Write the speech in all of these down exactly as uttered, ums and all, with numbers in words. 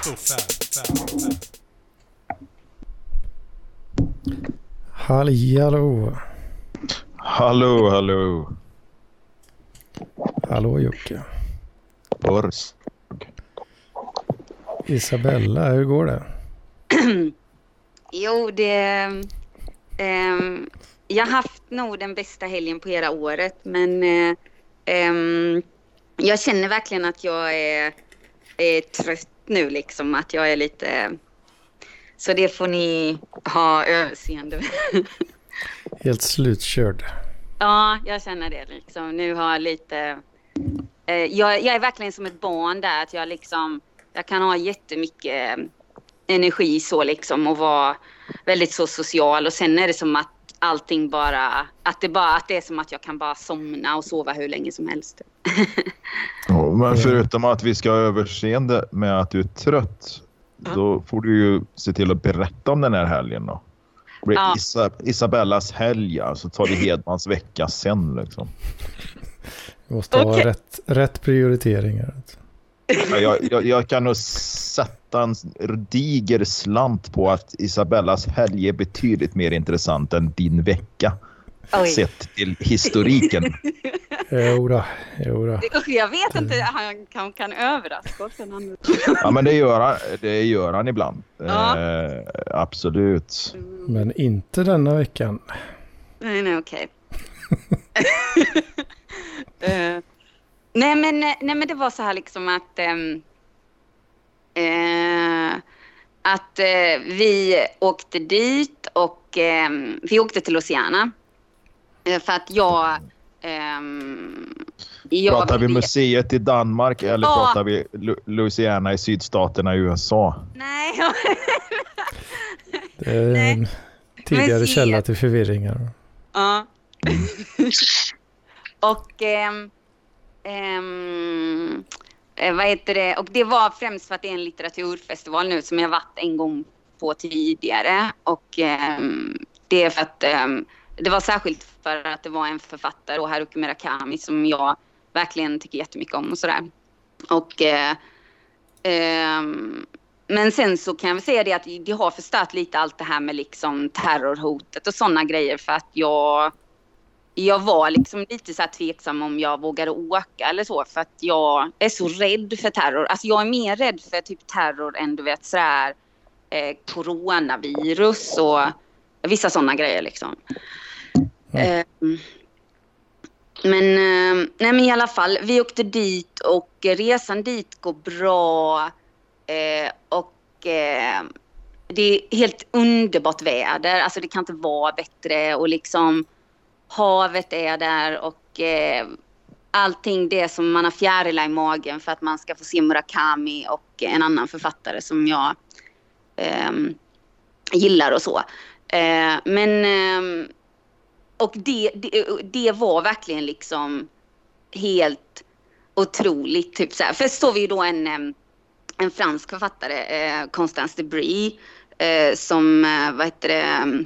Halli, hallå. Hallå, hallå. Hallå Jocke. Bors. Isabella, hur går det? Jo, det... Um, jag har haft nog den bästa helgen på hela året, men uh, um, jag känner verkligen att jag är, är trött nu, liksom, att jag är lite... Så det får ni ha överseende med. Helt slutkörd. Ja, jag känner det liksom. Nu har jag lite... Eh, jag, jag är verkligen som ett barn där, att jag liksom... Jag kan ha jättemycket energi så liksom och vara väldigt så social, och sen är det som att allting bara... Att det, bara, att det är som att jag kan bara somna och sova hur länge som helst. Ja, men förutom att vi ska ha överseende med att du är trött, ja, då får du ju se till att berätta om den här helgen då. Det blir ja. Isa- Isabellas helg, så tar vi Hedmans vecka sen liksom. Vi måste okay. ha rätt, rätt prioriteringar. Ja, jag, jag, jag kan nog sätta en diger slant på att Isabellas helg är betydligt mer intressant än din vecka. Oj. Sett till historiken. Jodå, jodå. Jag vet inte, han kan, kan överraska. Ja, men det gör han, det gör han ibland. Ja. Eh, absolut. Men inte denna veckan. Nej, nej, okej. uh, nej, men, nej, men det var så här liksom att... Um, uh, att uh, vi åkte dit och um, vi åkte till Louisiana. Uh, för att jag... Um, jag pratar vi ville... museet i Danmark eller ja. pratar vi Lu- Louisiana i sydstaterna i U S A? Nej. Det är en tidigare museet. Källa till förvirringar. Ja. och um, um, vad heter det? Och det var främst för att det är en litteraturfestival nu som jag varit en gång på tidigare. Och um, det är för att um, det var särskilt för att det var en författare, och Haruki Murakami, som jag verkligen tycker jättemycket om och sådär. Och eh, eh, men sen så kan jag väl säga det att det har förstört lite allt det här med liksom terrorhotet och sådana grejer, för att jag jag var liksom lite så här tveksam om jag vågade åka eller så, för att jag är så rädd för terror. Alltså jag är mer rädd för typ terror än du vet sådär eh, coronavirus och vissa sådana grejer liksom. Mm. Eh, men, eh, nej men i alla fall, vi åkte dit och resan dit går bra eh, och eh, det är helt underbart väder. Alltså det kan inte vara bättre, och liksom havet är där och eh, allting det som man har fjärilar i magen för att man ska få se Murakami och en annan författare som jag eh, gillar och så. Eh, men eh, och det, det, det var verkligen liksom helt otroligt typ så här. Först står vi ju då en en fransk författare, eh, Constance Debris, eh, som eh, vad heter det,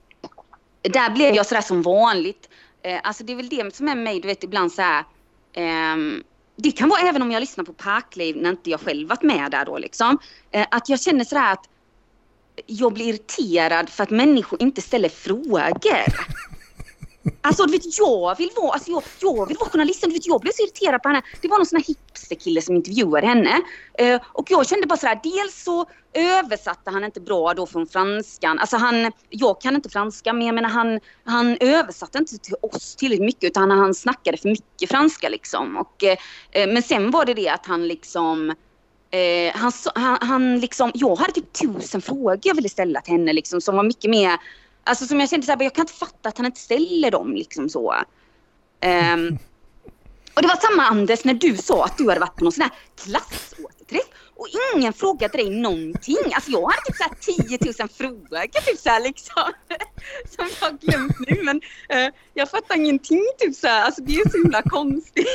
där blev jag sådär som vanligt. Eh, alltså det är väl det som är mig, du vet, ibland så här. Eh, det kan vara även om jag lyssnar på Parkliv när inte jag själv varit med där då liksom. Eh, att jag känner sådär att jag blir irriterad för att människor inte ställer frågor. Alltså du vet, jag vill vara, alltså jag, jag vill vara journalist, du vet, jag blev så irriterad på henne. Det var någon sån här hipsterkille som intervjuade henne. Eh, och jag kände bara sådär, dels så översatte han inte bra då från franskan. Alltså han, jag kan inte franska, men jag menar han, han översatte inte till oss tillräckligt mycket, utan han, han snackade för mycket franska liksom. Och, eh, men sen var det det att han liksom... Eh, han, han, han liksom, jag hade typ tusen frågor jag ville ställa till henne liksom, som var mycket mer, alltså som jag kände så här, jag kan inte fatta att han inte ställer dem liksom så. Um, och det var samma Anders när du sa att du hade varit på någon sån här klassåterträff och ingen frågade dig någonting. Alltså jag hade typ så här tiotusen frågor typ så här liksom som jag har glömt nu, men uh, jag fattar ingenting typ så här, alltså det är så himla konstigt.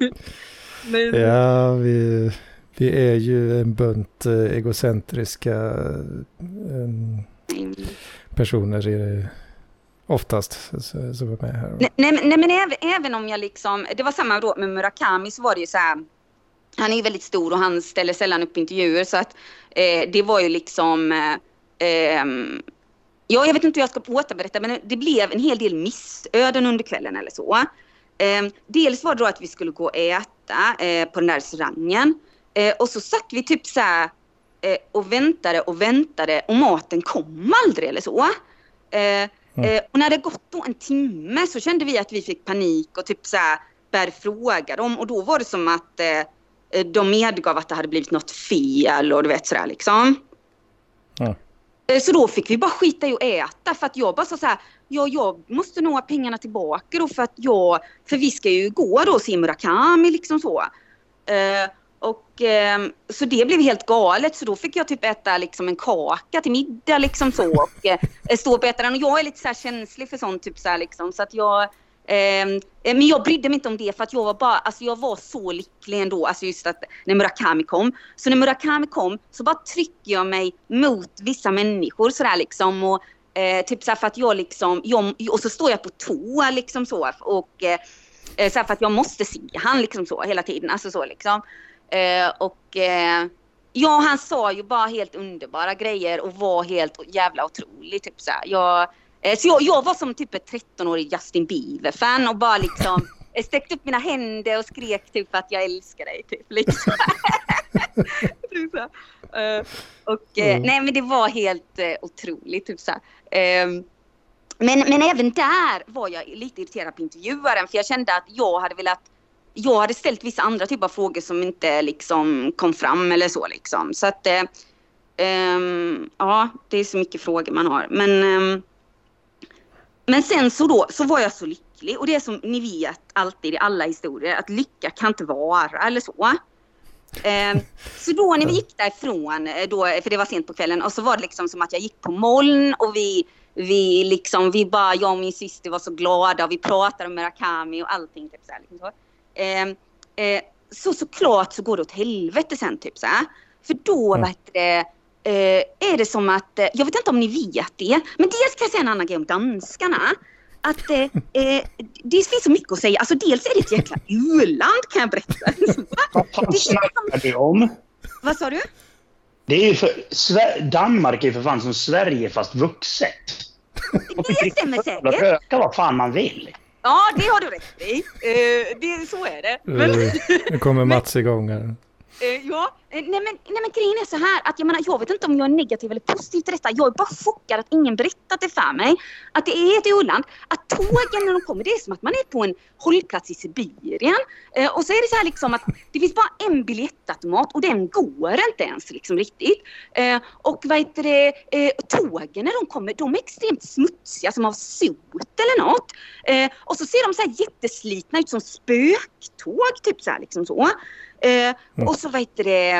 Men... Ja, vi Vi är ju en bunt egocentriska um, personer i det, oftast som är med här. Nej, nej, nej men även, även om jag liksom, det var samma då med Murakami, så var det ju så här, han är ju väldigt stor och han ställer sällan upp intervjuer, så att eh, det var ju liksom eh, eh, ja, jag vet inte hur jag ska återberätta, men det blev en hel del missöden under kvällen eller så. Eh, dels var det då att vi skulle gå och äta eh, på den där restaurangen. Eh, och så satt vi typ så här eh, och väntade och väntade och maten kom aldrig eller så. Eh, mm. eh, och när det gått då en timme så kände vi att vi fick panik och typ så här började fråga dem. Och då var det som att eh, de medgav att det hade blivit något fel och du vet sådär liksom. Mm. Så då fick vi bara skita i att äta för att jag bara sa så här, ja, jag måste nå pengarna tillbaka då för att jag, för vi ska ju gå då och se Murakami liksom så. Uh, och uh, så det blev helt galet, så då fick jag typ äta liksom en kaka till middag liksom så och uh, stå och äta den, och jag är lite så här känslig för sånt typ så här liksom, så att jag uh, men jag brydde mig inte om det för att jag var bara, alltså jag var så lycklig ändå, alltså just att när Murakami kom. Så när Murakami kom så bara trycker jag mig mot vissa människor sådär liksom och eh, typ så här för att jag liksom, jag, och så står jag på tå liksom så och eh, så här för att jag måste se han liksom så hela tiden, alltså så liksom. Eh, och eh, ja, han sa ju bara helt underbara grejer och var helt jävla otrolig typ så här. Jag Så jag, jag var som typ ett tretton-årig Justin Bieber-fan och bara liksom sträckte upp mina händer och skrek typ att jag älskar dig typ liksom. Typ så. Uh, och mm. nej, men det var helt uh, otroligt typ så. Uh, men men även där var jag lite irriterad på intervjuaren, för jag kände att jag hade velat jag hade ställt vissa andra typer av frågor som inte liksom kom fram eller så liksom. Så att uh, um, ja, det är så mycket frågor man har, men um, Men sen så då så var jag så lycklig, och det är som ni vet alltid i alla historier att lycka kan inte vara eller så. Eh, så då när vi gick därifrån då, för det var sent på kvällen, och så var det liksom som att jag gick på moln och vi vi liksom vi bara jag och min syster var så glada och vi pratade om Murakami och allting typ så här, liksom så. Eh, eh, så såklart så går det åt helvete sen typ så här. För då mm. vet det Uh, är det som att, uh, jag vet inte om ni vet det, men dels kan jag säga en annan grej om danskarna, att uh, uh, det finns så mycket att säga. Alltså dels är det ett jäkla u-land, kan jag berätta. Vad fan snackar du om? Vad sa du? Det är ju för, Sver- Danmark är ju för fan som Sverige fast vuxet. Det stämmer säkert. Man röka vad fan man vill. Ja, det har du rätt i. Uh, det, så är det. Men... Nu kommer Mats igång här. Uh, ja, nej men, nej men grejen är så här att jag menar, jag vet inte om jag är negativ eller positiv till detta. Jag är bara chockad att ingen berättat det för mig. Att det är ett u-land. Att tågen när de kommer, det är som att man är på en hållplats i Sibirien. Uh, och så är det så här liksom att det finns bara en biljettautomat och den går inte ens liksom riktigt. Uh, och vad heter det, uh, tågen när de kommer, de är extremt smutsiga som av sot eller något. Uh, och så ser de så här jätteslitna ut som spöktåg typ så här liksom så. Eh, mm. Och så vad heter det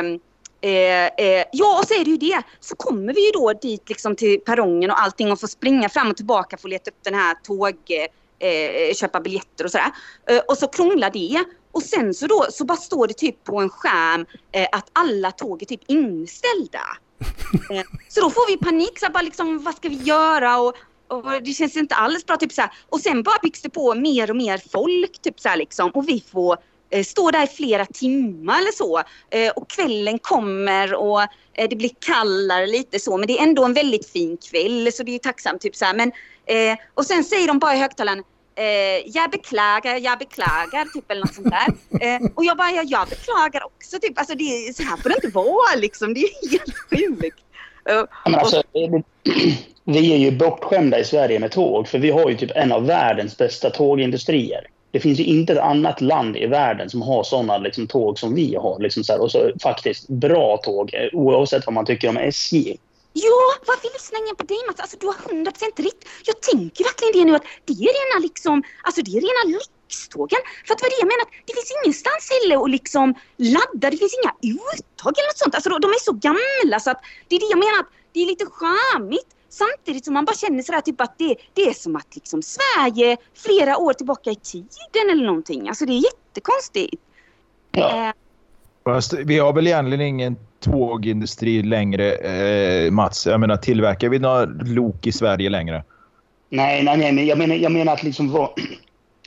eh, eh, ja, och så är det ju det. Så kommer vi ju då dit liksom till perrongen och allting och får springa fram och tillbaka för att leta upp den här tåg, eh, köpa biljetter och sådär. Eh, och så krånglar det. Och sen så då så bara står det typ på en skärm eh, att alla tåg är typ inställda. eh, så då får vi panik så bara liksom, vad ska vi göra? Och Och det känns inte alls bra typ så här. Och sen bara byggs det på mer och mer folk typ så här liksom. Och vi får eh, stå där i flera timmar eller så. Eh, och kvällen kommer och eh, det blir kallare lite så. Men det är ändå en väldigt fin kväll, så det är tacksamt typ så här. Men, eh, och sen säger de bara i högtalaren: Eh, jag beklagar, jag beklagar typ eller något sånt där. Eh, och jag bara, ja, jag beklagar också typ. Alltså det är, så här får det inte vara liksom. Det är helt sjukt. Uh, Men alltså, vi är ju bortskämda i Sverige med tåg, för vi har ju typ en av världens bästa tågindustrier. Det finns ju inte ett annat land i världen som har sådana liksom, tåg som vi har liksom, så här, och så faktiskt bra tåg, oavsett vad man tycker om S J. Ja, varför lyssnar ingen på dig, Mats? Alltså du har hundra procent rätt. Jag tänker verkligen det nu, att det är rena liksom, alltså det är rena lyxtågen. För att vad det jag menar, det finns ingenstans heller att liksom ladda, det finns inga uttag eller något sånt. Alltså de är så gamla så att det är det jag menar, att det är lite charmigt. Samtidigt som man bara känner sådär typ att det, det är som att liksom Sverige flera år tillbaka i tiden eller någonting. Alltså det är jättekonstigt. Ja. Eh. Fast vi har väl egentligen ingen tågindustri längre, eh, Mats. Jag menar, tillverkar vi några lok i Sverige längre? Nej, nej, nej. Men jag menar, jag menar att liksom vad,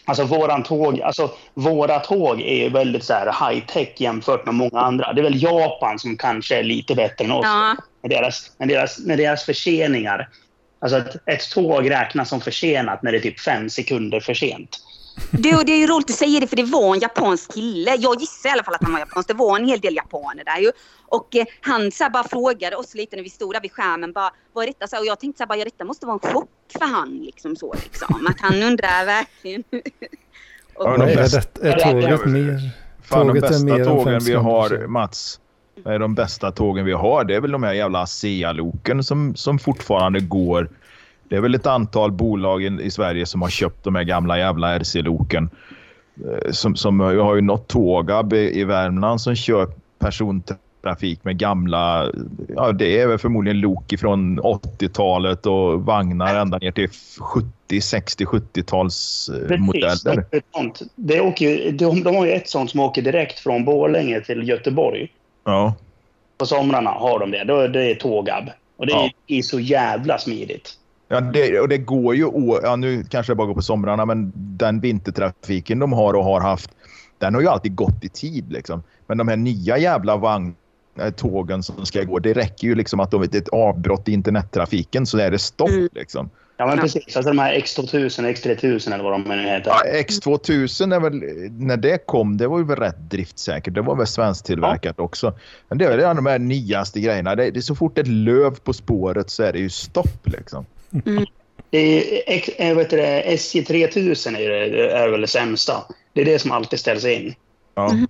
Alltså våran tåg, alltså våra tåg är väldigt så här high tech jämfört med många andra. Det är väl Japan som kanske är lite bättre än oss. Ja. Med deras, med deras, med deras förseningar. Alltså ett, ett tåg räknas som försenat när det är typ fem sekunder för sent. Det, det är ju roligt att säga det, för det var en japansk kille. Jag gissar i alla fall att han var japansk. Det var en hel del japaner där ju. Och eh, han så här, bara frågade oss lite när vi stod där vid skärmen. Bara, vad är detta? Så, och jag tänkte så här, bara, ja, detta måste vara en chock för han. Liksom, så, liksom. Att han undrar verkligen. och, ja, de bästa, är, det, är tåget mer? Fan, tåget de bästa är mer tågen vi har, Mats. Är de bästa tågen vi har, det är väl de här jävla ASEA-loken som, som fortfarande går. Det är väl ett antal bolag i, i Sverige som har köpt de här gamla jävla R C-loken. Som, som jag har ju något tågab i, i Värmland som kör persontrafik med gamla, ja det är väl förmodligen lok från åttiotalet och vagnar ända ner till sjuttio, sextio, sjuttio-tals modeller. Det åker, de, de har ju ett sånt som åker direkt från Borlänge till Göteborg. Ja. På somrarna har de det. Då, det är tågab. Och det ja. är, är så jävla smidigt. Ja, det, och det går ju, ja, nu kanske det bara går på somrarna, men den vintertrafiken de har och har haft, den har ju alltid gått i tid liksom. Men de här nya jävla vagn, tågen som ska gå, det räcker ju liksom att de vet ett avbrott i internettrafiken så är det stopp mm. liksom. Ja men precis, alltså de här X tvåtusen, X tretusen eller vad de nu heter. Ja, X tvåtusen är väl, när det kom, det var ju väl rätt driftsäkert. Det var väl svenskt tillverkat ja. också. Men det är väl de här nyaste grejerna. Det är, det är så fort ett löv på spåret så är det ju stopp liksom. Mm. Det är, jag vet det, S J tre tusen är, det, är väl det sämsta. Det är det som alltid ställs in. Ja. Mm.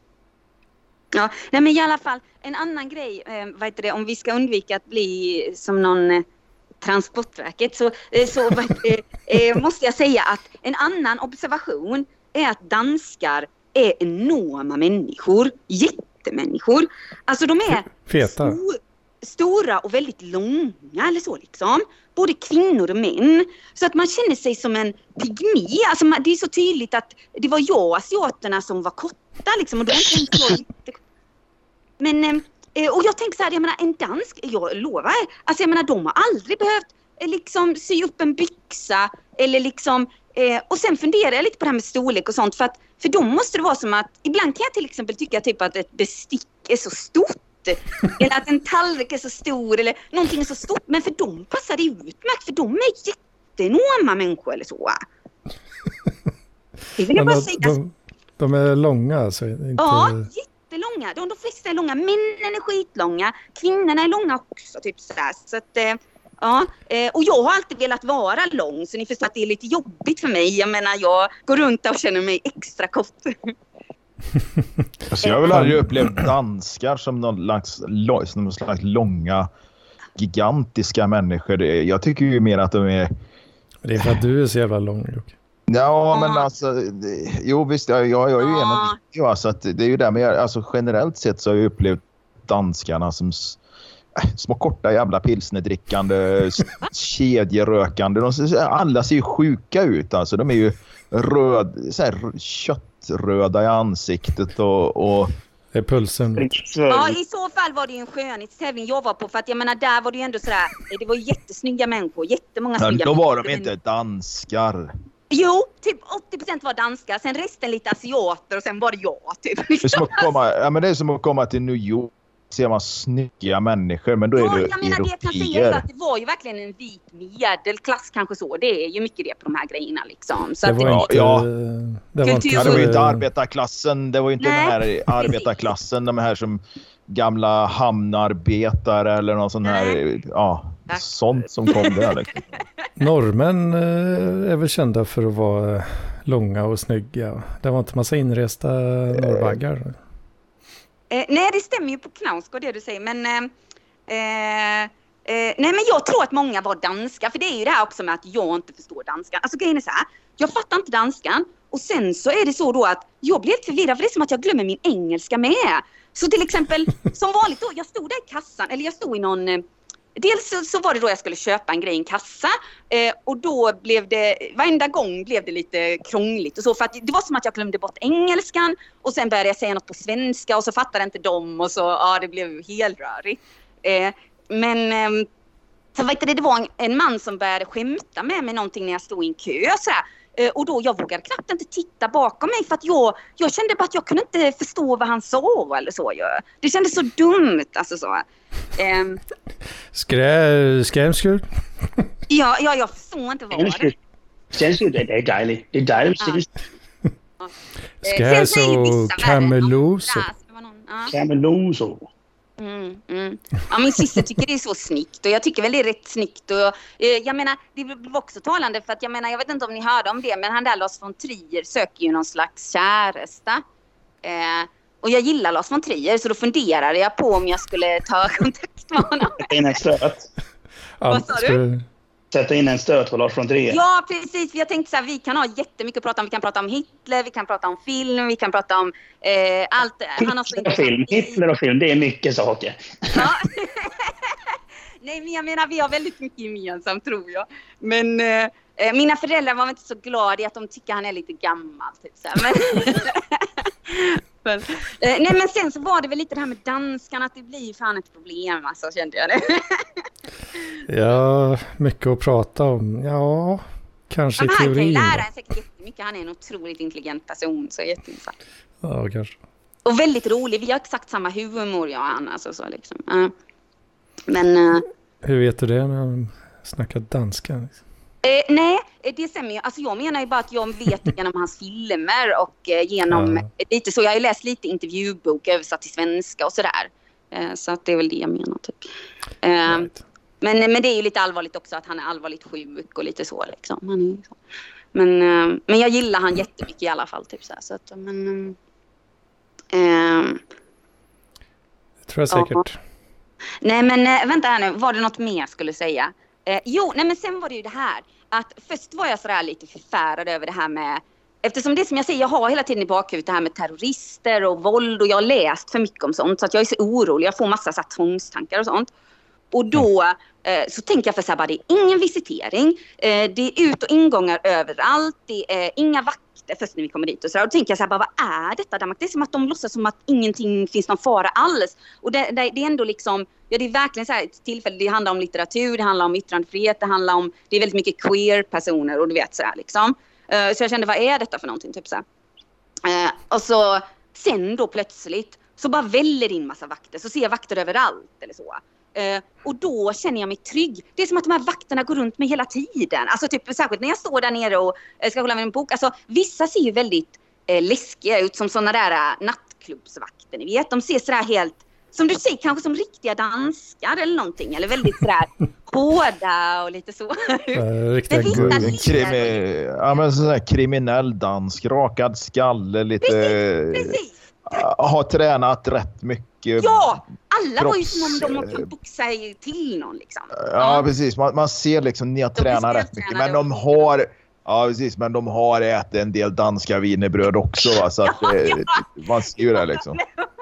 Ja, nej men i alla fall en annan grej, eh, vad heter det, om vi ska undvika att bli som någon eh, Transportverket så, eh, så eh, eh, måste jag säga att en annan observation är att danskar är enorma människor, jättemänniskor. Alltså de är feta. Stor, stora och väldigt långa eller så liksom. Både kvinnor och män. Så att man känner sig som en pygmi. Alltså man, det är så tydligt att det var jag asiaterna som var korta liksom. Och då var inte så jätte... Men, eh, och jag tänker så här, jag menar en dansk, jag lovar. Alltså jag menar de har aldrig behövt eh, liksom sy upp en byxa. Eller liksom, eh, och sen funderar jag lite på det här med storlek och sånt. För att för dem måste det vara som att, ibland kan jag till exempel tycka typ att ett bestick är så stort. Eller att en tallrik är så stor eller någonting är så stort. Men för dem passar det utmärkt. För de är jätteenorma människor eller så. Det vill jag bara de, säga. De, de är långa alltså, inte... Ja, jättelånga. De, de flesta är långa. Männen är skitlånga. Kvinnorna är långa också. Typ sådär. Så att, eh, ja. Och jag har alltid velat vara lång. Så ni förstår att det är lite jobbigt för mig. Jag menar, jag går runt och känner mig extra kort. Alltså jag har väl aldrig upplevt danskar som någon slags, någon slags långa gigantiska människor. Jag tycker ju mer att de är... Det är för att du är så jävla lång, Luke. Ja, men alltså jo visst, jag, jag är ju en av ja, så att det är ju där, men jag, alltså generellt sett så har jag upplevt danskarna som äh, små korta jävla pilsnerdrickande kedjerökande. De, alla ser ju sjuka ut, alltså de är ju röd, så här, köttröda i ansiktet och, och... Det är pulsen. Ja, i så fall var det ju en skönhetstävling jag var på. För att jag menar, där var det ju ändå sådär, det var jättesnygga människor, jättemånga snygga människor. Då var människor. de inte danskar. Jo, typ åttio procent var danskar, sen resten lite asiater och sen var det jag typ. Det är som att komma, ja, men det är som att komma till New York. Ser man snygga människor, men då är ja, det jag menar, det jag kan säga är att det var ju verkligen en vit medelklass kanske så. Det är ju mycket det på de här grejerna liksom. Så det, att var det, inte, ja, det var inte ja, det var ju inte arbetarklassen. Det var ju inte Nej, den här arbetarklassen, de här som gamla hamnarbetare eller någon sån här, ja, Tack. sånt som kom där. Liksom. Norrmän är väl kända för att vara långa och snygga. Det var inte massa inresta norrbaggar. Eh, nej, det stämmer ju på Knausgård det du säger, men eh, eh, nej, men jag tror att många var danska, för det är ju det här också med att jag inte förstår danskan. Alltså grejen är så här, jag fattar inte danskan och sen så är det så då att jag blir helt förvirrad för det är som att jag glömmer min engelska med. Så till exempel, som vanligt då, jag stod där i kassan, eller jag stod i någon... Eh, Dels så, så var det då jag skulle köpa en grej i en kassa eh, och då blev det, varenda gång blev det lite krångligt och så, för att det var som att jag glömde bort engelskan och sen började jag säga något på svenska och så fattade inte de och så, ja det blev helt rörigt. Eh, men eh, så vet du, det var en, en man som började skämta med mig någonting när jag stod i en kö så här. Eh, och då, jag vågade knappt inte titta bakom mig för att jag, jag kände bara att jag kunde inte förstå vad han sa eller så. Jag. Det kändes så dumt, alltså så. Eh, Skrä, skrämskull? ja, ja, jag förstår inte vad det Skrämskull, det är dejligt. Det är dejligt. Ja. Skräso, Cameloso. Cameloso. Mm, mm. Ja, min syster tycker det är så snyggt och jag tycker väl det är rätt snyggt och eh, jag menar, det blev också talande för att jag menar, jag vet inte om ni hörde om det, men han där Lars von Trier söker ju någon slags käresta eh, och jag gillar Lars von Trier så då funderade jag på om jag skulle ta kontakt med honom. Sätta in en stöt. Vad sa du? Sätta in en stöt på Lars von Trier. Ja, precis. För jag tänkte så här, vi kan ha jättemycket att prata om. Vi kan prata om Hitler, vi kan prata om film, vi kan prata om eh, allt. Han har så Hitler och film, Hitler och film, det är mycket saker. Ja. Nej, men jag menar, vi har väldigt mycket gemensamt, tror jag. Men eh, mina föräldrar var inte så glada i att de tycker han är lite gammal. Typ, så här. Men, men, eh, nej, men sen så var det väl lite det här med danskan, att det blir fan ett problem, alltså, kände jag det. Ja, mycket att prata om. Ja, kanske i teorin. Han kan ju lära sig jättemycket. Han är en otroligt intelligent person, så jätteintressant. Ja, kanske. Och väldigt rolig. Vi har exakt samma humor, jag och han. Alltså, så liksom. Uh. Men... Uh, Hur vet du det när han snackar danska? Liksom? Eh, nej, det stämmer ju. Alltså jag menar ju bara att jag vet genom hans filmer och eh, genom ja. lite så. Jag har ju läst lite intervjubok översatt till svenska och sådär. Eh, så att det är väl det jag menar typ. Eh, right. men, men det är ju lite allvarligt också att han är allvarligt sjuk och lite så liksom. Men, men, eh, men jag gillar han jättemycket i alla fall typ så här. Så att, men... Eh, det tror jag säkert. Ja. Nej men eh, vänta här nu, var det något mer jag skulle säga? Eh, jo, nej men sen var det ju det här att först var jag sådär lite förfärad över det här med, eftersom det som jag säger, jag har hela tiden i bakhuvudet det här med terrorister och våld och jag har läst för mycket om sånt så att jag är så orolig, jag får massa så här tvångstankar och sånt. Och då eh, så tänker jag för så här bara, det är ingen visitering, eh, det är ut- och ingångar överallt, det är inga vakter först när vi kommer dit och så där. Och då tänker jag så här, bara, vad är detta Danmark? Det är som att de låtsas som att ingenting finns någon fara alls. Och det, det, det är ändå liksom, ja det är verkligen så här ett tillfälle, det handlar om litteratur, det handlar om yttrandefrihet, det handlar om, det är väldigt mycket queer-personer och du vet så här liksom. Uh, så jag kände, vad är detta för någonting typ så här. Uh, och så sen då plötsligt så bara väller in massa vakter, så ser jag vakter överallt eller så. Uh, och då känner jag mig trygg. Det är som att de här vakterna går runt mig hela tiden. Alltså typ särskilt när jag står där nere och uh, ska hålla med en bok. Alltså vissa ser ju väldigt uh, läskiga ut som sådana där uh, nattklubbsvakter, ni vet. De ser sådär helt, som du säger, kanske som riktiga danskar eller någonting. Eller väldigt sådär hårda och lite så. Uh, riktigt krimi- ja, men sådär kriminell dansk, rakad skalle, lite... Precis, precis. Har tränat rätt mycket. Ja, alla kropps... var ju som om de har boxat till någon liksom. Ja, ja. Precis. Man, man ser liksom, ni har tränat rätt mycket. Men de har, ja precis, men de har ätit en del danska wienerbröd också. Va? Så att ja, ja. Man ser ju det liksom.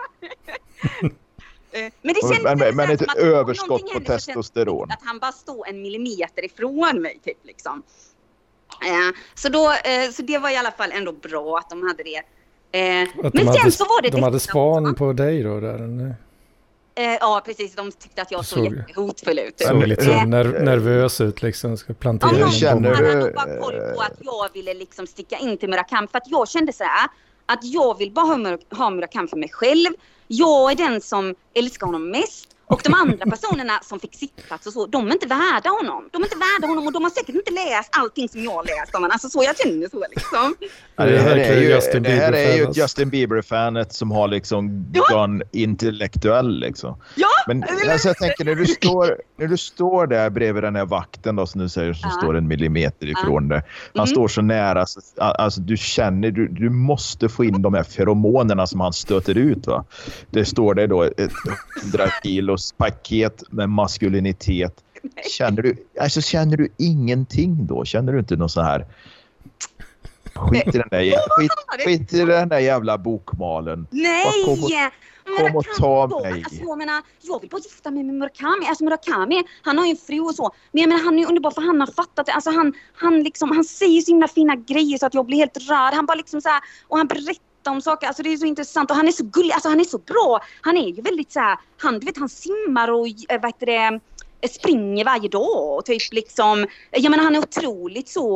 Men det känns men, men, men ett att överskott på testosteron. Att han bara står en millimeter ifrån mig typ liksom. Så, då, så det var i alla fall ändå bra att de hade det. Eh, men sen hade, så var det de hade span också på dig då där. Eh, ja, precis. De tyckte att jag såg så, jättehotfull ut. Såg lite så ner- nervös ut liksom. Ska plantera ja, en känner bomb. du... Han hade bara koll på att jag ville liksom sticka in till Murakami. För att jag kände så här att jag vill bara ha, Mur- ha Murakami för mig själv. Jag är den som älskar honom mest. Och de andra personerna som fick sittplats och så, de är inte värda honom. De är inte värda honom och de har säkert inte läst allting som jag läst om. Alltså så, jag känner så liksom. Ja, det här är ju, Justin det här är ju ett Justin Bieber-fanet som har liksom ja. gone intellektuell liksom. Ja! Men alltså, jag tänker, när du, står, när du står där bredvid den här vakten då, som du säger, som ja. står en millimeter ifrån ja. det. Han mm. står så nära, alltså, alltså du känner, du, du måste få in de här feromonerna som han stöter ut va. Det står det då ett hundra kilos paket med maskulinitet. Känner du, alltså känner du ingenting då? Känner du inte någon så här skit i den där, skit, skit i den där jävla bokmalen? Nej! Kom och, kom och ta mig. Alltså, jag menar, jag vill bara gifta mig med Murakami. Alltså Murakami, han har ju en fru och så. Men jag menar, han är underbar för han har fattat det. Alltså han, han liksom, han säger så himla fina grejer så att jag blir helt rörd. Han bara liksom så här, och han berättar om saker, alltså det är så intressant och han är så gullig, alltså han är så bra, han är ju väldigt så här, han, du vet, han simmar och vad heter det, springer varje dag och typ liksom, jag menar han är otroligt så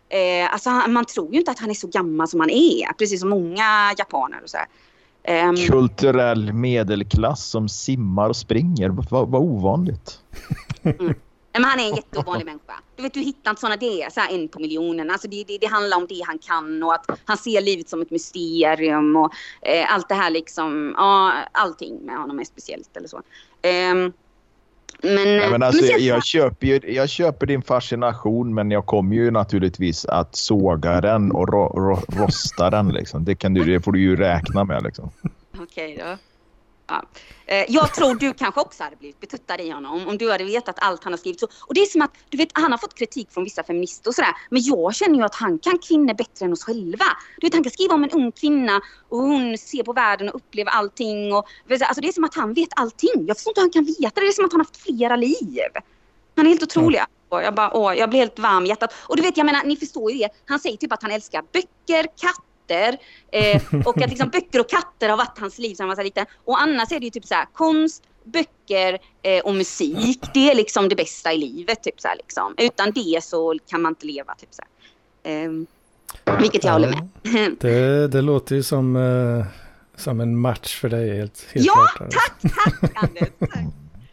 Eh, alltså han, man tror ju inte att han är så gammal som han är. Precis som många japaner och så här. Um, Kulturell medelklass som simmar och springer. Vad, vad ovanligt. Mm. Men han är en jätteovanlig människa. Du vet, du hittar inte sådana, det är så här en på miljonen. Alltså det, det, det handlar om det han kan och att han ser livet som ett mysterium och eh, allt det här liksom, ja, allting med honom är speciellt eller så. Um, men, Nej, men alltså, men jag, jag, köper ju, jag köper din fascination, men jag kommer ju naturligtvis att såga den och ro, ro, rosta den liksom. Det, kan du, det får du ju räkna med liksom. Okej då. Ja. Jag tror du kanske också hade blivit betuttad i honom om du hade vetat allt han har skrivit. Så, och det är som att, du vet, han har fått kritik från vissa feminister och sådär. Men jag känner ju att han kan kvinnor bättre än oss själva. Du vet, han kan skriva om en ung kvinna och hon ser på världen och upplever allting. Och, alltså det är som att han vet allting. Jag förstår inte hur han kan veta det. Det är som att han har haft flera liv. Han är helt otrolig. Mm. Och jag, bara, åh, jag blir helt varm i hjärtat. Och du vet, jag menar, ni förstår ju det. Han säger typ att han älskar böcker, katter. Eh, och att liksom böcker och katter har varit hans liv sedan han var så liten. Och annars är det ju typ så här konst, böcker eh, och musik. Det är liksom det bästa i livet typ så här, liksom. Utan det så kan man inte leva typ så här. Eh, vilket jag ja, håller med. det, det låter ju som, eh, som en match för dig helt, helt ja, klart. tack, tack Anders. Tack.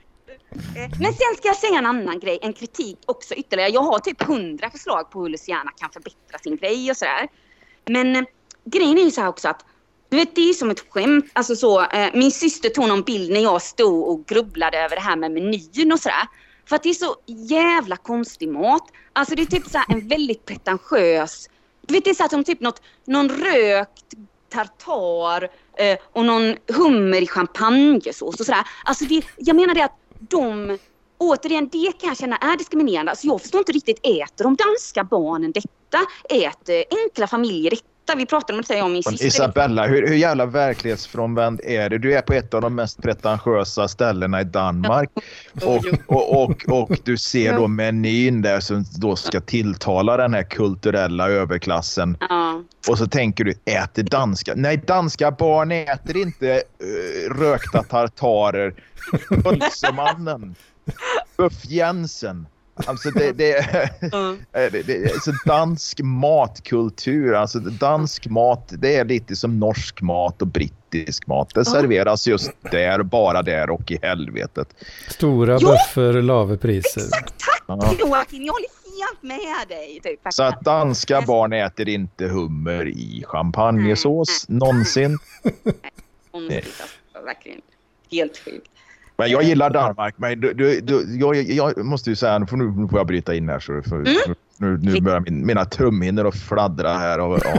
Men sen ska jag säga en annan grej, en kritik också ytterligare. Jag har typ hundra förslag på hur Luciana kan förbättra sin grej och sådär. Men grejen är ju så här också att, du vet, det är som ett skämt. Alltså så, eh, min syster tog någon bild när jag stod och grubblade över det här med menyn och sådär. För att det är så jävla konstig mat. Alltså det är typ så här en väldigt pretentiös, du vet, det är så här som typ något, någon rökt tartar eh, och någon hummer i champagnesås och sådär. Alltså det, jag menar det att de, återigen, det kan jag känna är diskriminerande. Alltså jag förstår inte riktigt, äter de danska barnen detta? Äter enkla familjer detta? Vi pratade om det om min syster. Isabella, hur, hur jävla verklighetsfrånvänd är det? Du är på ett av de mest pretentiösa ställena i Danmark. Och, och, och, och du ser då menyn där som då ska tilltala den här kulturella överklassen. Ja. Och så tänker du, äter danska? Nej, danska barn äter inte uh, rökta tartarer. Pulsemannen. Buff Jensen. Alltså det, det, uh. det, det är så dansk matkultur, alltså dansk mat, det är lite som norsk mat och brittisk mat. Det serveras just där, bara där och i helvetet. Stora jo! buffer, lavepriser. Exakt, tack Joakim, jag håller helt med dig. Typ. Så att danska barn äter inte hummer i champagnesås någonsin. Nej, verkligen helt sjukt. Men jag gillar Danmark, men du, du, du, jag, jag måste ju säga, för nu får jag bryta in här så för, mm. nu, nu börjar min, mina trumhinnor att fladdra här av, av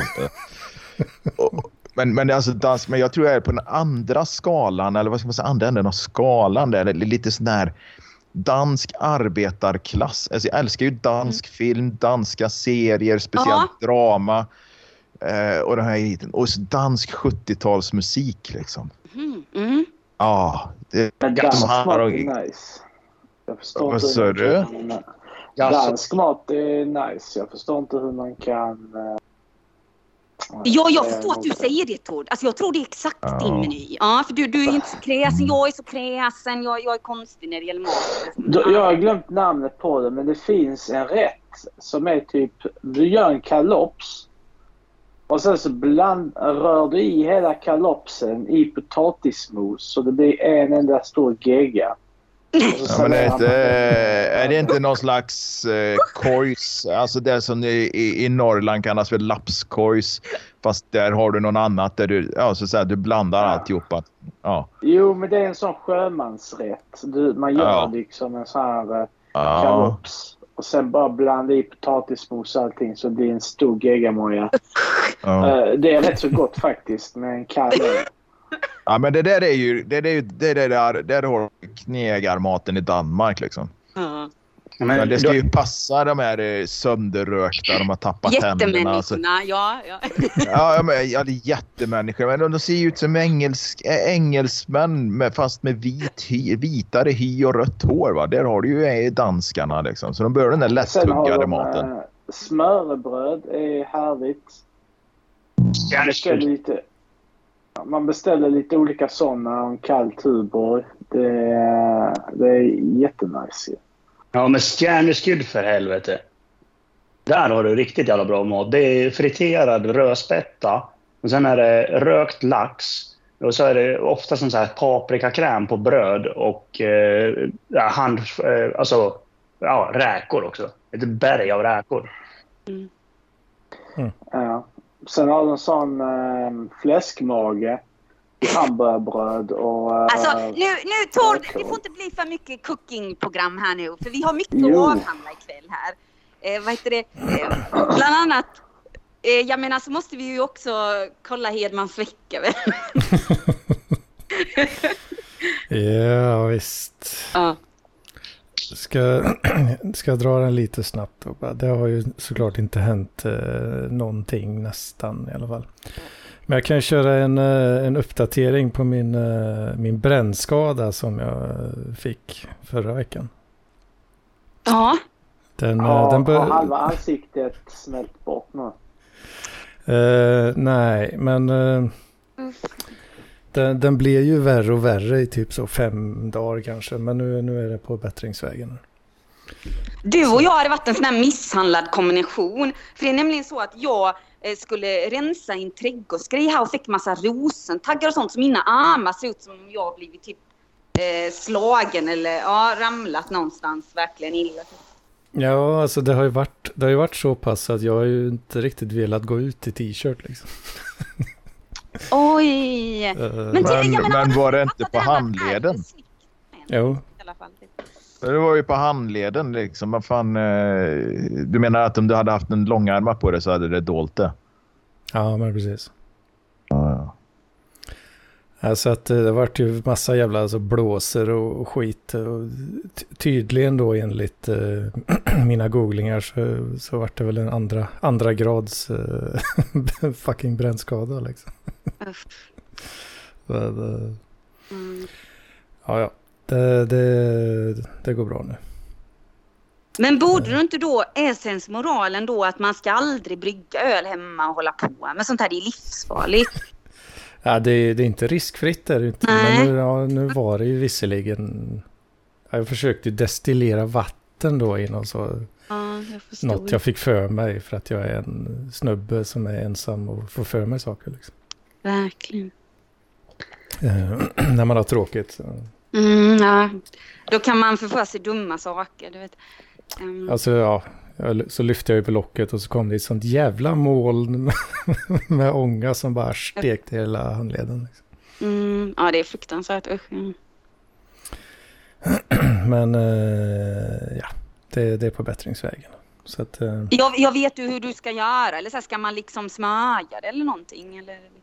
och, men, men alltså dans, men jag tror jag är på den andra skalan, eller vad ska man säga, andra änden av skalan där, lite sån där dansk arbetarklass. Alltså jag älskar ju dansk mm. film, danska serier, speciellt ja. drama eh, och den här och så dansk sjuttiotalsmusik liksom. Mm. Mm. Ja, det men dansk mat är nice. Jag förstår vad sa du? Dansk mat är nice. Jag förstår inte hur man kan... Uh, ja, jag förstår att du säger det, Tord. Alltså jag tror det är exakt ja. din meny. Ja, för du, du är inte så kräsen. Jag är så kräsen. Jag, jag är konstig när det gäller mat. Jag har glömt namnet på det, men det finns en rätt som är typ... Du gör en kalops. Och sen så bland, rör du i hela kalopsen i potatismos så det blir en enda stor gegga. Ja, men är, det, är det inte någon slags eh, kojs, alltså det som i, i, i Norrland kallas för lapskojs, fast där har du någon annat där du, ja, så att säga, du blandar ja. alltihopa. Ja. Jo, men det är en sån sjömansrätt. Du, man gör ja. liksom en sån här eh, ja. kalops. Och sen bara blanda i potatismos och allting så det blir en stor geggamoja. Ja. Uh, det är rätt så gott faktiskt med en kall. Ja, men det där är ju det, det, det, det där där har knegarmaten i Danmark liksom. Ja. Men, men det ska då... ju passa de här sönderrökta, de har tappat tänderna. Alltså. Ja, ja. ja, men, ja, det är jättemänniskor. Men de, de ser ju ut som engelsk, engelsmän med, fast med vit, hy, vitare hy och rött hår. Va? Där har du ju danskarna liksom. Så de börjar den där lätttuggade de, maten. Äh, smörrebröd är härligt. Man beställer lite, man beställer lite olika sådana och en kall Tuborg. Det, det är jättenice. Ja, men stjärneskudd för helvete. Där har du riktigt jävla bra mat. Det är friterad rödspätta. Och sen är det rökt lax. Och så är det ofta som så här paprikakräm på bröd. Och eh, hand, eh, alltså, ja, räkor också. Ett berg av räkor. Mm. Mm. Ja. Sen har du en sån eh, fläskmage. Hamburgerbröd och... Uh, alltså, nu, nu tar det, det får inte bli för mycket cookingprogram här nu. För vi har mycket att avhandla ikväll här. Eh, vad heter det? Eh, bland annat, eh, jag menar så måste vi ju också kolla Hedmans vecka, väl? Ja, visst. Ja. Ska, ska jag dra den lite snabbt då? Det har ju såklart inte hänt eh, någonting nästan i alla fall. Men jag kan köra en, en uppdatering på min, min brännskada som jag fick förra veckan. Ja. Den, ja, den bör... Har halva ansiktet smält bort nu? Uh, nej, men uh, den, den blir ju värre och värre i typ så fem dagar kanske. Men nu, nu är det på bättringsvägen. Du och jag hade varit en sån här misshandlad kombination. För det är nämligen så att jag skulle rensa en trädgårdsgrej här och fick massa rosentaggar och sånt. Så mina armar ser ut som om jag har blivit typ eh, slagen eller ja, ramlat någonstans verkligen illa. Ja, alltså det har ju varit, det har ju varit så pass att jag har ju inte riktigt velat gå ut i t-shirt liksom. Oj! Uh, men, men, menar, men var det inte på handleden? Jo. Det var ju på handleden liksom. Vad fan, du menar att om du hade haft en långärma på det så hade det dolt det? Ja, men precis. Ja, ja. Alltså att det har varit ju massa jävla alltså, blåser och, och skit. Och tydligen då enligt uh, mina googlingar så, så var det väl en andra, andra grads uh, fucking brännskada liksom. så, uh, mm. Ja, ja. Det, det, det går bra nu. Men borde du inte då, är sensmoralen då att man ska aldrig brygga öl hemma och hålla på med sånt här, det är livsfarligt? Ja, det, det är inte riskfritt där ute. Men nu, ja, nu var det ju visserligen... Jag försökte ju destillera vatten då innan så... Ja, jag något jag fick för mig för att jag är en snubbe som är ensam och får för mig saker liksom. Verkligen. Eh, när man har tråkigt så... Mm, ja. Då kan man förföra sig dumma saker, du vet. Um. Alltså ja, så lyfte jag ju på locket och så kom det ett sånt jävla moln med, med ånga som bara stekte hela handleden. Liksom. Mm, ja, det är fruktansvärt. Usch. Mm. Men uh, ja, det, det är på bättringsvägen. Så att, uh... jag, jag vet ju hur du ska göra. Eller så här, ska man liksom smörja det eller någonting? Eller liksom...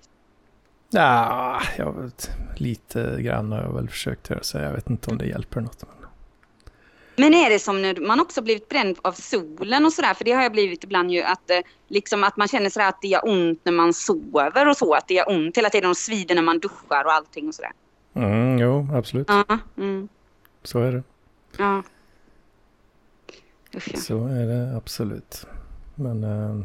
Ja, jag vet, lite grann har jag väl försökt göra så jag vet inte om det hjälper något. Men, men är det som när man också blivit bränd av solen och sådär? För det har jag blivit ibland ju att, liksom att man känner sådär att det gör ont när man sover och så. Att det gör ont hela tiden och svider när man duschar och allting och sådär. Mm, jo, absolut. Ja, mm. Så är det. Ja. Usch, ja. Så är det absolut. Men... Äh...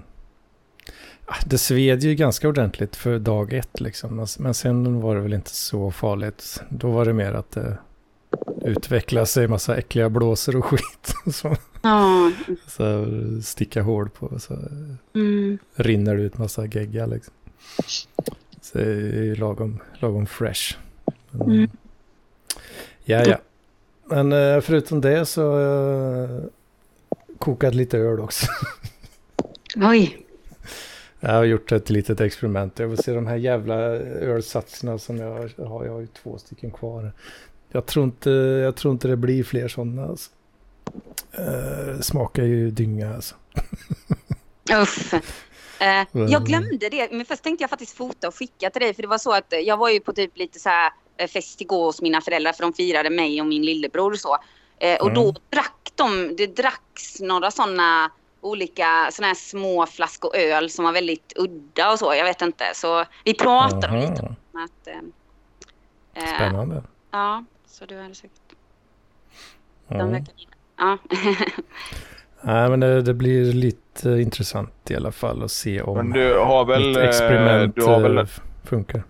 Det sved ju ganska ordentligt för dag ett liksom. Men sen var det väl inte så farligt. Då var det mer att det utvecklar sig massa äckliga blåser och skit. Så, ja. så sticka hål på. Så mm. rinner det ut massa gegga liksom. Så det är ju lagom, lagom fresh. Men, mm. Ja, ja. Men förutom det så har jag kokat lite öl också. Oj. Jag har gjort ett litet experiment. Jag vill se de här jävla ölsatserna som jag har. Jag har ju två stycken kvar. Jag tror inte, jag tror inte det blir fler sådana. Alltså. Uh, smakar ju dynga alltså. Uff. Uh, jag glömde det. Men först tänkte jag faktiskt fota och skicka till dig. För det var så att jag var ju på typ lite så här fest igår hos mina föräldrar. För de firade mig och min lillebror och så. Uh, och mm. då drack de, det dracks några sådana... olika såna här små flaskor öl som var väldigt udda och så, jag vet inte. Så vi pratade Aha. lite om att... Eh, Spännande. Eh, ja, så du hade säkert... Mm. De ja. Nej, men det, det blir lite intressant i alla fall att se om men du har väl, mitt experiment du har väl, funkar.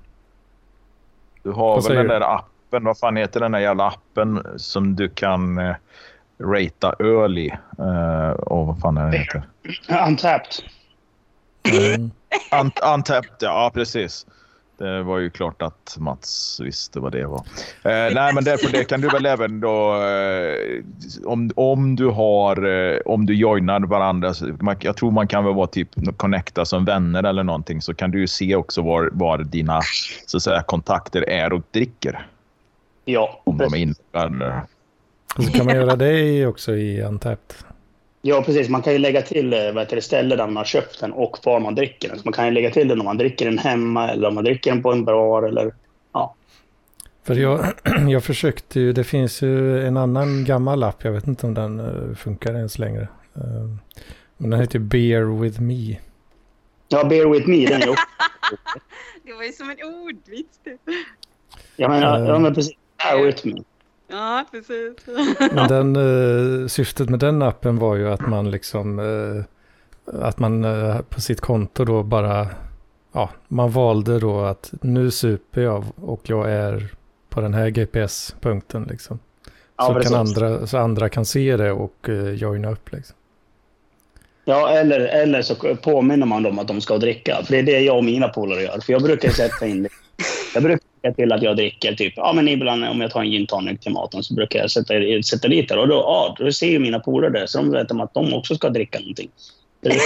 Du har väl den där appen, vad fan heter den där jävla appen som du kan... rata öl i. Uh, och vad fan är det heter? Untapped. Mm. Ant- Untapped, ja precis. Det var ju klart att Mats visste vad det var. Eh, nej, men därför det kan du väl även då eh, om, om du har eh, om du joinar varandra, man, jag tror man kan väl vara typ connecta som vänner eller någonting, så kan du ju se också var, var dina så att säga kontakter är och dricker. Ja, om de är inloggade. Och så kan man göra det också i Untapped. Ja, precis. Man kan ju lägga till vad heter det, stället där man har köpt den och var man dricker den. Så man kan ju lägga till den om man dricker den hemma eller om man dricker den på en bar eller ja. För jag, jag försökte ju, det finns ju en annan gammal app, jag vet inte om den uh, funkar ens längre. Uh, men den heter Beer With Me. Ja, Beer With Me, den är också. Det var ju som en ordvits. Jag menar, uh, ja men precis, Beer With Me. Ja, precis. Men den, uh, syftet med den appen var ju att man liksom uh, att man uh, på sitt konto då bara ja, man valde då att nu super jag och jag är på den här G P S-punkten liksom. Ja, så, precis. kan andra, så andra kan se det och uh, joina upp liksom. Ja, eller, eller så påminner man dem att de ska dricka. För det är det jag och mina polare gör. För jag brukar sätta in det. Jag brukar sätta till att jag dricker typ, ja men ibland om jag tar en gin tonic till maten så brukar jag sätta, sätta dit det. Och då, ja, då ser ju mina polare det. Så de vet om att de också ska dricka någonting. Det är,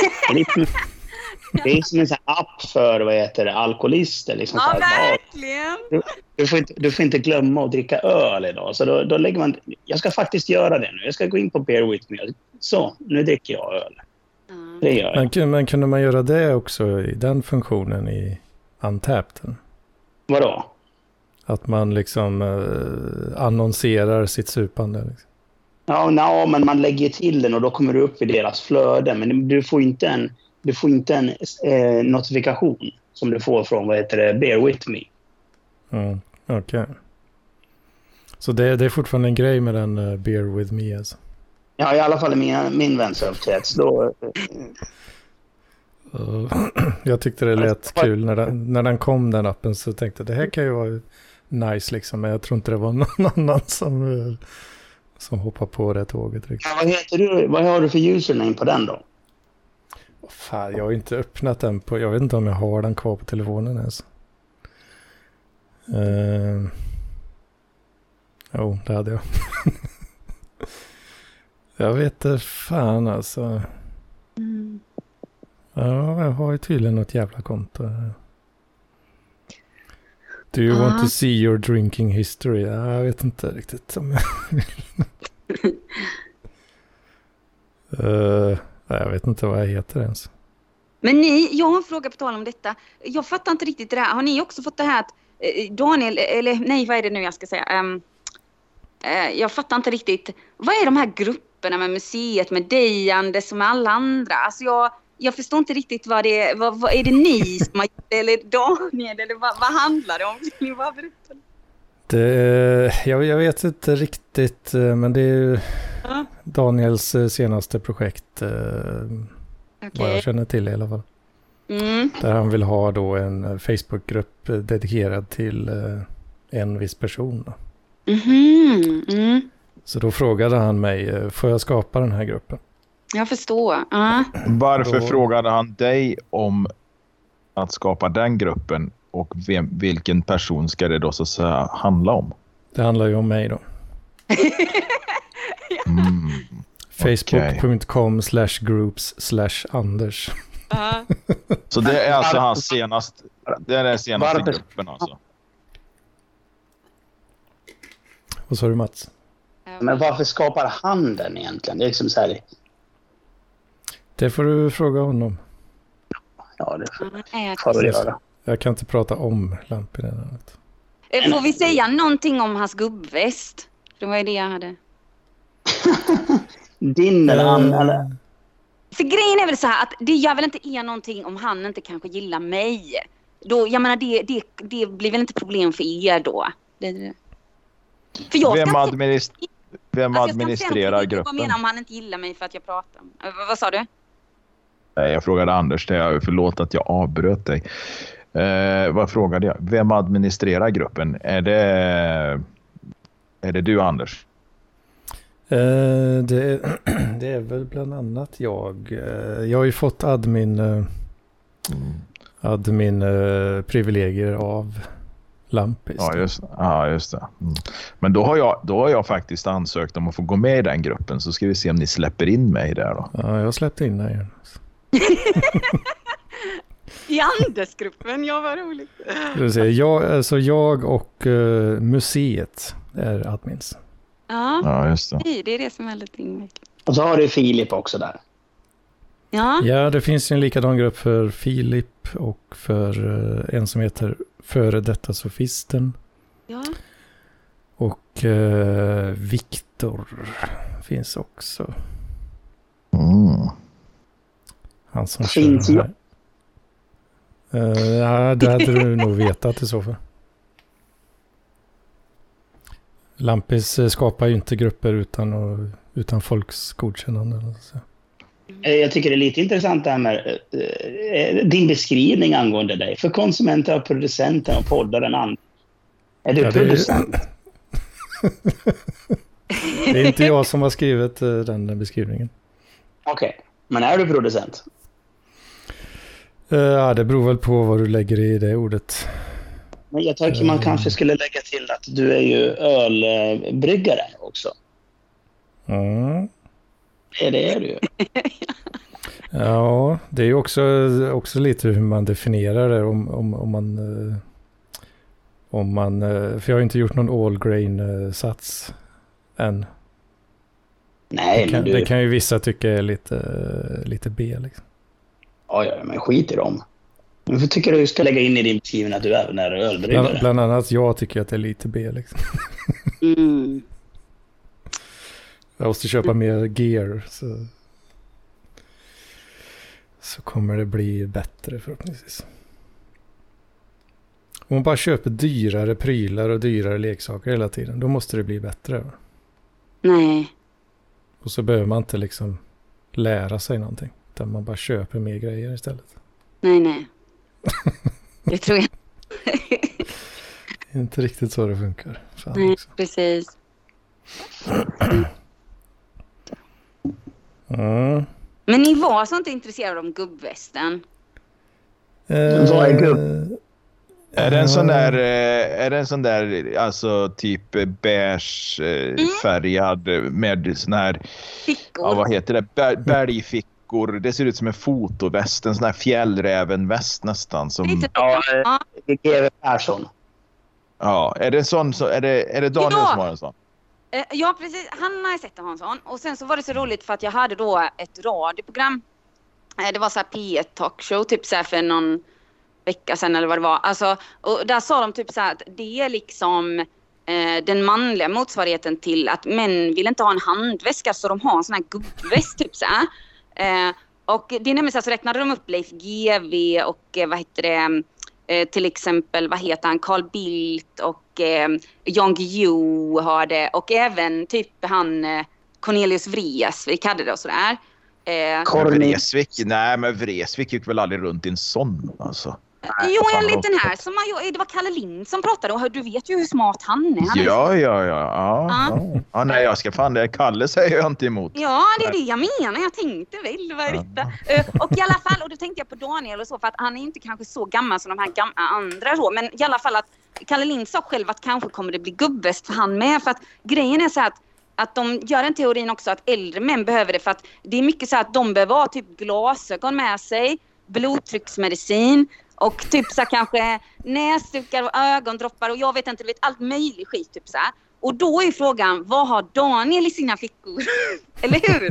det är som en sån här app för vad heter det, alkoholister. Liksom, ja, så här, verkligen. Du, du, får inte, du får inte glömma att dricka öl idag. Så då, då lägger man, jag ska faktiskt göra det nu. Jag ska gå in på Beer With Me. Så, nu dricker jag öl. Det gör jag. Men, men kunde man göra det också i den funktionen i Untapped? Vadå? Att man liksom eh, annonserar sitt supande. Liksom. Ja, no, men man lägger till den och då kommer du upp i deras flöde. Men du får inte en, du får inte en eh, notifikation som du får från vad heter det, Beer With Me. Mm, okej. Okay. Så det, det är fortfarande en grej med den uh, Beer With Me alltså. Ja, i alla fall i min, min vänskapskrets. Då... Uh, jag tyckte det lät kul när den, när den kom, den appen, så tänkte jag det här kan ju vara nice liksom, men jag tror inte det var någon annan som, som hoppade på det tåget riktigt. Ja, vad heter du? Vad har du för username på den då? Oh, fan, jag har inte öppnat den på, jag vet inte om jag har den kvar på telefonen ens. Uh, jo, det hade jag. Jag vet inte fan alltså. Mm. Ja, jag har ju tydligen något jävla konto. Do you ah. want to see your drinking history? Ja, jag vet inte riktigt om jag vill. uh, jag vet inte vad jag heter ens. Men ni, jag har en fråga på tal om detta. Jag fattar inte riktigt det där. Har ni också fått det här att Daniel, eller nej, vad är det nu jag ska säga? Um, uh, jag fattar inte riktigt. Vad är de här grupperna med museet, med dig, Anders, och med alla andra? Alltså jag... Jag förstår inte riktigt vad det är. Vad, vad är det ni som har gjort det? Eller Daniel? Eller vad, vad handlar det om? Ni bara berätta. Det, jag, jag vet inte riktigt. Men det är ju ja. Daniels senaste projekt. Okay. Vad jag känner till i alla fall. Mm. Där han vill ha då en Facebookgrupp dedikerad till en viss person. Då. Mm-hmm. Mm. Så då frågade han mig, får jag skapa den här gruppen? Jag förstår. Uh. Varför Då... frågade han dig om att skapa den gruppen och vem, vilken person ska det då så att säga handla om? Det handlar ju om mig då. mm. Facebook punkt com slash groups slash Anders. Uh. Så det är alltså hans senaste, det är den senaste gruppen alltså. Vad sa du, Mats? Men varför skapar han den egentligen? Det är liksom så här... Det får du fråga honom. Ja, det får du göra. Jag kan inte prata om Lampinen. Får vi säga någonting om hans gubbväst? Det var ju det jag hade. Din eller han, eller? För grejen är väl så här att det gör väl inte är någonting om han inte kanske gillar mig. Då, jag menar, det, det, det blir väl inte problem för er då. Det, det. För jag Vem, ska administ- se... Vem alltså administrerar gruppen? Vad menar om han inte gillar mig för att jag pratar? Vad, vad sa du? Nej, jag frågade Anders det. Förlåt att jag avbröt dig. Eh, vad frågade jag? Vem administrerar gruppen? Är det, är det du, Anders? Uh, det, det är väl bland annat jag. Uh, jag har ju fått admin, uh, mm. admin uh, privilegier av Lampis. Ja, just, ja, just det. Mm. Men då har, jag, då har jag faktiskt ansökt om att få gå med i den gruppen, så ska vi se om ni släpper in mig där då. Ja, jag släppte in dig. I Andersgruppen, ja vad roligt. Du ser, jag, alltså jag och uh, museet är admins. Ja, ja, just det. Det är det som är lite invecklat. Och så har du Filip också där. Ja. Ja, det finns ju en likadan grupp för Filip och för uh, en som heter Före detta sofisten. Ja. Och uh, Viktor finns också. Mm. Han som finns kör ju. Uh, ja, det hade du nog vetat i så fall. Lampis skapar ju inte grupper utan, och, utan folks godkännande. Så. Jag tycker det är lite intressant det här med eh, din beskrivning angående dig. För konsumenter och producenter och poddaren and. Är du ja, producent? Det är... det är inte jag som har skrivit uh, den beskrivningen. Okej, okay. Men är du producent? Uh, ja, det beror väl på vad du lägger i det ordet. Men jag tycker man kanske skulle lägga till att du är ju ölbryggare också. Mm. Det, det är du ju. Ja, det är ju också, också lite hur man definierar det. Om, om, om man... Om man för jag har inte gjort någon all grain sats än. Nej, det kan, men du... det kan ju vissa tycka är lite, lite B liksom. Ja, ja, men skit i dem. Men jag tycker du ska lägga in i din beskrivning att du även är ölbryggare. Bland, bland annat jag tycker att det är lite B liksom. Mm. Jag måste köpa mer gear så, så kommer det bli bättre förhoppningsvis. Om man bara köper dyrare prylar och dyrare leksaker hela tiden, då måste det bli bättre. Va? Nej. Och så behöver man inte liksom lära sig någonting, utan man bara köper mer grejer istället. Nej, nej. Det tror jag. Det är inte riktigt så det funkar. Fan nej, också. Precis. Mm. Men ni var så inte intresserade om gubbvästen? Eh, Vad är gubb? Är det en sån där, är det en sån där alltså typ beige mm. färgad med sån här fickor? Ja, vad heter det? Bär, bergfickor. Det ser ut som en fotoväst, en sån här fjällrävenväst nästan som ja, det är G W Persson. Ja, är det sån så är det är det Daniel ja. som har en sån? Ja, precis. Han har sett en sån. Och sen så var det så roligt för att jag hade då ett radioprogram. Det var så här P ett talkshow typ så här för någon vecka sedan eller vad det var. Alltså, och där sa de typ så här att det är liksom eh, den manliga motsvarigheten till att män vill inte ha en handväska så de har en sån här gubbväst typ så här. Eh, och det är nämligen så här så räknade de upp Leif G W och eh, vad heter det eh, till exempel vad heter han Carl Bildt och eh, Jan Guillou har det och även typ han eh, Cornelius Vreeswijk hade det och sådär. Eh, Vreeswijk, nej men Vreeswijk gick väl aldrig runt i en sån alltså. Jo, en liten här. Som man, det var Kalle Lind som pratade och du vet ju hur smart han är. Han ja, är ja, ja, ja, ja. Ja, nej, jag ska fan det. Kalle säger jag inte emot. Ja, det är det jag menar. Jag tänkte väl vad är detta. Ja. Och i alla fall, och då tänkte jag på Daniel och så för att han är inte kanske så gammal som de här gamla andra så. Men i alla fall att Kalle Lind sa själv att kanske kommer det bli gubbväst för han med. För att grejen är så att att de gör en teorin också att äldre män behöver det för att det är mycket så att de behöver ha typ glasögon med sig, blodtrycksmedicin och typ så kanske näsdukar och ögondroppar och jag vet inte, vet allt möjligt skit typ så här. Och då är frågan, vad har Daniel i sina fickor? Eller hur?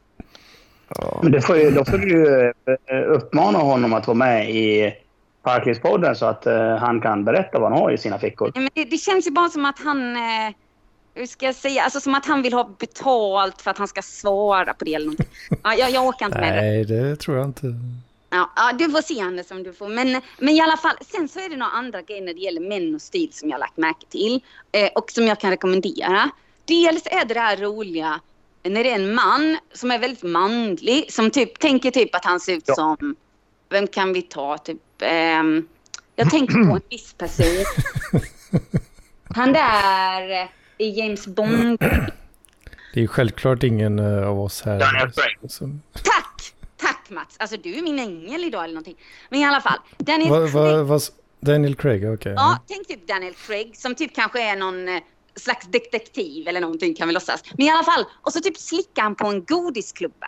Men det får ju, då får du ju uppmana honom att vara med i Parklivspodden så att uh, han kan berätta vad han har i sina fickor. Men det, det känns ju bara som att han... Uh, hur ska jag säga? Alltså som att han vill ha betalt för att han ska svara på det eller någonting. Ja, jag, jag åker inte med det. Nej, det tror jag inte. Ja, ja, du får se Anders som du får. Men, men i alla fall, sen så är det några andra grejer när det gäller män och stil som jag har lagt märke till. Eh, och som jag kan rekommendera. Dels är det det här roliga när det är en man som är väldigt manlig. Som typ, tänker typ att han ser ut ja. som, vem kan vi ta? Typ, eh, jag tänker på en viss person. Han där i James Bond. Det är ju självklart ingen av oss här. Som... Tack! Tack Mats! Alltså du är min ängel idag eller någonting. Men i alla fall. Daniel va, Craig. Va, va, Daniel Craig, okej. Okay. Ja, tänk typ Daniel Craig som typ kanske är någon slags detektiv eller någonting kan vi låtsas. Men i alla fall. Och så typ slickar han på en godisklubba.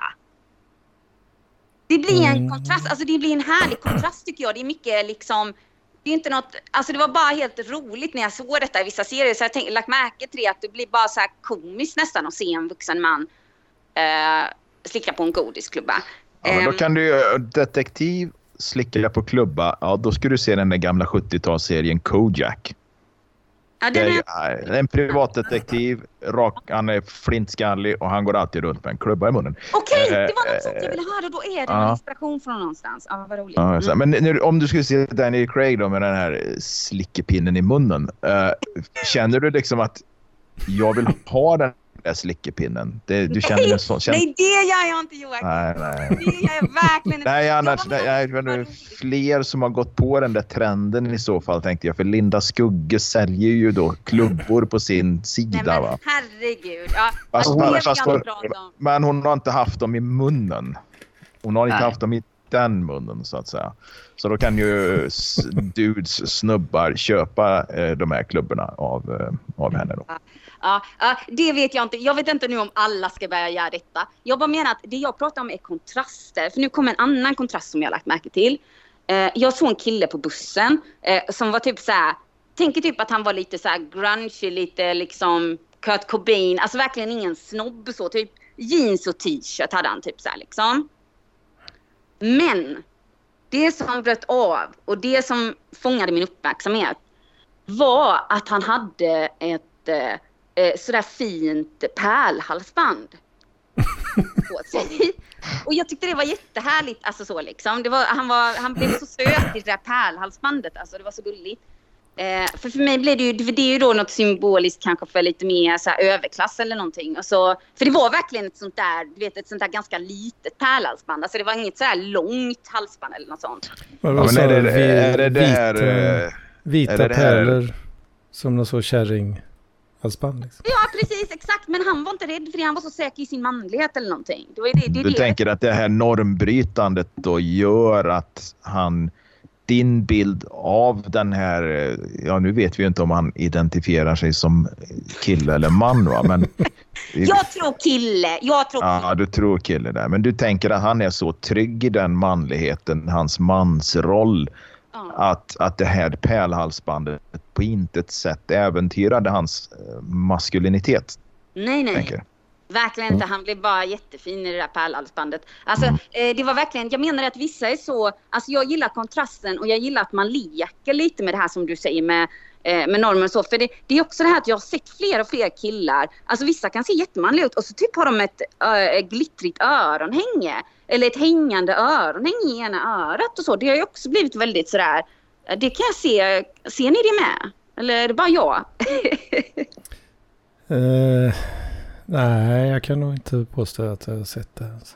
Det blir en mm. kontrast. Alltså det blir en härlig kontrast tycker jag. Det är mycket liksom... Det är inte något, alltså det var bara helt roligt när jag såg detta i vissa serier. Så jag tänkte, lagt märke till det att det blir bara så här komiskt nästan att se en vuxen man eh, slicka på en godisklubba. Ja, men då kan du ju detektiv slicka på klubba. Ja, då ska du se den där gamla sjuttiotalsserien Kojak. Ja, det är ju en privatdetektiv, rak, han är flintskallig och han går alltid runt med en klubba i munnen. Okej, okay, det var något sånt jag ville höra. Då är det en ja. inspiration från någonstans. Ja, vad roligt. Ja, så, men nu, om du skulle se Daniel Craig då med den här slickepinnen i munnen. Uh, känner du liksom att jag vill ha den där slickepinnen? Det, du känner nej, så, känner... nej, det gör jag inte, Joakim. Nej, nej. Det gör jag verkligen inte. Nej, annars, nej, jag vet fler som har gått på den där trenden i så fall, tänkte jag. För Linda Skugge säljer ju då klubbor på sin sida, nej, men, va? Herregud. Ja, fast, hon, fast hon, men hon har inte haft dem i munnen. Hon har inte nej. haft dem i den munnen, så att säga. Så då kan ju dudes, snubbar köpa eh, de här klubborna av, eh, av henne då. Ja. Ja, ja, det vet jag inte. Jag vet inte nu om alla ska börja göra detta. Jag bara menar att det jag pratar om är kontraster. För nu kommer en annan kontrast som jag har lagt märke till. Eh, jag såg en kille på bussen eh, som var typ så här. Tänker typ att han var lite så här grungy, lite liksom Kurt Cobain. Alltså verkligen ingen snobb så. Typ jeans och t-shirt hade han typ så här liksom. Men det som bröt av och det som fångade min uppmärksamhet var att han hade ett... Eh, Eh, sådär fint pärlhalsband på sig. Och jag tyckte det var jättehärligt. Alltså så liksom. Det var, han, var, han blev så söt i det där pärlhalsbandet. Alltså det var så gulligt. Eh, för för mig blev det ju, för det är ju då något symboliskt kanske för lite mer så här, överklass eller någonting. Och så, för det var verkligen ett sånt där, du vet, ett sånt där ganska litet pärlhalsband. Alltså det var inget så här långt halsband eller något sånt. Men ja, men är, det, är det där... Vita, vita är det pärlor här? Som någon så kärring... Halsband, liksom. Ja, precis, exakt. Men han var inte rädd för det. Han var så säker i sin manlighet eller någonting. Det var det, det, du det. tänker att det här normbrytandet då gör att han, din bild av den här, ja nu vet vi ju inte om han identifierar sig som kille eller man, va? Men jag tror kille. Jag tror kille. Ja, du tror kille där. Men du tänker att han är så trygg i den manligheten, hans mansroll. Ja. Att, att det här pärlhalsbandet på intet sätt äventyrade hans maskulinitet. Nej, nej. Tänker. Verkligen inte. Han blev bara jättefin i det där pärlhalsbandet. Alltså, mm. eh, det var verkligen, jag menar att vissa är så, alltså jag gillar kontrasten och jag gillar att man leker lite med det här som du säger med, eh, med normer och så. För det, det är också det här att jag har sett fler och fler killar, alltså vissa kan se jättemanliga ut och så typ har de ett äh, glittrigt öronhänge. Eller ett hängande öronhäng i ena örat och så. Det har ju också blivit väldigt sådär. Det kan jag se. Ser ni det med? Eller är det bara jag? uh, nej, jag kan nog inte påstå att jag har sett det. Alltså.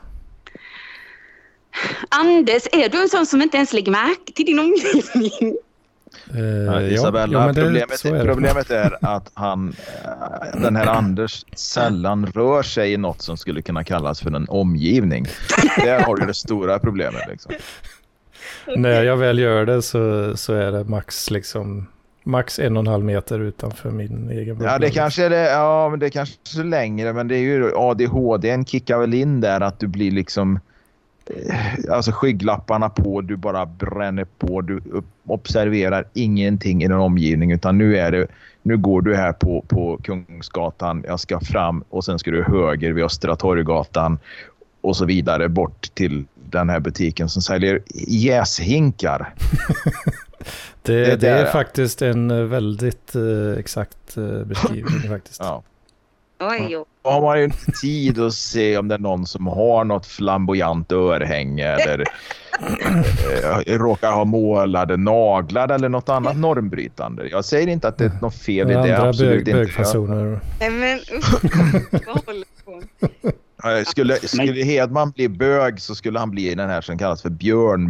Anders, är du en sån som inte ens lägger märke till din omgivning? Uh, ja, Isabella, ja, det, problemet, är problemet är att han, den här Anders sällan rör sig i något som skulle kunna kallas för en omgivning. Där har du det stora problemet liksom. När jag väl gör det så, så är det max liksom max en och en halv meter utanför min egen ja, det kanske är det, ja, men det kanske är längre, men det är ju A D H D, en kickar väl in där att du blir liksom alltså skygglapparna på, du bara bränner på, du observerar ingenting i den omgivning, utan nu är det, nu går du här på, på Kungsgatan, jag ska fram och sen ska du höger vid Östra Torggatan och så vidare bort till den här butiken som säljer jäshinkar. det, det, det är där, faktiskt en väldigt uh, exakt uh, beskrivning faktiskt. Ja. Oj, då har man ju inte tid att se om det är någon som har något flamboyant örhänge eller äh, råkar ha målade naglar eller något annat normbrytande. Jag säger inte att det är något fel i det. Andra absolut bög, bögfasoner. Nej, men vad håller på? Skulle, skulle Hedman bli bög så skulle han bli den här som kallas för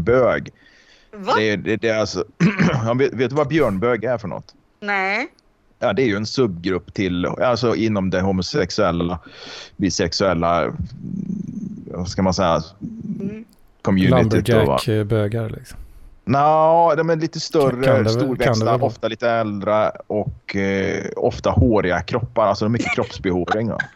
björnbög. Va? Det, det, det är alltså, vet, vet du vad björnbög är för något? Nej. ja, det är ju en subgrupp till, alltså inom det homosexuella, bisexuella, vad ska man säga, Mm. communityt. Lumberjack-bögar liksom. Nå, de är lite större, Kan det- storväxta, kan det ofta lite äldre och eh, ofta håriga kroppar, alltså de har mycket kroppsbehåring. Då.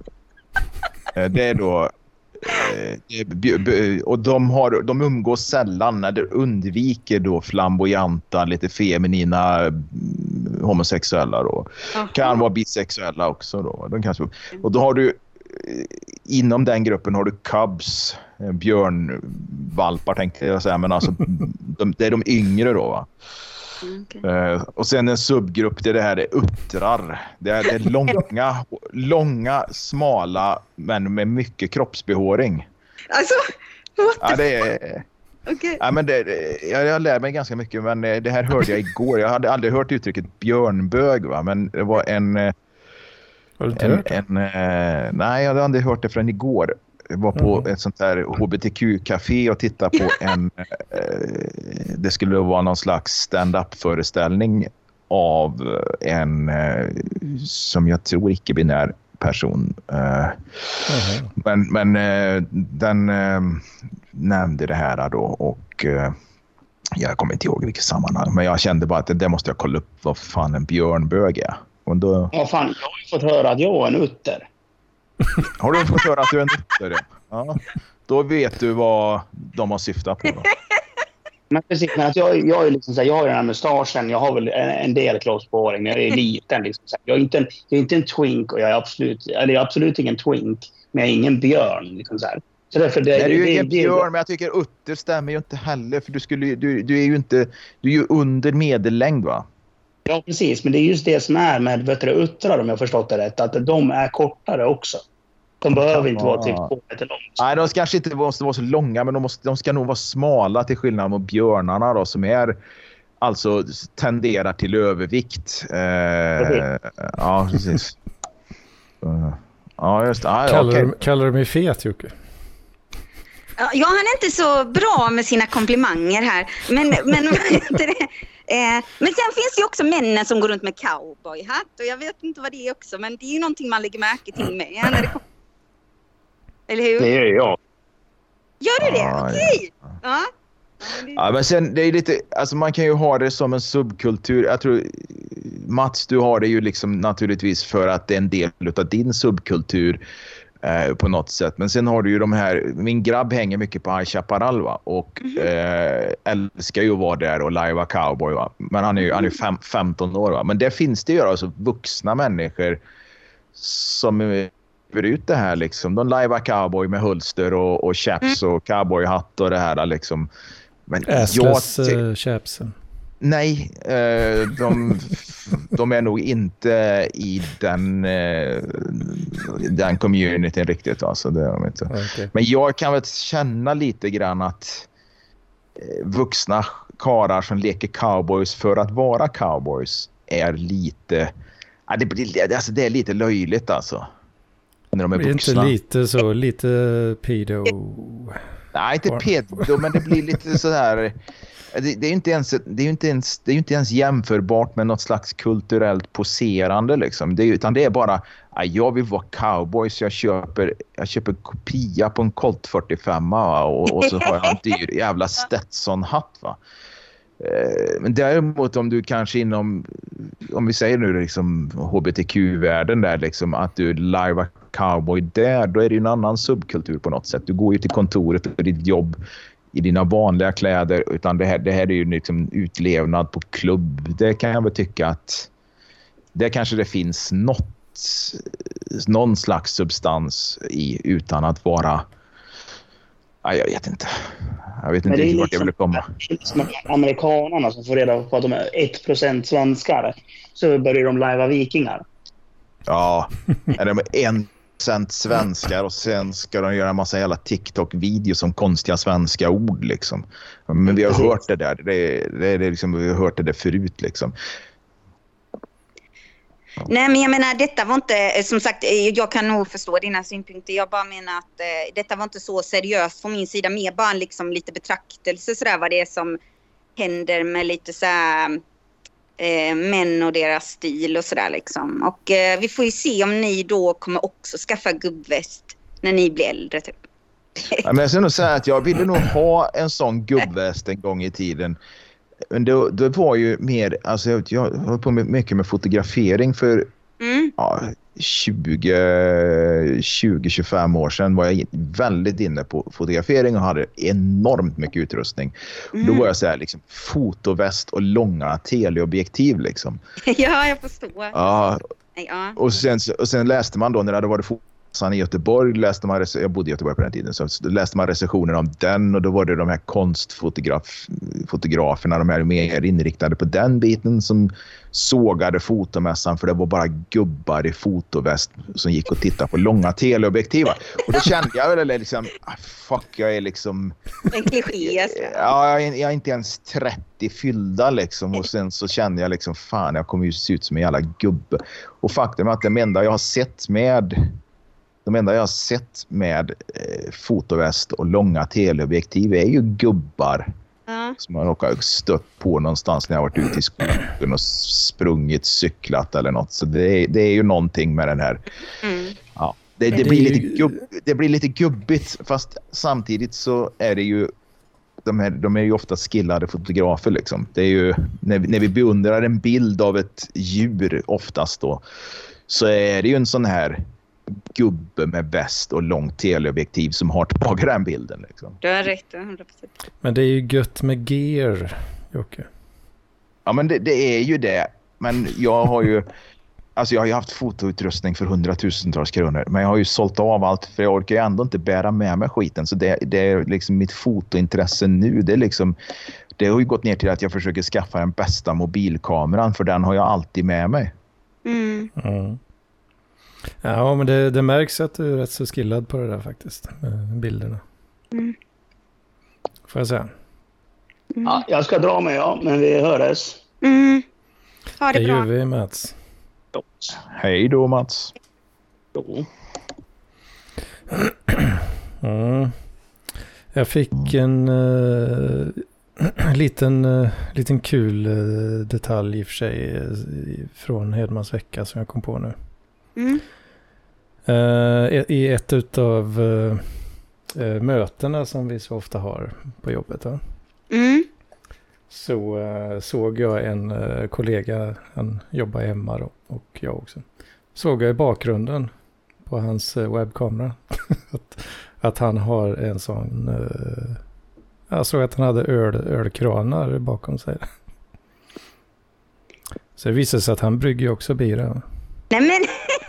Eh, det är då eh, det är b- b- och de, har, de umgås sällan när de undviker då flamboyanta, lite feminina mm, homosexuella då. Aha. Kan vara bisexuella också då. De kanske, och då har du eh, inom den gruppen har du cubs, eh, björnvalpar tänkte jag säga, men alltså de, det är de yngre då va. Okay. Eh, och sen en subgrupp det är det här det uttrar. Det är, det är långa, långa, smala men med mycket kroppsbehåring. Alltså, what the Ja, det är, okay. ja, men det, jag, jag lär mig ganska mycket, men det här hörde jag igår. Jag hade aldrig hört uttrycket björnbög va, men det var en Har du inte en, hört det? en, eh, nej, jag hade aldrig hört det förrän igår. Jag var på Mm. ett sånt där H B T Q-café och tittade på en... Eh, det skulle vara någon slags stand-up-föreställning av en eh, som jag tror icke-binär person. Eh, Mhm. men men eh, den eh, nämnde det här då och... Eh, jag kommer inte ihåg vilket sammanhang, men jag kände bara att det, det måste jag kolla upp vad fan en björnbög är. Och då... Ja, fan, jag har ju fått höra att jag är en utter. Har du fått höra att du är en utter? Ja. Då vet du vad de har syftat på. Då. Men precis, men att jag, jag, är liksom så här, jag har ju den här mustaschen, jag har väl en, en del kroppsbehåring, men jag är liten. Liksom, så här. Jag, är inte en, jag är inte en twink och jag är absolut, eller jag är absolut ingen twink, men jag är ingen björn. Liksom, så här. Så därför det, Nej, du är ju det, ingen det, björn, men jag tycker utter stämmer ju inte heller. För du, skulle, du, du är ju inte, du är ju under medellängd va? Ja, precis. Men det är just det som är med vet du, uttrar, om jag har förstått det rätt, att de är kortare också. De behöver inte vara typ två meter långt. Nej, de ska kanske inte måste vara så långa, men de, måste, de ska nog vara smala till skillnad mot björnarna då, som är alltså tenderar till övervikt. Eh, ja, precis. Uh, ja, just det. Ah, Kallar, okay. du, kallar du mig fet, Jocke? Ja, jag är inte så bra med sina komplimanger här. Men, men, eh, men sen finns det ju också männen som går runt med cowboyhatt. Och jag vet inte vad det är också. Men det är ju någonting man lägger märke till med. När det kom... Eller hur? Det gör jag. Gör du det? Ja, Okej. ja. Ja. Ja, men sen det är lite, alltså man kan ju ha det som en subkultur. Jag tror Mats, du har det ju liksom naturligtvis för att det är en del av din subkultur eh, på något sätt. Men sen har du ju de här, min grabb hänger mycket på High Chaparral va? Och mm-hmm. eh, älskar ju att vara där och lajva cowboy va. Men han är ju, han är fem, femton år va. Men det finns det ju alltså vuxna människor som är ut det här liksom. De lajvar cowboy med hulster och, och chaps och cowboyhatt och det här liksom. Men Assless jag, uh, chapsen. Nej, eh, de, de är nog inte i den, eh, den communityn riktigt. Alltså, det är de inte. Okay. Men jag kan väl känna lite grann att eh, vuxna karar som leker cowboys för att vara cowboys är lite, ja, det, blir, alltså, det är lite löjligt alltså. När de är vuxna. Inte lite så, lite pedo. Nej, inte pedo, men det blir lite sådär. Det, det är ju inte ens, det är ju inte ens, det är ju inte ens jämförbart med något slags kulturellt poserande liksom. Det är, utan det är bara, jag vill vara cowboy så jag köper, jag köper kopia på en Colt fyrtiofem va? Och, och så har jag en dyr jävla Stetson-hatt va. Men däremot om du kanske inom, om vi säger nu liksom H B T Q-världen där liksom, att du live cowboy där, då är det ju en annan subkultur på något sätt. Du går ju till kontoret och ditt jobb i dina vanliga kläder, utan det här, det här är ju liksom utlevnad på klubb. Det kan jag väl tycka att det kanske det finns något, någon slags substans i utan att vara, jag vet inte. Jag vet inte riktigt vart jag vill komma. Det är liksom amerikanerna som får reda på att de är ett procent svenskar. Så börjar de lajva vikingar. Ja, är de en procent svenskar och sen ska de göra en massa jävla TikTok-videos om konstiga svenska ord liksom. Men vi har hört det där. Det, det, det liksom, vi har hört det där förut liksom. Nej, men jag menar, detta var inte, som sagt, jag kan nog förstå dina synpunkter. Jag bara menar att eh, detta var inte så seriöst från min sida. Mer bara liksom lite betraktelse sådär vad det är som händer med lite så här, eh, män och deras stil och sådär liksom. Och eh, vi får ju se om ni då kommer också skaffa gubbväst när ni blir äldre typ. Ja, men jag ska nog säga att jag ville nog ha en sån gubbväst en gång i tiden. Men det, det var ju mer, alltså jag, jag höll på med, mycket med fotografering för mm. ja, tjugo till tjugofem år sedan var jag väldigt inne på fotografering och hade enormt mycket utrustning. Mm. Då var jag så här liksom fotoväst och långa teleobjektiv liksom. Ja, jag förstår. Ja. Ja. Och sen, och sen läste man då när det hade varit fot- i Göteborg läste man, jag bodde i Göteborg på den tiden, så läste man recensioner om den och då var det de här konstfotograferna, de här mer inriktade på den biten som sågade fotomässan för det var bara gubbar i fotoväst som gick och tittade på långa teleobjektiv. Och då kände jag väl liksom, fuck, jag är liksom en kliché. Ja, jag är, jag är inte ens trettio fyllda liksom och sen så kände jag liksom, fan, jag kommer ju se ut som en jävla gubbe. Och faktum är att det enda jag har sett med De enda jag har sett med eh, fotoväst och långa teleobjektiv är ju gubbar mm. som man råkar stött på någonstans när jag varit ute i skogen och sprungit, cyklat eller något. Så det är, det är ju någonting med den här. Mm. Ja, det, det, blir lite gubb, det blir lite gubbigt fast samtidigt så är det ju de, här, de är ju ofta skillade fotografer liksom. Det är ju när, när vi beundrar en bild av ett djur oftast då så är det ju en sån här gubbe med väst och långt teleobjektiv som har tagit den bilden liksom. Du har rätt, hundra procent. Men det är ju gött med gear, Jocke. Ja, men det, det är ju det. Men jag har ju alltså jag har ju haft fotoutrustning för hundratusentals kronor, men jag har ju sålt av allt för jag orkar ju ändå inte bära med mig skiten. Så det, det är liksom mitt fotointresse nu. Det är liksom det har ju gått ner till att jag försöker skaffa den bästa mobilkameran för den har jag alltid med mig. Mm. Mm. Ja, men det, det märks att du är rätt så skillad på det där faktiskt, med bilderna. Mm. Får jag säga? Mm. Ja, jag ska dra mig, ja, men vi hörs. Mm. Ha det, det bra. gör vi, Mats. Hej då, Mats. Jo. Mm. Jag fick en uh, liten, uh, liten kul uh, detalj i och för sig uh, från Hedmans vecka som jag kom på nu. Mm. Uh, I ett utav uh, uh, mötena som vi så ofta har på jobbet va? Mm. så uh, såg jag en uh, kollega, han jobbar hemma då, och jag också. Såg jag i bakgrunden på hans uh, webbkamera att, att han har en sån uh, jag såg att han hade öl, ölkranar bakom sig. Så det visade sig att han brygger också bira. Nej men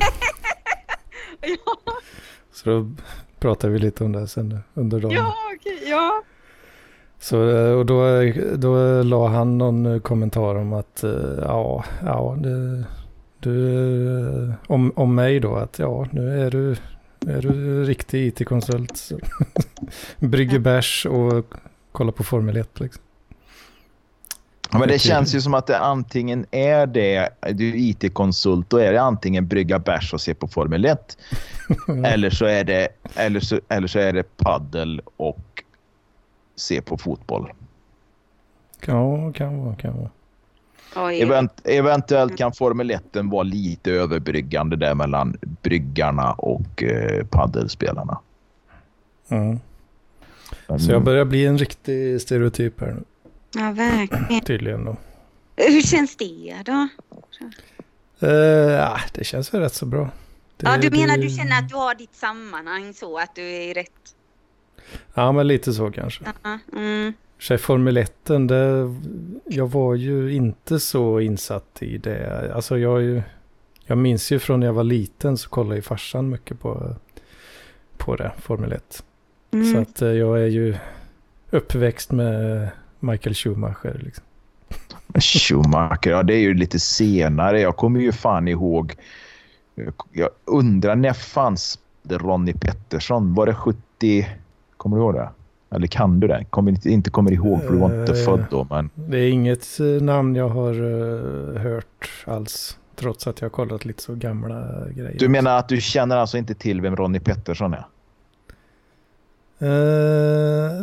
ja. Så då pratade vi lite om det sen under dagen. Ja, okej, ja. Så, och då, då la han någon kommentar om att ja, ja det, du, om, om mig då att ja, nu är du, är du riktig I T-konsult. Brygger bärs och kollar på Formel ett liksom. Ja, men det känns ju som att det antingen är det, du är I T-konsult, då är det antingen brygga bärs och se på Formel ett eller så är det eller så, eller så är det paddel och se på fotboll. Ja, kan vara, kan vara. Oj. Event, eventuellt kan Formel ett vara lite överbryggande där mellan bryggarna och eh, paddelspelarna. Mm. Så jag börjar bli en riktig stereotyp här nu. Ja, verkligen. Tydligen då. Hur känns det då? Uh, ja, det känns väl rätt så bra. Det, ja, du menar det... du känner att du har ditt sammanhang så att du är rätt? Ja, men lite så kanske. Uh-huh. Mm. Så Formel ett, det, jag var ju inte så insatt i det. Alltså jag, ju, jag minns ju från när jag var liten så kollade ju farsan mycket på, på det, Formel ett. Mm. Så att jag är ju uppväxt med Michael Schumacher liksom. Schumacher, ja det är ju lite senare. Jag kommer ju fan ihåg, jag undrar när fanns det Ronnie Peterson? Var det sjuttio, kommer du ihåg det? Eller kan du det? Kommer inte, inte kommer ihåg för du var inte uh, född då. Men... Det är inget namn jag har uh, hört alls, trots att jag har kollat lite så gamla grejer. Du menar att du känner alltså inte till vem Ronnie Peterson är? Uh,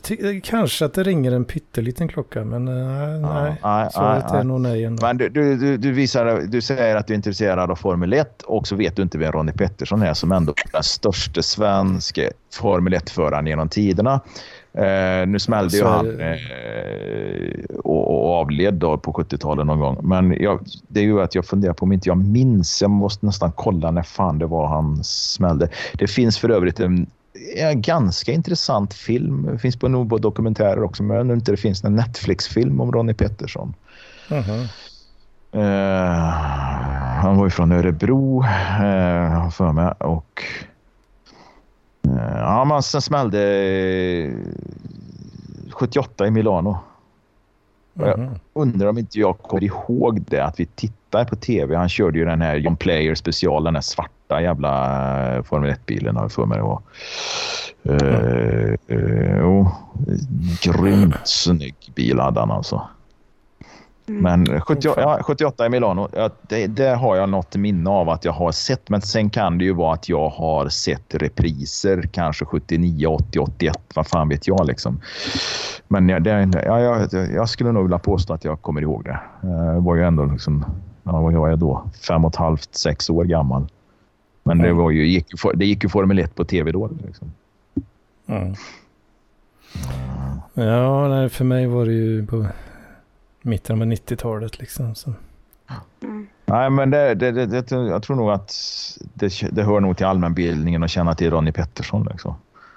ty- kanske att det ringer en pytteliten klocka, men uh, ja, nej. nej Svaret nej, är nog nej ändå. Men du, du, du, visar, du säger att du är intresserad av Formel ett och så vet du inte vem Ronnie Peterson är, som ändå är den största svenska Formel ett-föraren genom tiderna. Eh, nu smällde ju han eh, och, och avled då på sjuttiotalet någon gång. Men jag, det är ju att jag funderar på om inte jag minns. Jag måste nästan kolla när fan det var han smällde. Det finns för övrigt en, en ganska intressant film. Det finns på nog dokumentärer också. Men inte det finns en Netflix-film om Ronnie Peterson. Uh-huh. Eh, han var ju från Örebro eh, för mig och ja, man sen smällde sjuttioåtta i Milano. Mm. Jag undrar om inte jag kommer ihåg det, att vi tittade på tv. Han körde ju den här John Player special, den här svarta jävla Formel ett-bilen har jag för mig det var. Mm. Uh, uh, uh, grymt snygg bil hade han alltså. Men sjuttioåtta, ja, sjuttioåtta i Milano, ja, det, det har jag något minne av att jag har sett. Men sen kan det ju vara att jag har sett repriser, kanske sjuttionio, åttio, åttioett, vad fan vet jag liksom. Men ja, det, ja, jag, jag skulle nog vilja påstå att jag kommer ihåg det. Jag var ju ändå liksom, ja, vad var jag då? Fem och ett halvt, sex år gammal. Men det, var ju, gick, det gick ju Formel ett på tv då liksom. Mm. Ja, nej, för mig var det ju på mitten av nittiotalet liksom. Så. Mm. Nej, men det, det, det, det, jag tror nog att det, det hör nog till allmänbildningen att känna till Ronnie Peterson liksom.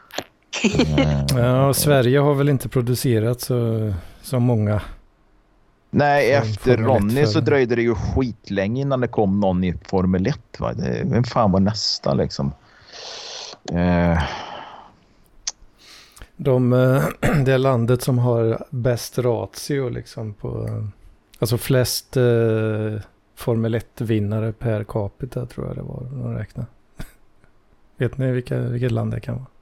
Ja, Sverige har väl inte producerat så, så många. Nej, efter Ronnie så dröjde det ju skitlänge innan det kom någon i Formel ett. Va? Det, vem fan var nästa liksom? Eh. De, det landet som har bäst ratio liksom på, alltså flest eh, Formel ett-vinnare per capita tror jag det var de räknade. Vet ni vilka, vilket land det kan vara?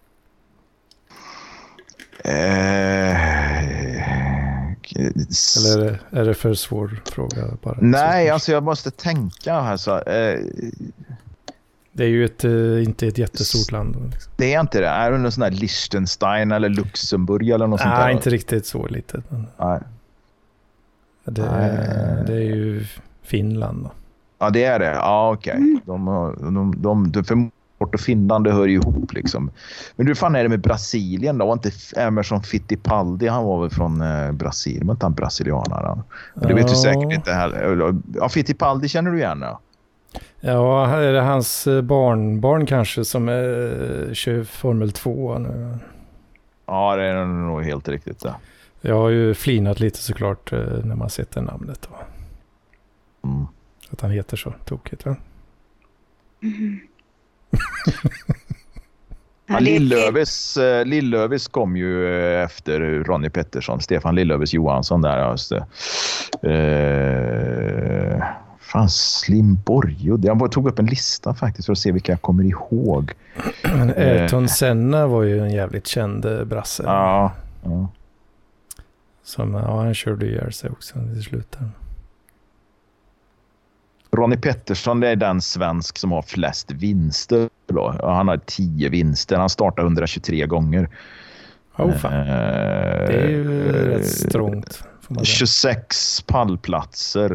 Eh, Eller är det, är det för svår fråga bara? Nej, alltså jag måste tänka här så. Eh, det är ju ett, inte ett jättestort land. Liksom. Det är inte det. Är det någon sån här Liechtenstein eller Luxemburg eller något sånt där? Nej, inte riktigt så litet. Men Nej. Det, det är ju Finland då. Ja, det är det. Ja, okej. Okay. De, de, de, de, för Bort och Finland, det hör ju ihop liksom. Men du, fan är det med Brasilien då? Var inte Emerson Fittipaldi, han var väl från eh, Brasilien, men inte han brasilianare. Ja. Du vet ju säkert inte heller. Ja, Fittipaldi känner du igen då? Ja, är det hans barnbarn kanske som är, kör Formel två nu? Ja, det är nog helt riktigt det. Jag har ju flinat lite såklart när man sett det namnet. Mm. Att han heter så tokigt, va? Mm. Ja, Lillövis, Lillövis kom ju efter Ronnie Peterson, Stefan Lillövis Johansson där. Alltså. Eh, fan, Slim Borjo. Jag tog upp en lista faktiskt för att se vilka jag kommer ihåg. Men Ayrton Senna var ju en jävligt känd brasse. Ja, ja. Som, ja, han körde ihjäl sig också i slutet. Ronnie Peterson, det är den svensk som har flest vinster. Då. Han har tio vinster. Han startar hundratjugotre gånger. Oh, fan. Eh, det är ju eh, rätt strångt. tjugosex pallplatser.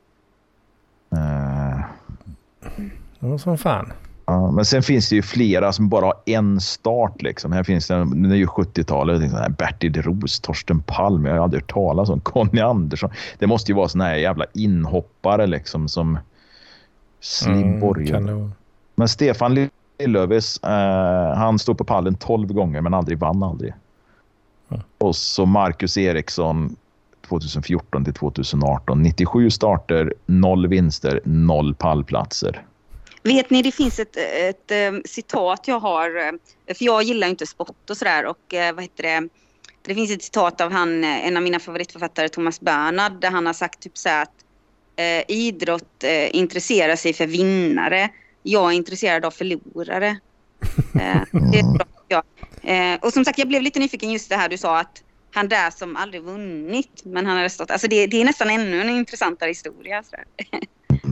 Eh. Det var som fan. Ja, men sen finns det ju flera som bara har en start liksom. Här finns det, det är ju sjuttiotalet, liksom, Bertil Roos, Torsten Palm, jag har aldrig hört talas om Conny Andersson. Det måste ju vara såna här jävla inhoppare liksom som Slim Borjo. Mm, men Stefan Lillövis, eh, han stod på pallen tolv gånger men aldrig vann aldrig. Mm. Och så Marcus Eriksson tjugohundrafjorton till tjugoarton, nittiosju starter, noll vinster, noll pallplatser. Vet ni, det finns ett, ett, ett citat jag har, för jag gillar ju inte sport och sådär, och vad heter det, det finns ett citat av han, en av mina favoritförfattare, Thomas Bernhard, där han har sagt typ så här att eh, idrott eh, intresserar sig för vinnare, jag är intresserad av förlorare. eh, det är bra, ja. eh, och som sagt, jag blev lite nyfiken just det här du sa, att han där som aldrig vunnit, men han hade stått, alltså det, det är nästan ännu en intressantare historia. Sådär. Mm.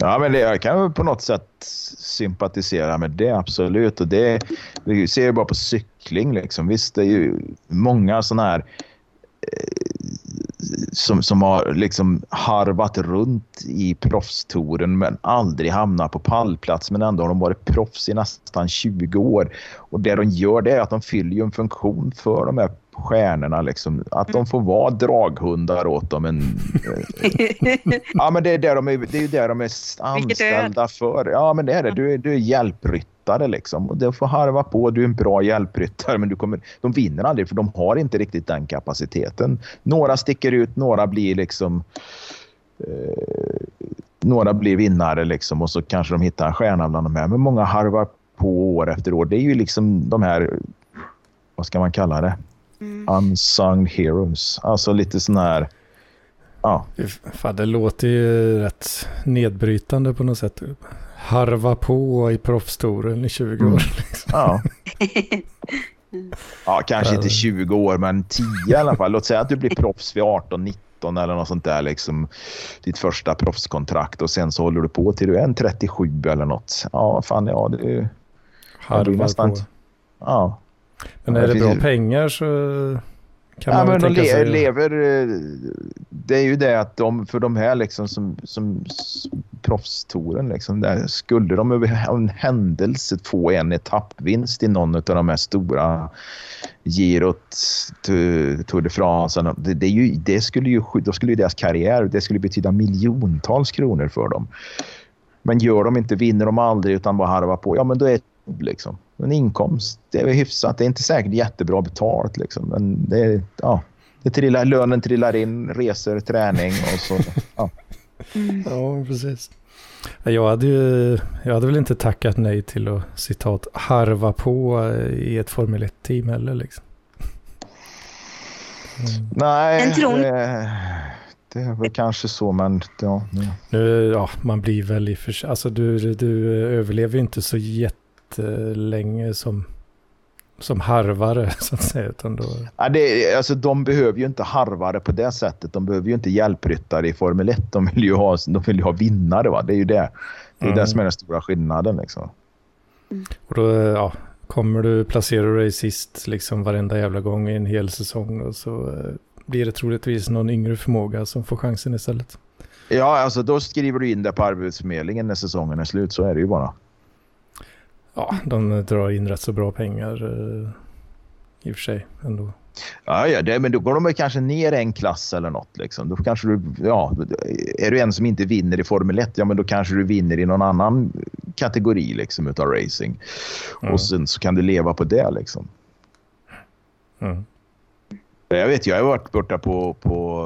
Ja, men det, jag kan på något sätt sympatisera med det, absolut. Och det, vi ser ju bara på cykling liksom. Visst, det är ju många sådana här eh, som, som har liksom harvat runt i proffstouren men aldrig hamnat på pallplats, men ändå har de varit proffs i nästan tjugo år. Och det de gör, det är att de fyller ju en funktion för de här stjärnorna liksom, att de får vara draghundar åt dem. En, ja, men det är där de är, det är ju där de är anställda för. Ja, men det är det. Du är, du är hjälpryttare liksom, och det får harva på. Du är en bra hjälpryttare, men du kommer, de vinner aldrig för de har inte riktigt den kapaciteten. Några sticker ut, några blir liksom eh, några blir vinnare liksom, och så kanske de hittar en stjärna bland de här, men många harvar på år efter år. Det är ju liksom de här, vad ska man kalla det? Mm. Unsung heroes. Alltså lite sån här, ja. Fan, det låter ju rätt nedbrytande på något sätt. Harva på i proffstouren i tjugo år. Liksom. Ja. Ja, kanske inte tjugo år, men tio i alla fall. Låt säga att du blir proffs vid arton nitton eller något sånt där, liksom ditt första proffskontrakt, och sen så håller du på till du är en trettiosju eller något. Ja, fan, ja, det är harva nästan på. Ja. Men är det bra pengar så kan ja, man men de tänka sig... lever, det är ju det att de, för de här liksom som, som proffstouren liksom, där skulle de över en händelse få en etappvinst i någon av de här stora Girot, Tour de France, det, det, är ju, det skulle ju, då skulle ju deras karriär, det skulle betyda miljontals kronor för dem. Men gör de inte, vinner de aldrig utan bara harva på, ja men då är det liksom en inkomst, det är väl hyfsat, det är inte säkert jättebra betalt liksom, men det är, ja, det trillar, lönen trillar in, resor, träning och så, ja. Mm. Ja, precis. Jag hade ju, jag hade väl inte tackat nej till att citat harva på i ett Formel ett-team heller liksom. Mm. Nej, det, det är väl kanske så, men ja. Nu, ja, man blir väl i för, alltså du, du överlever ju inte så jättelänge som som harvare så att säga, utan då... Ja, det, alltså de behöver ju inte harvare på det sättet, de behöver ju inte hjälpryttare i Formel ett, de vill ju ha, de vill ju ha vinnare, va? Det är ju det det är mm. det som är den stora skillnaden liksom. Mm. Och då, ja, kommer du placera dig sist liksom varenda jävla gång i en hel säsong, och så eh, blir det troligtvis någon yngre förmåga som får chansen istället. Ja, alltså då skriver du in det på arbetsförmedlingen när säsongen är slut, så är det ju bara. Ja, de drar in rätt så bra pengar uh, i och för sig ändå. Ja, ja det, men då går de kanske ner en klass eller något liksom. Då kanske du, ja, är du en som inte vinner i Formel ett, ja men då kanske du vinner i någon annan kategori liksom utav racing. Mm. Och sen så kan du leva på det liksom. Mm. Jag vet, jag har varit borta på, på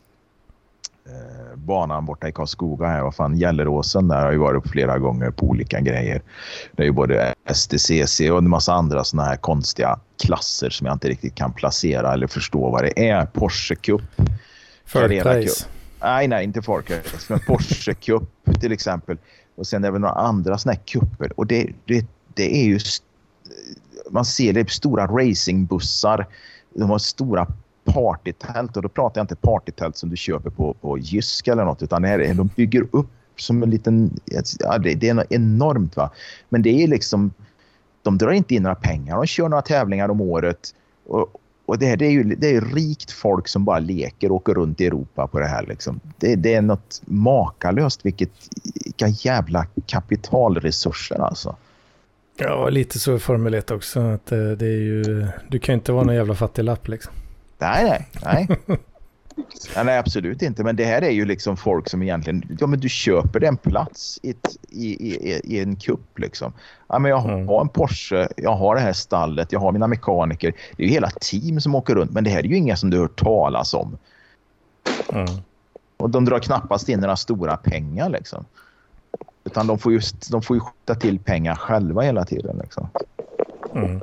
eh, banan borta i Karlskoga här, vad fan, Gelleråsen där har ju varit upp flera gånger på olika grejer. Det är ju både S T C C och en massa andra såna här konstiga klasser som jag inte riktigt kan placera eller förstå vad det är. Porsche Cup, Carrera Cup. Nej, nej, inte Fork Race, men Porsche Cup till exempel. Och sen är det några andra såna här kupper. Och det, det, det är ju, man ser det stora racingbussar. De har stora partytält, och då pratar jag inte partytält som du köper på, på Jysk eller något, utan det här är, de bygger upp som en liten, ja, det, det är enormt, va. Men det är liksom, de drar inte in några pengar, de kör några tävlingar om året, och, och det, det är ju det är rikt folk som bara leker och åker runt i Europa på det här liksom. Det, det är något makalöst, vilket, vilka jävla kapitalresurser alltså. Ja, lite så i Formel ett också, att det, det är ju, du kan inte vara någon jävla fattig lapp liksom. Nej, nej, nej. Ja, nej, absolut inte. Men det här är ju liksom folk som egentligen, ja men du köper en plats i, ett, i, i, i en kupp liksom. Ja, men jag har mm. en Porsche, jag har det här stallet, jag har mina mekaniker. Det är ju hela team som åker runt, men det här är ju inga som du hört talas om. Mm. Och de drar knappast in några stora pengar liksom. Utan de får ju, de får ju skjuta till pengar själva hela tiden liksom. Mm.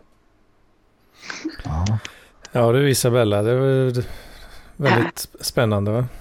Ja. Ja, du Isabella, det var väldigt ja. spännande, va?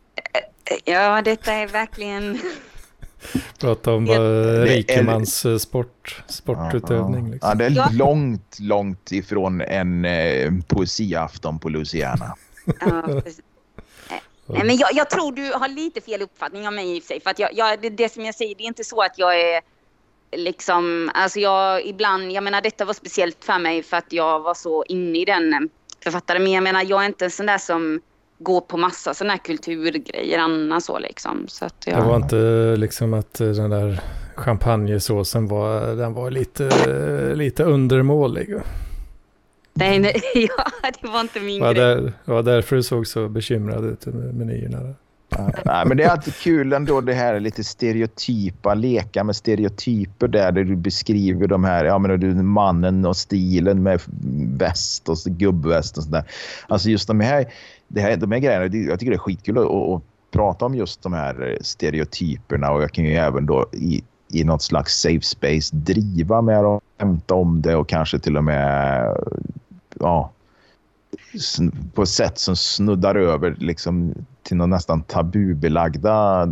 Ja, detta är verkligen... Prata om bara rikemans är... sport, sportutövning. Ja, liksom. Ja, det är långt, långt ifrån en eh, poesiafton på Louisiana. Ja, Nej, men jag, jag tror du har lite fel uppfattning om mig i sig. För att jag, jag, det, det som jag säger, det är inte så att jag är liksom, alltså jag ibland, jag menar detta var speciellt för mig för att jag var så inne i den författaren. Men jag menar, jag är inte en sån där som går på massa sådana här kulturgrejer annars så liksom. Så att jag... Det var inte liksom att den där champagnesåsen var, den var lite, lite undermålig. Nej, nej, ja, det var inte min var grej. Där, det var därför du såg så bekymrad ut med menyerna där. Ja, nej, men det är alltid kul ändå det här lite stereotypa, leka med stereotyper där, där du beskriver de här, ja men du mannen och stilen med väst och gubbväst och sådär. Alltså just de här, det här, de här grejerna, jag tycker det är skitkul att, att prata om just de här stereotyperna, och jag kan ju även då i, i något slags safe space driva med och hämta om det och kanske till och med ja på ett sätt som snuddar över liksom till något nästan tabubelagda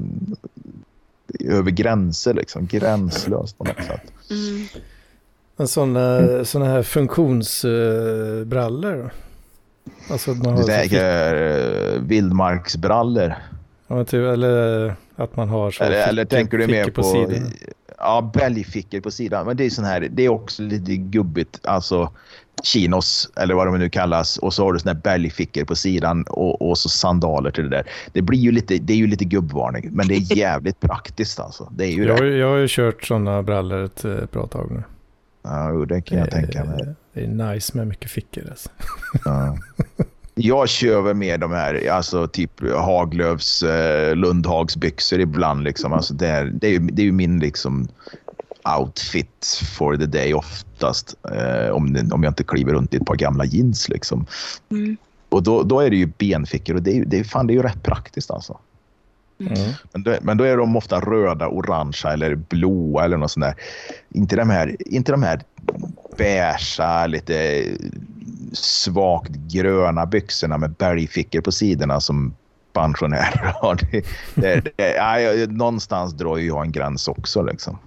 över gränser liksom, gränslöst på något sätt. Mm. En sådana mm. såna här funktionsbrallor. Uh, alltså man har det är uh, vildmarksbrallor. Ja, typ, eller att man har så eller, eller tänker du mer på, på sidan. Ja, belgfickor på sidan. Men det är sån här, det är också lite gubbigt, alltså chinos eller vad de nu kallas, och så har du såna här belgfickor på sidan och, och så sandaler till det där. Det blir ju lite, det är ju lite gubbvarning, men det är jävligt praktiskt alltså. Det är ju jag, det. jag har ju kört såna brallor ett bra tag nu. Ja, det kan jag det, tänka mig. Det är nice med mycket fickor alltså. Ja. Jag kör väl med de här, alltså typ Haglöfs eh, Lundhagsbyxor ibland liksom. Alltså det är, det är ju det är ju min liksom outfit for the day oftast, eh, om, det, om jag inte kliver runt i ett par gamla jeans liksom. Mm. Och då, då är det ju benfickor, och det är ju, det är, fan, det är ju rätt praktiskt alltså. Mm. Men, då, men då är de ofta röda, orangea eller blåa eller något sånt där. Inte de här, inte de här beiga, lite svagt gröna byxorna med bergfickor på sidorna som pensionärer har. Det, det, det, ja, någonstans drar jag en gräns också liksom.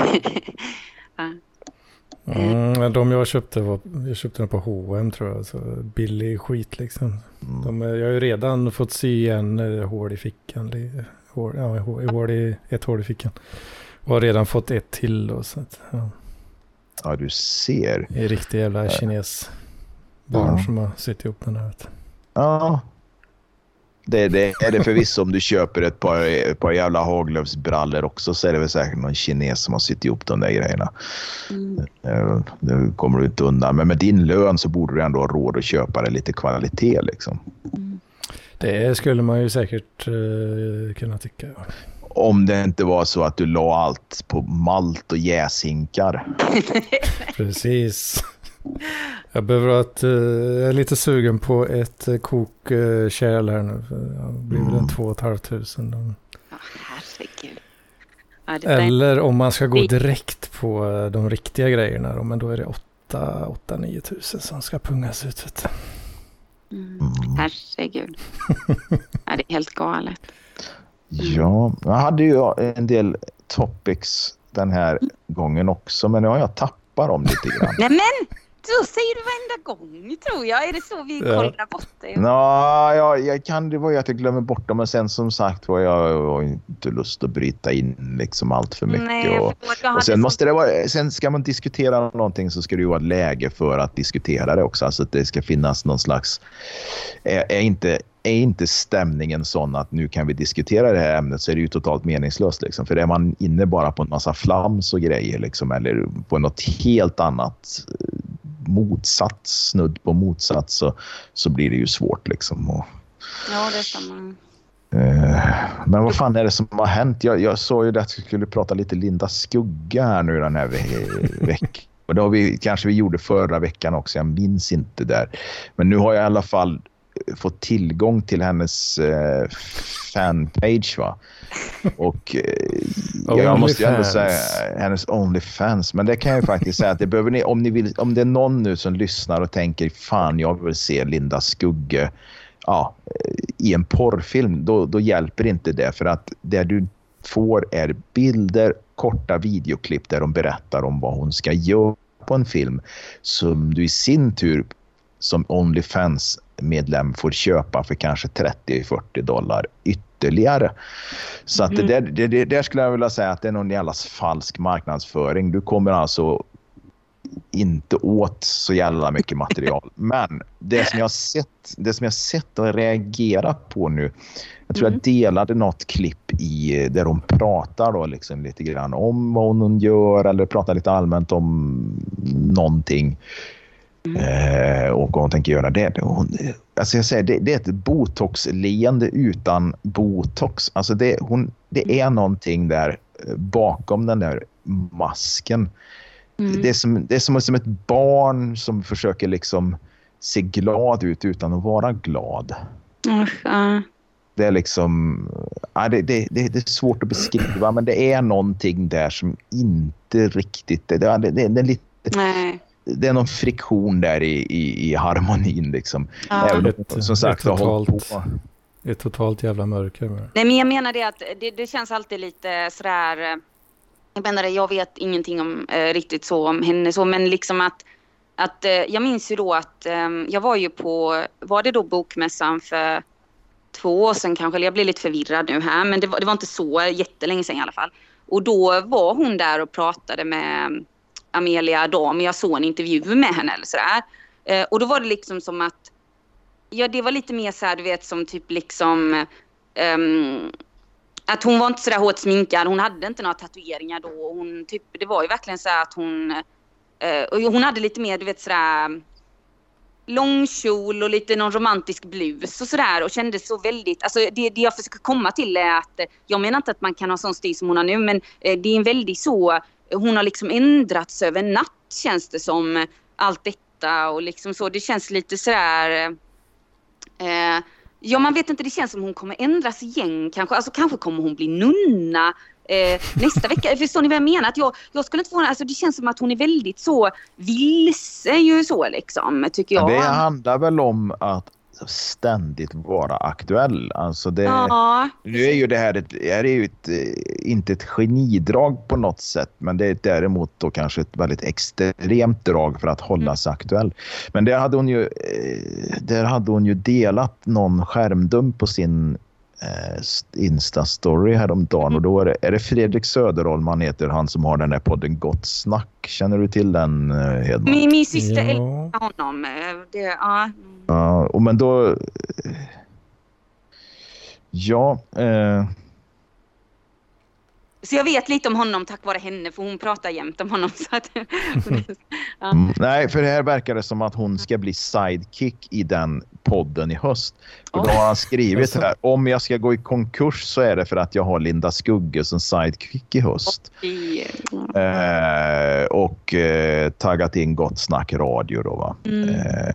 Mm, de jag köpte var, jag köpte den på H och M tror jag, så billig skit liksom. Mm. De, jag har ju redan fått sy en hål i fickan, hål, ja, hål i, ett hål i fickan, och har redan fått ett till och så att, ja. Ja, du ser. Det är riktigt jävla kines barn ja. som har sytt ihop den här. Ja. Det, det är det förvisso. Om du köper ett par, ett par jävla Haglöfsbrallor också, så är det väl säkert någon kines som har sytt ihop de där grejerna. Mm. Det, det kommer du inte undan. Men med din lön så borde du ändå ha råd att köpa det lite kvalitet liksom. Mm. Det skulle man ju säkert uh, kunna tycka. Om det inte var så att du la allt på malt och jäshinkar. Precis. Jag behöver att uh, jag är lite sugen på ett uh, kokkärl här nu. Jag blir väl en två och ett halvt tusen. Oh, herregud. Ja, eller om man ska gå direkt på uh, de riktiga grejerna då, men då är det åtta, åtta, nio tusen som ska pungas ut. Mm. Herregud. Ja, det är helt galet. Ja, jag hade ju en del topics den här gången också, men nu har jag tappat dem lite grann. Nej men, så säger du varenda gång tror jag. Är det så vi ja. kollar bort det? Nå, jag, jag kan, det var ju att jag glömmer bort dem, men sen som sagt var jag har inte lust att bryta in liksom allt för mycket. Nej, och, och sen måste det vara, sen ska man diskutera någonting så ska det ju vara läge för att diskutera det också. Alltså att det ska finnas någon slags, är, är inte är inte stämningen sån att nu kan vi diskutera det här ämnet, så är det ju totalt meningslöst liksom. För är man inne bara på en massa flams och grejer liksom, eller på något helt annat motsats, snudd på motsats, så, så blir det ju svårt liksom. Och, ja, det är samma. Eh, men vad fan är det som har hänt? Jag, jag såg ju att jag skulle prata lite Linda Skugga här nu den här ve- veckan. Och det har vi, kanske vi gjorde förra veckan också, jag minns inte där. Men nu har jag i alla fall fått tillgång till hennes eh, fanpage va. Och eh, jag måste ju ändå säga hennes OnlyFans, men det kan jag ju faktiskt säga att det behöver ni, om ni vill, om det är någon nu som lyssnar och tänker fan jag vill se Linda Skugge ja, i en porrfilm, då, då hjälper inte det, för att det du får är bilder, korta videoklipp där de berättar om vad hon ska göra på en film, som du i sin tur som OnlyFans medlem får köpa för kanske trettio till fyrtio dollar ytterligare. Så att mm. det, där, det där skulle jag vilja säga att det är någon jävla falsk marknadsföring. Du kommer alltså inte åt så jävla mycket material. Men det som jag har sett, det som jag sett och reagerat på nu, jag tror mm. jag delade något klipp i där de pratar då liksom lite grann om vad hon gör eller pratar lite allmänt om någonting. Mm. Eh, och vad hon tänker göra det. Hon, alltså jag säger, det, det är ett botox-leende utan botox. Alltså det, hon, det är någonting där bakom den där masken. Mm. Det är, som, det är som, som ett barn som försöker liksom se glad ut utan att vara glad. Mm. Det är liksom ja, det, det, det, det är svårt att beskriva, men det är någonting där som inte riktigt det, det, det, det är lite Nej. Det är någon friktion där i, i, i harmonin liksom. Ja. Även, Ett, som sagt, ett totalt, på. Ett totalt jävla mörker. Nej, men jag menar det att det, det känns alltid lite sådär. Jag menar det, jag vet ingenting om eh, riktigt så om henne så, men liksom att att eh, jag minns ju då att eh, jag var ju på, var det då bokmässan för två år sedan kanske, eller jag blir lite förvirrad nu här, men det var, det var inte så jättelänge sedan i alla fall. Och då var hon där och pratade med Amelia Dam, jag såg en intervju med henne eller sådär. Eh, och då var det liksom som att, ja det var lite mer så här, du vet, som typ liksom, um, att hon var inte sådär hårt sminkad, hon hade inte några tatueringar då. Hon, typ, det var ju verkligen så att hon, eh, och hon hade lite mer, du vet sådär, lång kjol och lite någon romantisk blus och sådär, och kände så väldigt, alltså det, det jag försöker komma till är att, jag menar inte att man kan ha sån stil som hon har nu, men eh, det är en väldigt så, hon har liksom ändrats över natt känns det som, allt detta och liksom så, det känns lite sådär eh, ja man vet inte, det känns som hon kommer ändras igen kanske, alltså kanske kommer hon bli nunna eh, nästa vecka, förstår ni vad jag menar? Att jag, jag skulle inte få, alltså det känns som att hon är väldigt så vilse ju så liksom, tycker jag. Det handlar väl om att ständigt vara aktuell. Alltså det, ja. Nu är ju det här ett, är det ju ett, inte ett genidrag på något sätt, men det är däremot då kanske ett väldigt extremt drag för att hålla sig mm. aktuell. Men där hade hon ju där hade hon ju delat någon skärmdump på sin eh, Insta-story häromdagen mm. och då är det, är det Fredrik Söderholm han heter, han som har den där podden Gott Snack. Känner du till den, Hedman? Min, min syster ja. älskar honom. Det, ja. Ja, och men då ja eh. så jag vet lite om honom tack vare henne, för hon pratar jämt om honom så att, ja. mm, nej, för det här verkar det som att hon ska bli sidekick i den podden i höst. För oh. då har han skrivit här, om jag ska gå i konkurs så är det för att jag har Linda Skugge som sidekick i höst. Oh. Eh, och eh, taggat in Gott Snack Radio då va. Mm. Eh,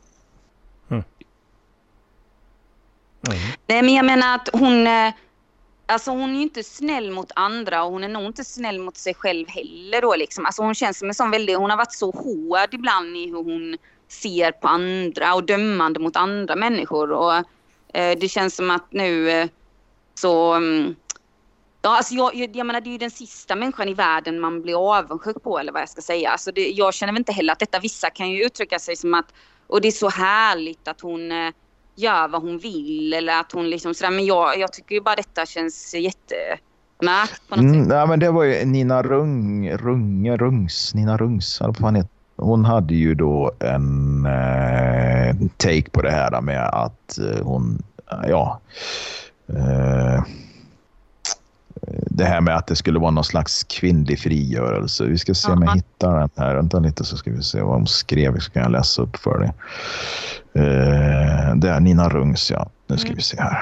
Mm. Nej, men jag menar att hon, alltså hon är ju inte snäll mot andra och hon är nog inte snäll mot sig själv heller då liksom. Alltså hon känns som en sån väldigt, hon har varit så hård ibland i hur hon ser på andra och dömande mot andra människor och eh, det känns som att nu eh, så mm, ja alltså jag, jag, jag menar det är ju den sista människan i världen man blir avundsjuk på eller vad jag ska säga. Alltså det, jag känner väl inte heller att detta, vissa kan ju uttrycka sig som att, och det är så härligt att hon eh, gör vad hon vill eller att hon liksom sådär, men jag, jag tycker ju bara detta känns jättemärkt på något mm, sätt. Nej, men det var ju Nina Rung, Runge, Rungs, Nina Rungs, vad fan heter. Hon hade ju då en eh, take på det här med att eh, hon, ja, eh, det här med att det skulle vara någon slags kvinnlig frigörelse. Vi ska se om jag hittar den här. Vänta lite så ska vi se vad hon skrev. Så kan jag läsa upp för dig. Eh, det är Nina Rungs, ja. Nu ska mm. vi se här.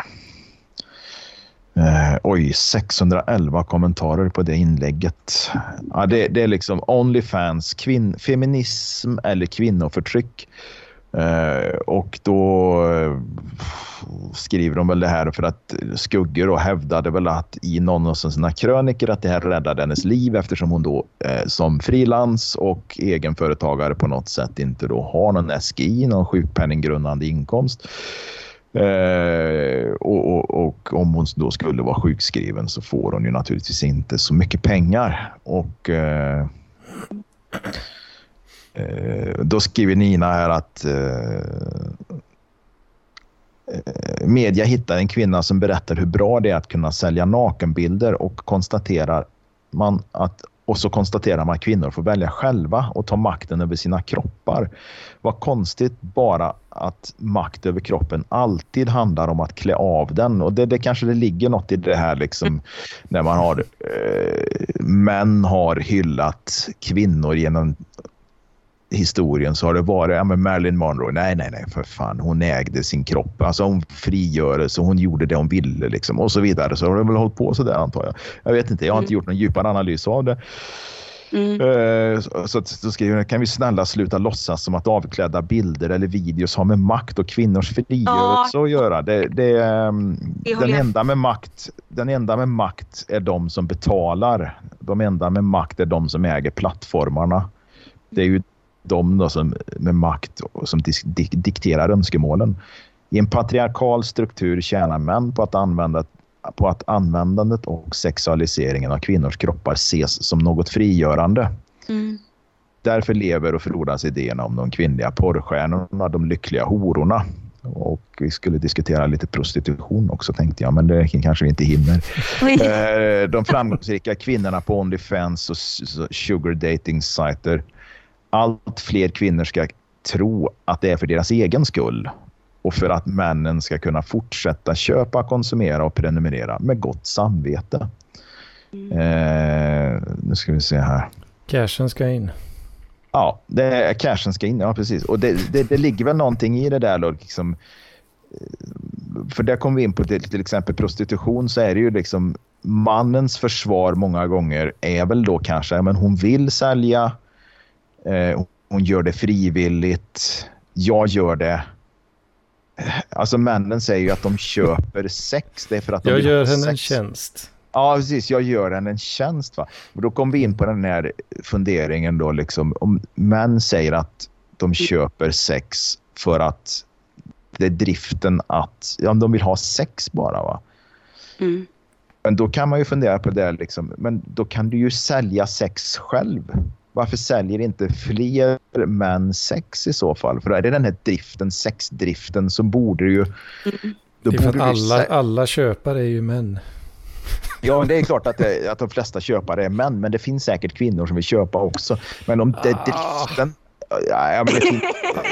Eh, oj, sexhundraelva kommentarer på det inlägget. Ja, det, det är liksom OnlyFans, kvin- feminism eller kvinnoförtryck. Uh, och då uh, skriver de väl det här för att Skugge då hävdade väl att i någon av sina kröniker att det här räddade hennes liv eftersom hon då uh, som frilans och egenföretagare på något sätt inte då har någon S G I, någon sjukpenninggrundande inkomst. Uh, och, och, och om hon då skulle vara sjukskriven så får hon ju naturligtvis inte så mycket pengar och uh, Uh, då skriver Nina här att uh, eh, media hittar en kvinna som berättar hur bra det är att kunna sälja nakenbilder och konstaterar man att och så konstaterar man att kvinnor får välja själva och ta makten över sina kroppar. Vad konstigt bara att makt över kroppen alltid handlar om att klä av den. Och det, det kanske det ligger något i det här liksom, när man har eh, män har hyllat kvinnor genom historien, så har det varit ja, men Marilyn Monroe, nej nej nej för fan, hon ägde sin kropp, alltså hon frigörelse, hon gjorde det hon ville liksom, och så vidare, så har det väl hållit på så där antar jag. Jag vet inte, jag har mm. inte gjort någon djupare analys av det. Mm. Uh, så, så, så skriver jag, kan vi snälla sluta låtsas som att avklädda bilder eller videos har med makt och kvinnors frigörelse ja. att göra. Det, det, um, det den enda med makt, den enda med makt är de som betalar. De enda med makt är de som äger plattformarna. Det är ju de då som med makt och som dik- dik- dikterar önskemålen. I en patriarkal struktur tjänar män på att använda på att användandet och sexualiseringen av kvinnors kroppar ses som något frigörande. Mm. Därför lever och frodas idéerna om de kvinnliga porrstjärnorna, de lyckliga hororna. Och vi skulle diskutera lite prostitution också tänkte jag, men det kanske vi inte hinner. De framgångsrika kvinnorna på OnlyFans och sugar dating sajter. Allt fler kvinnor ska tro att det är för deras egen skull och för att männen ska kunna fortsätta köpa, konsumera och prenumerera med gott samvete. Mm. Eh, nu ska vi se här. Cashen ska in. Ja, det är, cashen ska in, ja precis. Och det, det, det ligger väl någonting i det där då, liksom, för där kommer vi in på till, till exempel prostitution, så är det ju liksom mannens försvar många gånger är väl då kanske, men hon vill sälja. Eh, hon gör det frivilligt. Jag gör det. Alltså männen säger ju att de köper sex. Det är för att de jag gör henne sex. en tjänst. Ja, precis. Jag gör henne en tjänst. Va? Och då kommer vi in på den här funderingen då liksom. Om män säger att de köper sex för att det är driften att ja, de vill ha sex bara va. Mm. Men då kan man ju fundera på det liksom. Men då kan du ju sälja sex själv. Varför säljer inte fler män sex i så fall? För är det den här driften, sexdriften, så borde det ju... Mm. Då det är för att alla, sä- alla köpare är ju män. Ja, det är klart att, det, att de flesta köpare är män, men det finns säkert kvinnor som vill köpa också. Men om det är driften... Ja, men det finns,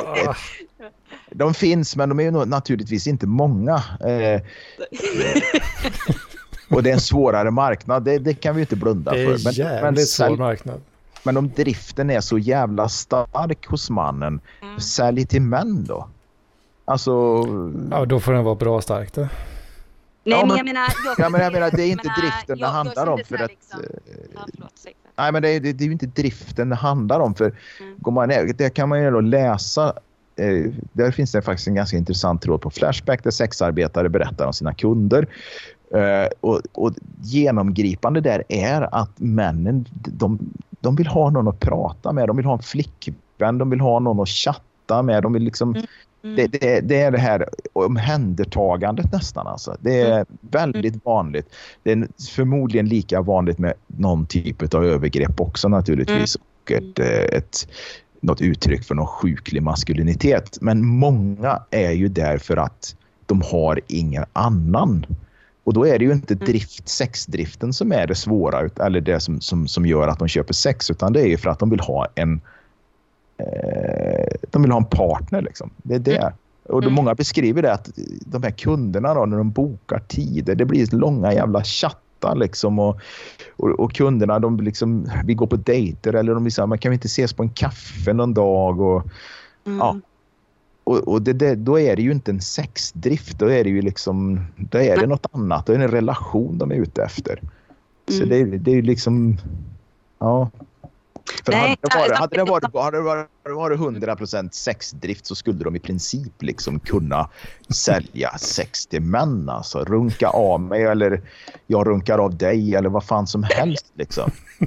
de finns, men de är ju naturligtvis inte många. Eh, och det är en svårare marknad, det, det kan vi ju inte blunda för. Det är men, jävligt men svår marknad. Men om driften är så jävla stark hos mannen, mm. sälj till män då. Alltså... Ja, då får den vara bra stark då. Nej, ja, men, men jag menar... Jag, ja, men jag menar, det är inte menar, driften det jag, handlar jag om. För att, liksom, ja, förlåt, nej, men det är, det, det är ju inte driften det handlar om. För mm. går man, det kan man ju då läsa... Eh, där finns det faktiskt en ganska intressant tråd på Flashback där sexarbetare berättar om sina kunder. Uh, och, och genomgripande där är att männen de, de vill ha någon att prata med, de vill ha en flickvän, de vill ha någon att chatta med, de vill liksom mm. Mm. Det, det, det är det här omhändertagandet nästan alltså. Det är mm. väldigt vanligt. Det är förmodligen lika vanligt med någon typ av övergrepp också naturligtvis mm. och ett, ett något uttryck för någon sjuklig maskulinitet, men många är ju där för att de har ingen annan. Och då är det ju inte drift, sexdriften som är det svåra eller det som, som, som gör att de köper sex, utan det är ju för att de vill ha en eh, de vill ha en partner liksom. Det är det. Och då många beskriver det att de här kunderna då, när de bokar tider, det blir långa jävla chattar liksom och, och, och kunderna de liksom, vi går på dejter eller de vill säga, man kan vi inte ses på en kaffe någon dag och mm. ja. Och, och det, det, då är det ju inte en sexdrift, då är det ju liksom, då är det något annat, då är det en relation de är ute efter. Mm. Så det, det är ju liksom, ja. För Nej, hade, det varit, hade det varit, hade det varit, varit hundra procent sexdrift så skulle de i princip liksom kunna sälja sex till män, alltså runka av mig eller jag runkar av dig eller vad fan som helst liksom.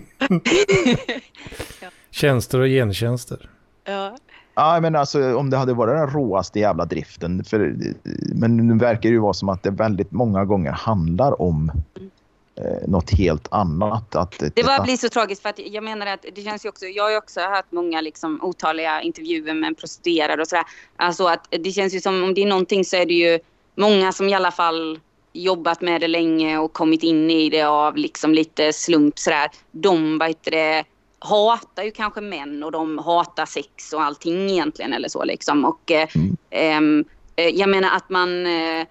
Tjänster och gentjänster. Ja. Ja, men alltså om det hade varit den råaste jävla driften. För, men nu verkar det ju vara som att det väldigt många gånger handlar om eh, något helt annat. Att, det bara blir så tragiskt för att jag menar att det känns ju också, jag har ju också hört många liksom otaliga intervjuer med prostituerade och sådär. Alltså att det känns ju som om det är någonting så är det ju många som i alla fall jobbat med det länge och kommit in i det av liksom lite slump sådär, de vad heter det, hatar ju kanske män och de hatar sex och allting egentligen eller så liksom. Och mm. eh, jag menar att man eh,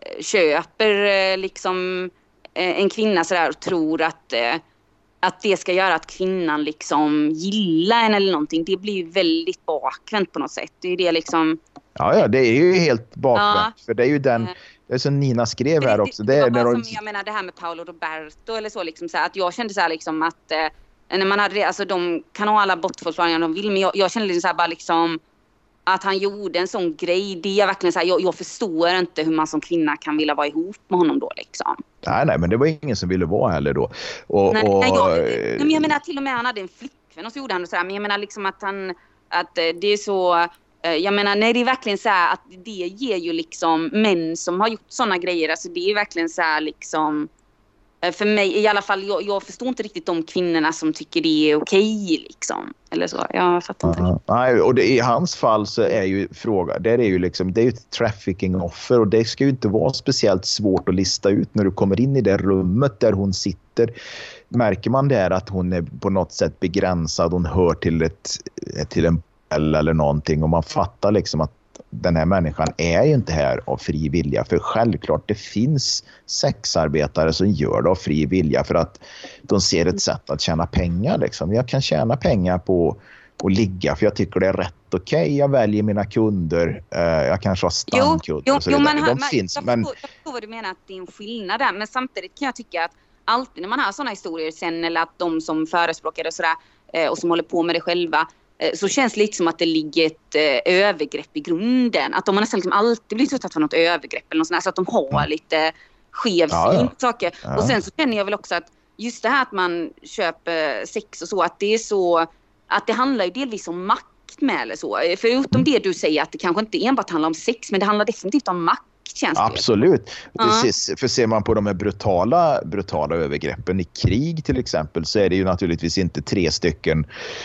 köper eh, liksom eh, en kvinna sådär och tror att eh, att det ska göra att kvinnan liksom gillar en eller någonting. Det blir ju väldigt bakvänt på något sätt. Det är det liksom... Ja, ja, det är ju helt bakvänt. Ja. För det är ju den... Det är som Nina skrev här också. Det, det, det, det var när som, jag menar det här med Paolo Roberto eller så liksom så här, att jag kände så här liksom att eh, när man hade alltså de kan ha alla bortförklaringar de vill, men jag, jag kände liksom så här bara liksom att han gjorde en sån grej. Det är verkligen så här, jag, jag förstår inte hur man som kvinna kan vilja vara ihop med honom då liksom. Nej, nej, men det var ingen som ville vara heller då. Och, nej, och, nej, jag, nej, men jag menar till och med han hade en flickvän och så gjorde han det så här, men jag menar liksom att han att det är så... Jag menar, nej, det är verkligen så här att det ger ju liksom män som har gjort såna grejer, alltså det är verkligen så här liksom för mig i alla fall, jag, jag förstår inte riktigt de kvinnorna som tycker det är okej liksom, eller så, jag fattar inte. Uh, nej, och det, i hans fall så är ju fråga, det är ju liksom, det är ju ett trafficking-offer och det ska ju inte vara speciellt svårt att lista ut när du kommer in i det rummet där hon sitter. Märker man där att hon är på något sätt begränsad, hon hör till, ett, till en eller någonting och man fattar liksom att den här människan är ju inte här av fri vilja, för självklart det finns sexarbetare som gör det av fri vilja för att de ser ett sätt att tjäna pengar liksom. Jag kan tjäna pengar på att ligga för jag tycker det är rätt okej, okay. Jag väljer mina kunder, uh, jag kanske har stamkunder jo, och så jo, vidare. men, De man, finns, jag, men... förstår, jag förstår vad du menar att det är en skillnad där, men samtidigt kan jag tycka att alltid när man har sådana historier sen, eller att de som förespråkar det sådär, och som håller på med det själva, så känns det lite som att det ligger ett eh, övergrepp i grunden. Att de har nästan liksom alltid blivit utsatt för något övergrepp eller något sånt där, så att de har lite skev ja, syn ja. på saker. Ja. Och sen så känner jag väl också att just det här att man köper sex och så, att det är så, att det handlar ju delvis om makt med eller så. Förutom det du säger att det kanske inte enbart handlar om sex, men det handlar definitivt om makt. Absolut. Ja. Precis. För ser man på de här brutala, brutala övergreppen i krig till exempel, så är det ju naturligtvis inte tre stycken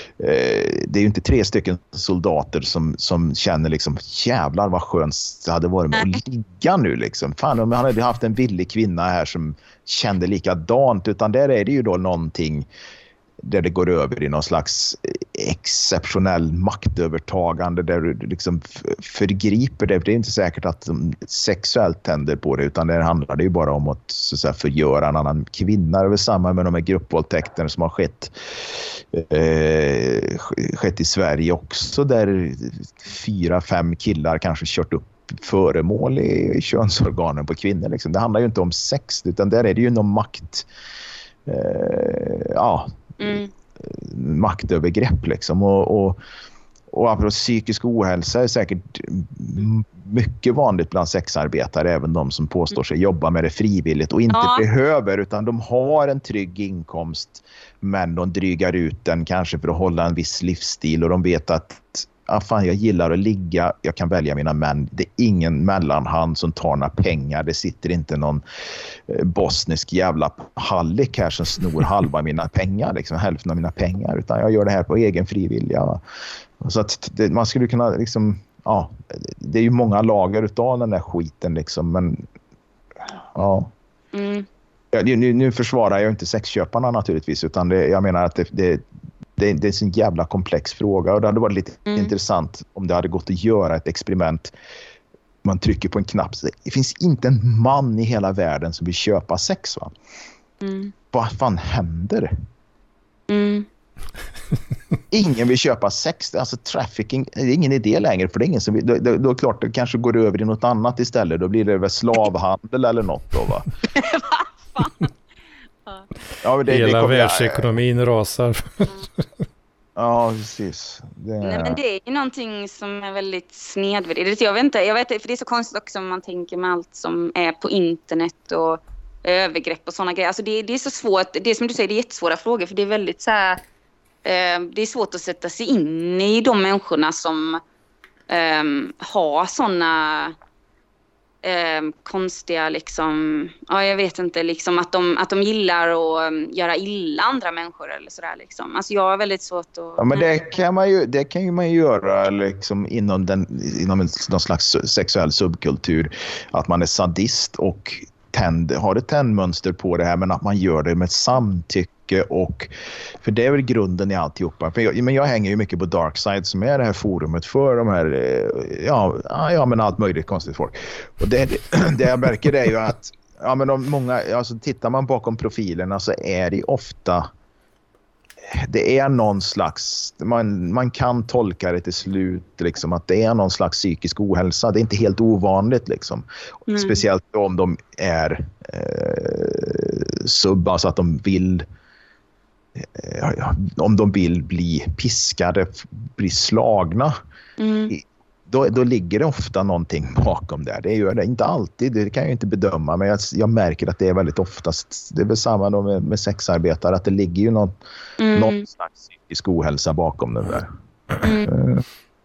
eh, det är ju inte tre stycken soldater som, som känner liksom jävlar vad skönt det hade varit med att ligga nu liksom. Fan, om han hade haft en villig kvinna här som kände likadant, utan där är det ju då någonting där det går över i någon slags exceptionell maktövertagande där du liksom förgriper det. Det är inte säkert att de sexuellt tänder på det, utan det handlar det ju bara om att, så att säga, förgöra en annan kvinna. Det är samma med de här gruppvåldtäkterna som har skett, eh, skett i Sverige också, där fyra, fem killar kanske kört upp föremål i könsorganen på kvinnor. Liksom. Det handlar ju inte om sex, utan där är det ju någon makt... Eh, ja... Mm. maktövergrepp liksom, och, och, och apropå psykisk ohälsa är säkert mycket vanligt bland sexarbetare, även de som påstår sig jobba med det frivilligt och inte ja. behöver, utan de har en trygg inkomst men de drygar ut den kanske för att hålla en viss livsstil, och de vet att ah, fan, jag gillar att ligga, jag kan välja mina män. Det är ingen mellanhand som tar några pengar. Det sitter inte någon eh, bosnisk jävla hallick här som snor halva mina pengar, liksom hälften av mina pengar, utan jag gör det här på egen frivilliga. Så att det, man skulle kunna liksom, ja, det är ju många lager utav den där skiten liksom, men ja. Mm. ja nu, nu försvarar jag inte sexköparna naturligtvis, utan det, jag menar att det, det Det är, det är en jävla komplex fråga, och det hade varit lite mm. intressant om det hade gått att göra ett experiment. Man trycker på en knapp. Det finns inte en man i hela världen som vill köpa sex, va? Mm. Vad fan händer? Mm. Ingen vill köpa sex. Alltså trafficking, det är ingen idé längre, för det är ingen som vill. Då, då, då är klart det kanske går över i något annat istället. Då blir det väl slavhandel eller något då, va? Vad fan? Ja, det, hela det världsekonomin jag... rasar. Ja, precis. Det... Nej, men det är ju någonting som är väldigt snedvridet. Jag vet inte, jag vet, för det är så konstigt också om man tänker med allt som är på internet och övergrepp och sådana grejer. Alltså det, det är så svårt, det är som du säger, det är jättesvåra frågor, för det är väldigt så här, eh, det är svårt att sätta sig in i de människorna som eh, har sådana eh, konstiga liksom, ja jag vet inte liksom att de, att de gillar att um, göra illa andra människor eller sådär liksom. Alltså jag har väldigt svårt att... Ja men det kan man ju, det kan ju man ju göra liksom inom, den, inom en, någon slags sexuell subkultur, att man är sadist och tänd, har ett tändmönster på det här, men att man gör det med samtycke. Och för det är väl grunden i alltihopa. För jag, men jag hänger ju mycket på Darkside som är det här forumet för de här ja, ja men allt möjligt konstigt folk. Och det, det jag märker är ju att ja, men de många, alltså tittar man bakom profilerna så är det ofta det är någon slags man, man kan tolka det till slut liksom, att det är någon slags psykisk ohälsa. Det är inte helt ovanligt liksom. Mm. Speciellt om de är eh, sub, alltså att de vill eh, om de vill bli piskade, bli slagna. Mm. Då, då ligger det ofta någonting bakom där. Det gör det inte alltid, det kan jag inte bedöma, men jag, jag märker att det är väldigt oftast, det är väl samma då med, med sexarbetare, att det ligger ju någon, mm. någon slags psykisk ohälsa bakom den där. Mm.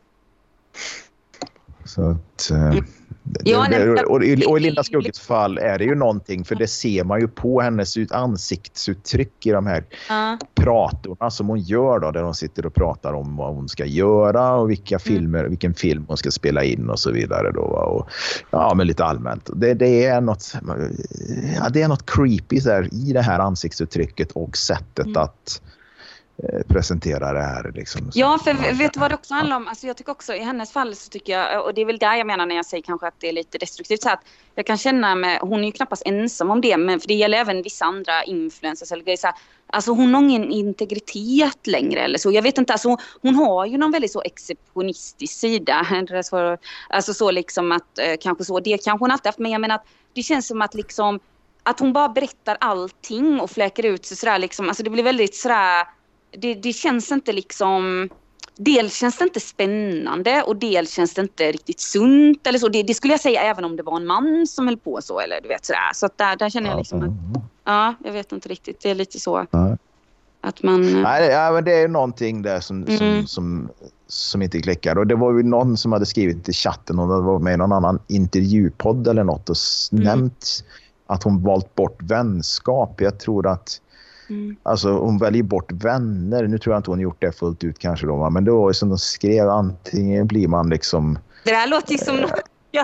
Så att, ja, det, och, och i Linda Skuggets fall är det ju någonting, för det ser man ju på hennes ansiktsuttryck i de här uh. pratorna som hon gör då, där hon sitter och pratar om vad hon ska göra och vilka filmer, mm. vilken film hon ska spela in och så vidare då, och ja, men lite allmänt. Det, det är något ja, det är något creepy så här, i det här ansiktsuttrycket och sättet mm. att presentera det här liksom. Ja, för vet du vad det också handlar om? Alltså jag tycker också i hennes fall så tycker jag, och det är väl där jag menar när jag säger kanske att det är lite destruktivt, så att jag kan känna med, hon är ju knappast ensam om det, men för det gäller även vissa andra influencers eller grejer så här, alltså hon har ingen integritet längre eller så, jag vet inte, alltså hon har ju någon väldigt så exceptionistisk sida, alltså så liksom att eh, kanske så, det kanske hon alltid haft, men jag menar att det känns som att liksom att hon bara berättar allting och fläker ut sig sådär liksom, alltså det blir väldigt sådär. Det, det känns inte liksom, dels känns det inte spännande och dels känns det inte riktigt sunt eller så. Det, det skulle jag säga även om det var en man som höll på så eller du vet sådär. Så att där, där känner jag liksom att, ja, jag vet inte riktigt. Det är lite så att man... Nej, ja, men det är någonting där som, mm. som, som, som inte klickar. Och det var ju någon som hade skrivit i chatten och det var med i någon annan intervjupodd eller något och mm. nämnt att hon valt bort vänskap. Jag tror att Mm. Alltså hon väljer bort vänner. Nu tror jag inte hon gjort det fullt ut kanske då, men det var ju som de skrev, antingen blir man liksom... Det här låter ju som något jag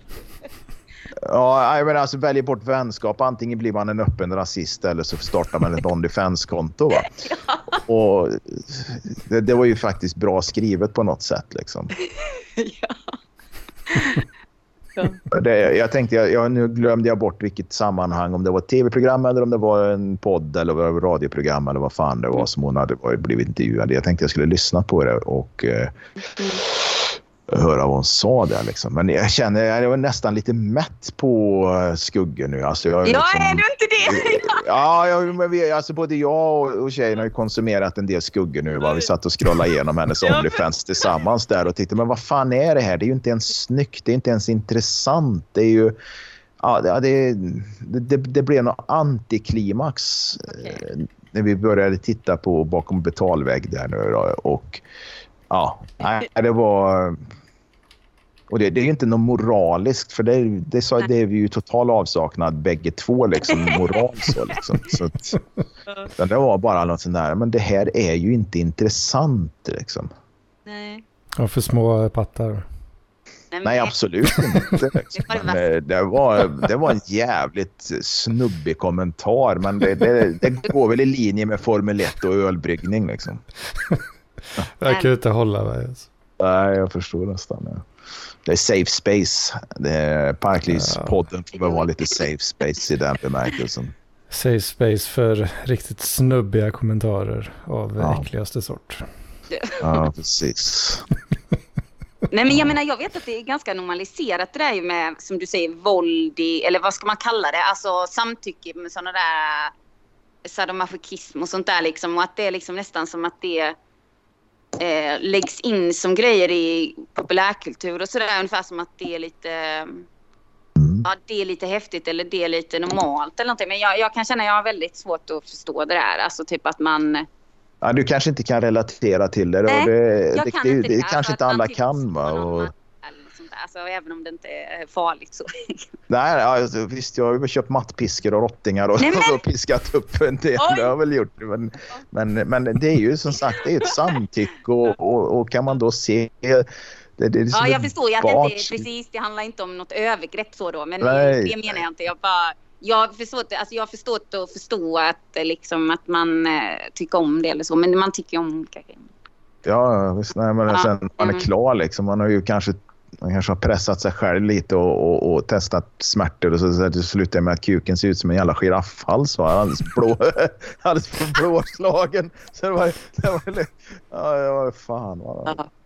Ja, men alltså väljer bort vänskap. Antingen blir man en öppen rasist eller så startar man ett OnlyFans-konto va? Ja. Och det, det var ju faktiskt bra skrivet på något sätt liksom. Ja. Det, jag tänkte, jag, jag, nu glömde jag bort vilket sammanhang, om det var ett tv-program eller om det var en podd eller var ett radioprogram eller vad fan det var som hon hade varit, blivit intervjuad. Jag tänkte jag skulle lyssna på det och eh, mm. höra vad hon sa där liksom. Men jag känner, jag var nästan lite mätt på skuggor nu. Alltså, jag, ja, liksom, är du inte det? Ja, jag, men vi, alltså både jag och, och tjejerna har ju konsumerat en del skuggor nu. Va? Vi satt och scrollade igenom hennes OnlyFans tillsammans där och tittade, men vad fan är det här? Det är ju inte ens snyggt, det är inte ens intressant. Det är ju, ja, det, det, det, det blev något antiklimax okay. när vi började titta på bakom betalvägg där nu då, och ja, nej, det var... Och det, det är ju inte något moraliskt, för det, det, så, det är vi ju total avsaknad bägge två liksom, moral så liksom. Så att, det var bara något sånt där, men det här är ju inte intressant liksom. Nej. Och för små pattar. Nej, absolut inte. Liksom. Men det, var, det var en jävligt snubbig kommentar, men det, det, det går väl i linje med Formel ett och ölbryggning liksom. Jag kan inte hålla mig. Alltså. Nej, jag förstår nästan. Ja. Det är safe space. Det är Parklivspodden får väl vara lite safe space i den bemärkelsen. Safe space för riktigt snubbiga kommentarer av ja. äckligaste sort. Ja, precis. Nej, men jag menar, jag vet att det är ganska normaliserat det där med, som du säger, våld i, eller vad ska man kalla det? Alltså samtycke med sådana där sadomasochism och sånt där liksom. Och att det är liksom nästan som att det eh, läggs in som grejer i populärkultur och sådär. Ungefär som att det är lite, ja, det är lite häftigt eller det är lite normalt eller någonting. Men jag, jag kan känna att jag har väldigt svårt att förstå det där. Alltså typ att man... Ja, du kanske inte kan relatera till det. Nej, det, jag det, kan det, inte det, det det. kanske inte alla kan. Va? Och, sånt där. Alltså, även om det inte är farligt så. Nej, alltså, visst, jag har ju köpt mattpiskor och rottingar och, Nej, men... och piskat upp en del. Oj. Det har jag väl gjort. Men, men, men det är ju som sagt, det är ett samtycke och, och, och kan man då se... Det, det är ja, jag förstår ju att det inte är precis, det handlar inte om något övergrepp så då, men Nej. det menar jag inte. Jag bara... Jag förstår alltså jag förstår att förstå att liksom att man eh, tycker om det eller så, men man tycker om kanske. Ja, visst, nej, men ja, sen man är mm. klar liksom, man har ju kanske man kanske har pressat sig själv lite och, och, och testat smärtor och så, så det slutar med att kuken ser ut som en jävla giraffhals, va? Alldeles blå, alldeles blåslagen. Så det var det var ja, det var fan va. Ja.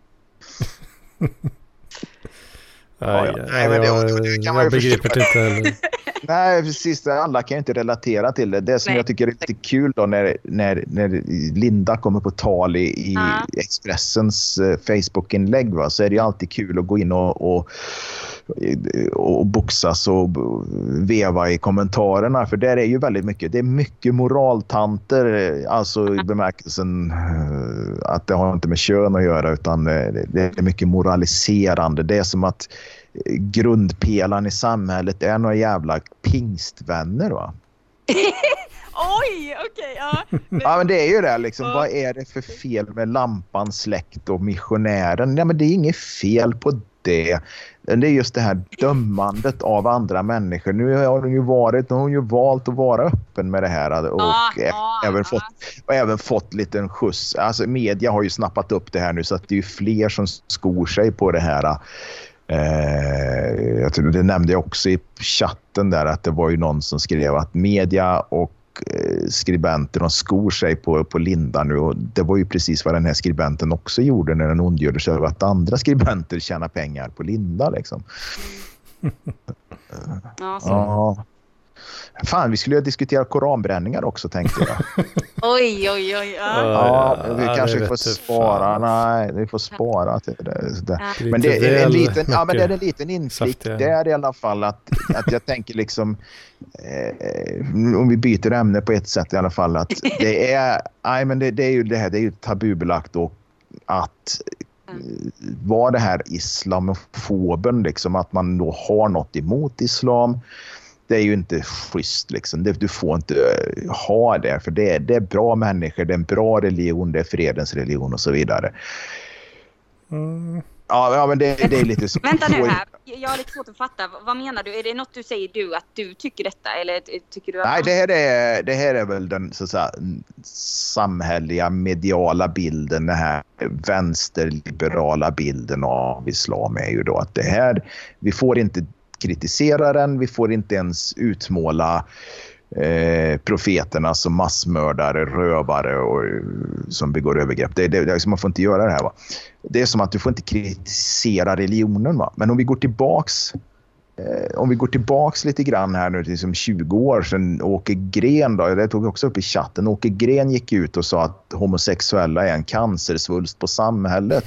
Ja, ja, nej, men det, jag, det kan man jag begriper det inte heller. Nej, precis. Alla kan ju inte relatera till det. Det som nej. jag tycker är lite kul då när, när, när Linda kommer på tal i, i ah. Expressens uh, Facebook-inlägg, va, så är det ju alltid kul att gå in och, och, och boxas och veva i kommentarerna. För där är ju väldigt mycket, det är mycket moraltanter, alltså i bemärkelsen uh, att det har inte med kön att göra, utan det, det är mycket moraliserande. Det är som att grundpelaren i samhället är några jävla pingstvänner, va? Oj, okej, okay, ja. Men... ja, men det är ju det liksom. Ja. Vad är det för fel med lampan, släkt och missionären? Nej, men det är inget fel på det. Det är just det här dömandet av andra människor. Nu har hon ju varit, nu har hon ju valt att vara öppen med det här och, ja, även, ja, fått, och även fått lite en skjuts. Alltså media har ju snappat upp det här nu, så att det är ju fler som skor sig på det här. Eh, jag tror det nämnde jag också i chatten där, att det var ju någon som skrev att media och eh, skribenter de skor sig på, på Linda nu, och det var ju precis vad den här skribenten också gjorde när den ondgjorde sig över att andra skribenter tjänar pengar på Linda liksom. Ja, så. Ja. Fan, vi skulle ju diskutera koranbränningar också, tänkte jag. Oj, oj, oj. Ja, ja vi ja, kanske får spara. Fan. Nej, vi får spara till det. det. Ja. Men det är en liten, ja, men det är en liten inblick där i alla fall, att, att jag tänker liksom, eh, om vi byter ämne på ett sätt i alla fall, att det är, nej, men det, det är ju det här, det är ju tabubelagt, och att mm. vara det här islamofoben, liksom, att man då har något emot islam. Det är ju inte schysst liksom. Du får inte ha det, för det är, det är bra människor, det är en bra religion, det är fredens religion och så vidare. Mm. Ja, ja, men det, det är lite så. Vänta nu här, jag har lite svårt att fatta. Vad menar du? Är det något du säger du, att du tycker detta? Eller tycker du att... Nej, det här är, det här är väl den så att säga, samhälleliga mediala bilden, den här vänsterliberala bilden av islam är ju då att det här, vi får inte kritisera den, vi får inte ens utmåla eh, profeterna som massmördare, rövare och som begår övergrepp. Det, det, det, man får inte göra det här, va. Det är som att du får inte kritisera religionen, va. Men om vi går tillbaks eh, om vi går tillbaks lite grann här nu till som tjugo år sedan, Åke Gren då, det tog vi också upp i chatten. Åke Gren gick ut och sa att homosexuella är en cancersvulst på samhället.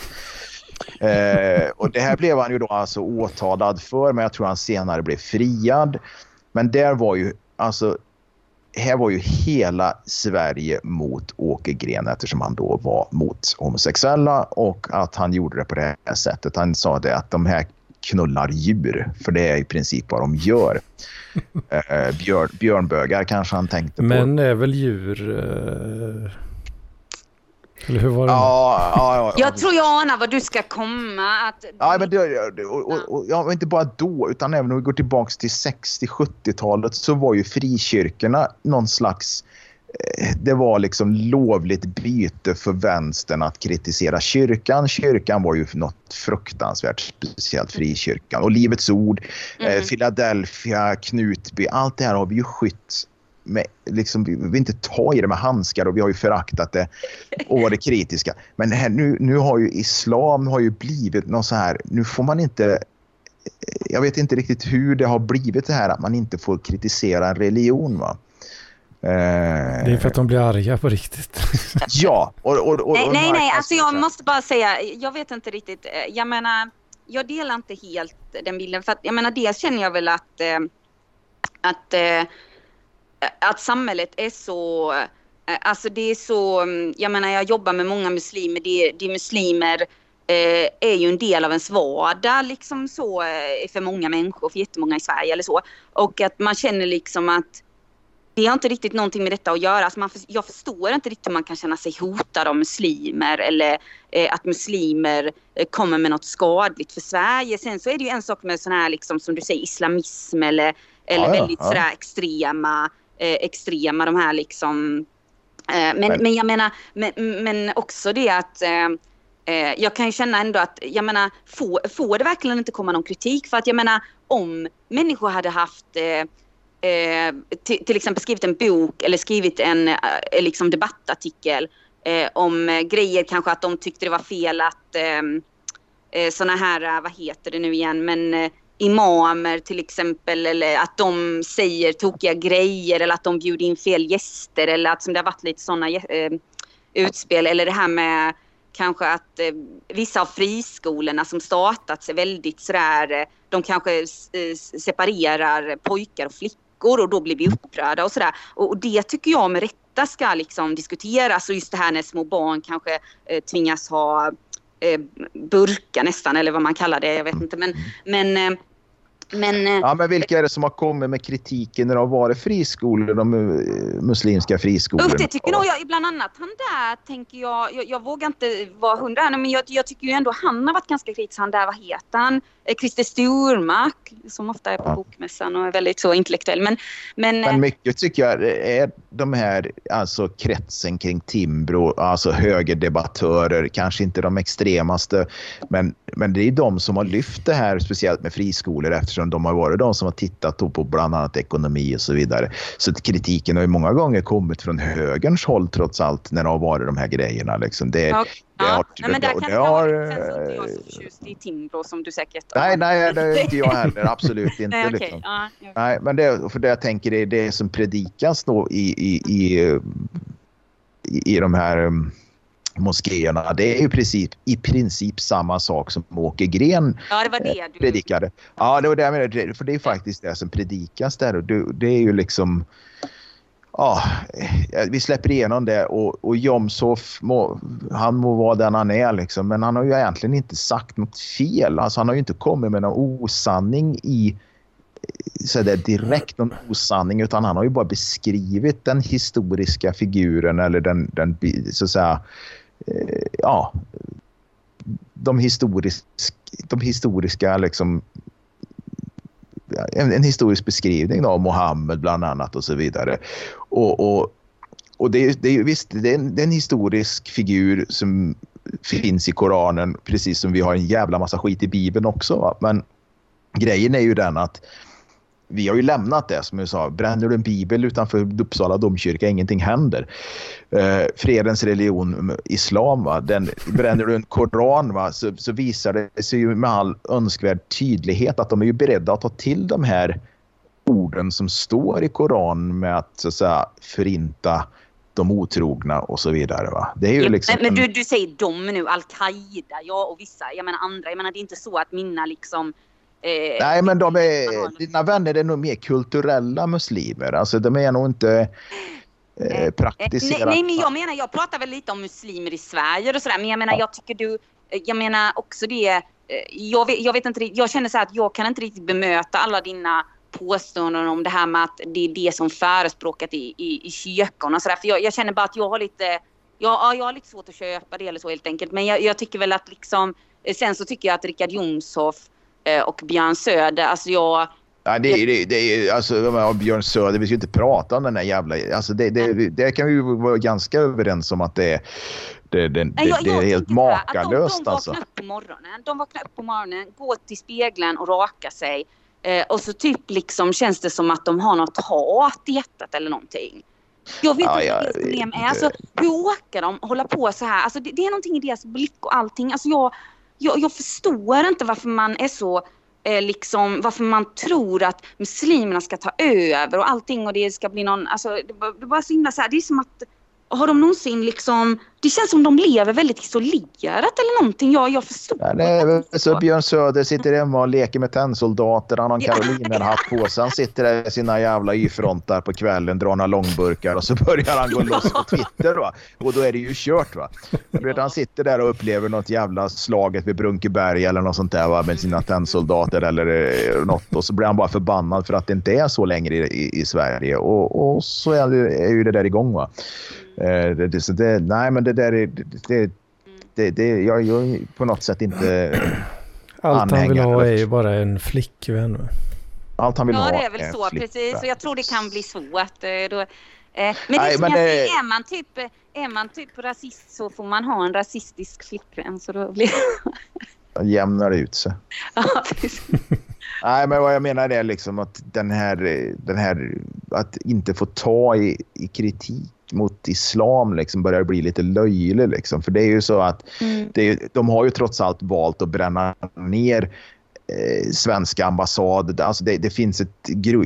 Eh, och det här blev han ju då alltså åtalad för, men jag tror han senare blev friad. Men där var ju alltså, här var ju hela Sverige mot Åke Gren, eftersom han då var mot homosexuella, och att han gjorde det på det här sättet. Han sa det att de här knullar djur, för det är i princip vad de gör. eh, björn, björnbögar kanske han tänkte på. Men är väl djur... Uh... Eller hur var det? Ja, ja, ja, jag tror jag anar vad du ska komma. Att... Ja, men det, och, och, och, ja, inte bara då, utan även om vi går tillbaka till sextio-sjuttiotalet, så var ju frikyrkorna någon slags, det var liksom lovligt byte för vänstern att kritisera kyrkan. Kyrkan var ju något fruktansvärt, speciellt frikyrkan. Och Livets ord, mm. eh, Philadelphia, Knutby, allt det här har vi ju skytt med, liksom, vi vill inte ta i det med handskar, och vi har ju föraktat det och varit kritiska. Men här, nu, nu har ju islam har ju blivit något så här, nu får man inte, jag vet inte riktigt hur det har blivit det här att man inte får kritisera en religion, va? Det är för att de blir arga på riktigt. Ja. Och, och, och, nej, nej, nej. Alltså jag måste bara säga, jag vet inte riktigt. Jag menar, jag delar inte helt den bilden. För att, jag menar, dels känner jag väl att att, att samhället är så... Alltså det är så... Jag menar, jag jobbar med många muslimer. Det är, det är muslimer eh, är ju en del av ens vardag liksom så eh, för många människor, för jättemånga i Sverige eller så. Och att man känner liksom att det har inte riktigt någonting med detta att göra. Alltså man, jag förstår inte riktigt hur man kan känna sig hotad av muslimer eller eh, att muslimer eh, kommer med något skadligt för Sverige. Sen så är det ju en sak med sån här liksom, som du säger, islamism eller, eller ja, väldigt ja. sådär extrema, eh, extrema de här liksom. Eh, men, men. men jag menar, men, men också det att eh, eh, jag kan ju känna ändå att, jag menar, får, får det verkligen inte komma någon kritik? För att jag menar, om människor hade haft eh, Eh, till, till exempel skrivit en bok eller skrivit en eh, liksom debattartikel eh, om eh, grejer, kanske att de tyckte det var fel att eh, såna här, vad heter det nu igen, men eh, imamer till exempel, eller att de säger tokiga grejer eller att de bjuder in fel gäster, eller att som det har varit lite såna eh, utspel, eller det här med kanske att eh, vissa av friskolorna som startats är väldigt sådär, eh, de kanske eh, separerar pojkar och flickor och då blir vi upprörda och sådär. Och, och det tycker jag med rätta ska liksom diskuteras, och just det här när små barn kanske eh, tvingas ha eh, burka nästan, eller vad man kallar det, jag vet inte, men, men eh, Men, ja, men vilka är det som har kommit med kritiken när det har varit friskolor, de muslimska friskolorna? Usch, det tycker nog jag, bland annat han där, tänker jag, jag, jag vågar inte vara hundra, men jag, jag tycker ju ändå han har varit ganska kritisk, han där, vad heter han? Christer Sturmark, som ofta är på ja. bokmässan och är väldigt så intellektuell. Men, men, men mycket tycker jag är de här, alltså kretsen kring Timbro, alltså högerdebattörer, kanske inte de extremaste, men, men det är de som har lyft det här, speciellt med friskolor, eftersom de har varit de som har tittat på bland annat ekonomi och så vidare. Så kritiken har ju många gånger kommit från högerns håll trots allt när det har varit de här grejerna. Liksom. Det, ja. det har, ja, men där det, kan det jag har, vara, sen så är inte jag så förtjust i Timbro som du säkert har. Nej, nej, det är inte jag heller, absolut inte. nej, okay. liksom. ja, okay. nej, men det, för det jag tänker det är det som predikas då i, i, i, i, i de här um, moskéerna. Det är ju princip, i princip samma sak som Åke Gren ja, det var det du... predikade. Ja, det var det jag menade, för det är faktiskt det som predikas där, och det, det är ju liksom ja, vi släpper igenom det, och, och Jomshof må, han må vara den han är liksom, men han har ju egentligen inte sagt något fel, alltså han har ju inte kommit med någon osanning i så där direkt någon osanning, utan han har ju bara beskrivit den historiska figuren eller den, den så att säga eh, ja de historisk, de historiska liksom En, en historisk beskrivning av Mohammed bland annat och så vidare. Och, och, och det, det är ju visst, det är, en, det är en historisk figur som finns i Koranen, precis som vi har en jävla massa skit i Bibeln också. Va? Men grejen är ju den att vi har ju lämnat det, som jag sa, bränner du en bibel utanför Uppsala domkyrka, ingenting händer. Eh, fredens religion, islam, va? Den, bränner du en koran, va? Så, så visar det sig ju med all önskvärd tydlighet att de är ju beredda att ta till de här orden som står i koran med att, så att säga, förinta de otrogna och så vidare. Va? Det är ju liksom men men du, du säger de nu, Al-Qaida, ja, och vissa, jag menar andra, jag menar det är inte så att mina liksom Eh, Nej, men de är, dina vänner är nog mer kulturella muslimer. Alltså de är nog inte eh, praktiserade. Nej, nej, men jag menar, jag pratar väl lite om muslimer i Sverige och sådär. Men jag menar, ja. jag tycker du, jag menar också det, jag vet, jag vet inte, jag känner så här att jag kan inte riktigt bemöta alla dina påståenden om det här med att det är det som förespråkat i, i, i kyrkan och sådär. För jag, jag känner bara att jag har lite, jag, jag har lite svårt att köpa det eller så helt enkelt. Men jag, jag tycker väl att liksom, sen så tycker jag att Richard Jomshof och Björn Söder, alltså jag... Ja, det är det, det är alltså Björn Söder, vi ska inte prata om den här jävla, alltså det, det, det kan vi ju vara ganska överens om att det är det, det, det, jag, det är helt makalöst. De, de alltså. vaknar upp på morgonen, de vaknar upp på morgonen, går till spegeln och rakar sig eh, och så typ liksom känns det som att de har något hat i hjärtat eller någonting. Jag vet inte ja, vad deras problem är, alltså hur åker de hålla på så här, alltså det, det är någonting i deras blick och allting, alltså jag Jag, jag förstår inte varför man är så eh, liksom, varför man tror att muslimerna ska ta över och allting och det ska bli någon, alltså det, det var så himla så här, det är som att har de någonsin liksom, det känns som de lever väldigt isolerat eller någonting. Ja, jag förstår. Ja, nej, så Björn Söder sitter hemma och leker med tennsoldater. Han har en karolinerhatt på sig. Han sitter där i sina jävla y-frontar på kvällen, drar några långburkar och så börjar han gå loss på Twitter. Va? Och då är det ju kört. Va? Vet, han sitter där och upplever något jävla slaget vid Brunkeberg eller något sånt där, va? Med sina tennsoldater eller något. Och så blir han bara förbannad för att det inte är så längre i, i, i Sverige. Och, och så är, det, är ju det där igång, va? Eh, det, det, det, nej, men det där är det, det, det, jag, jag på något sätt inte allt han vill ha är ju bara en flickvän. Allt han vill ja, ha det är väl är så, flickvän. Precis. Så jag tror det kan bli så att då, eh, men det nej, som men jag det... säger, är man typ är man typ rasist så får man ha en rasistisk flickvän, så då blir jämnar det ut sig. Ja, precis. Nej, men vad jag menar är liksom att den här, den här att inte få ta i, i kritik mot islam liksom börjar bli lite löjlig liksom. För det är ju så att mm. det, de har ju trots allt valt att bränna ner eh, svenska ambassad. Alltså det, det finns ett gru,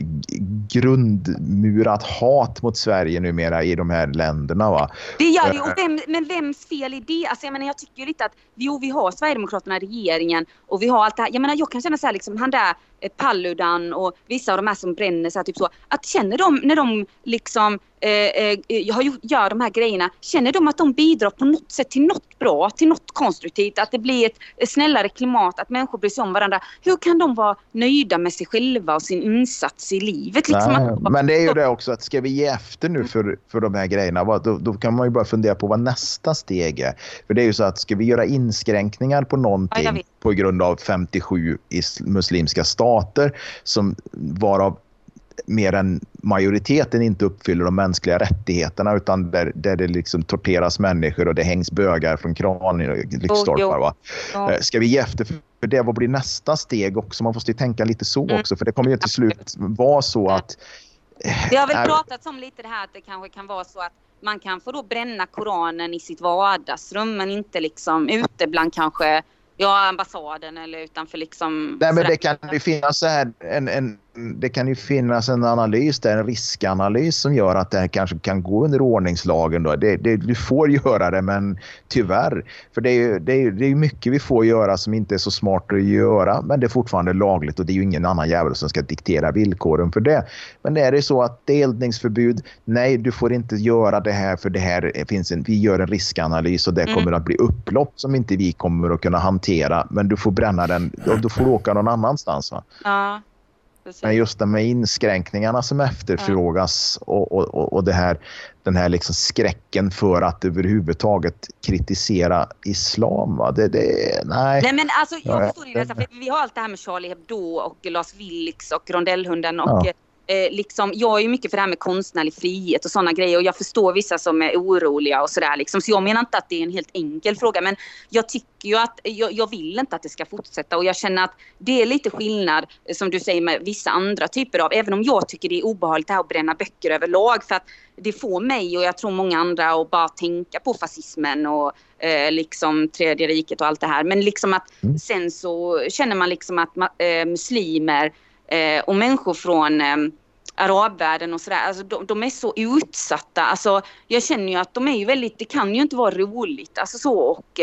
grundmurat hat mot Sverige numera i de här länderna, va? Det gör det, och vem, men vems fel är det? Alltså jag menar, jag tycker ju lite att jo, vi har Sverigedemokraterna i regeringen och vi har allt det här. Jag menar, jag kan känna så här liksom, han där Paludan och vissa av de här som bränner så här, typ så, att känner de när de liksom eh, eh, gör de här grejerna, känner de att de bidrar på något sätt till något bra, till något konstruktivt, att det blir ett snällare klimat, att människor bryr sig om varandra? Hur kan de vara nöjda med sig själva och sin insats i livet liksom? Nej, att, men det är ju det också, att ska vi ge efter nu för, för de här grejerna, då, då kan man ju bara fundera på vad nästa steg är. För det är ju så att ska vi göra inskränkningar på någonting, ja, på grund av femtiosju muslimska stater som varav mer än majoriteten inte uppfyller de mänskliga rättigheterna, utan där, där det liksom torteras människor och det hängs bögar från kran i lyktstolpar, va? Ja. Ska vi ge efter för det? Vad blir nästa steg också? Man måste ju tänka lite så mm. också, för det kommer ju till slut vara så att det har väl äh, pratats om lite det här att det kanske kan vara så att man kan få då bränna Koranen i sitt vardagsrum, men inte liksom ute bland kanske ja, ambassaden eller utanför liksom. Nej, men det kan ju finnas så här en, en det kan ju finnas en analys där, en riskanalys som gör att det här kanske kan gå under ordningslagen då. Det, det, du får göra det, men tyvärr. För det är ju det är, det är mycket vi får göra som inte är så smart att göra, men det är fortfarande lagligt och det är ju ingen annan jävel som ska diktera villkoren för det. Men det är det så att delningsförbud, nej, du får inte göra det här för det här finns en, vi gör en riskanalys och det kommer att bli upplopp som inte vi kommer att kunna hantera, men du får bränna den och du får åka någon annanstans, va? Ja. Men just det med inskränkningarna som efterfrågas och, och, och det här, den här liksom skräcken för att överhuvudtaget kritisera islam, va? Det, det, nej. Nej, men alltså jag förstår inte, för vi har allt det här med Charlie Hebdo och Lars Vilks och Rondellhunden och ja. eh, liksom, jag är ju mycket för det här med konstnärlig frihet och sådana grejer, och jag förstår vissa som är oroliga och sådär liksom. Så jag menar inte att det är en helt enkel fråga, men jag tycker ju att jag, jag vill inte att det ska fortsätta, och jag känner att det är lite skillnad som du säger med vissa andra typer av, även om jag tycker det är obehagligt här att bränna böcker överlag, för att det får mig och jag tror många andra att bara tänka på fascismen och eh, liksom tredje riket och allt det här, men liksom att mm. sen så känner man liksom att eh, muslimer eh, och människor från eh, arabvärlden och sådär, alltså de, de är så utsatta, alltså jag känner ju att de är ju väldigt, det kan ju inte vara roligt alltså så, och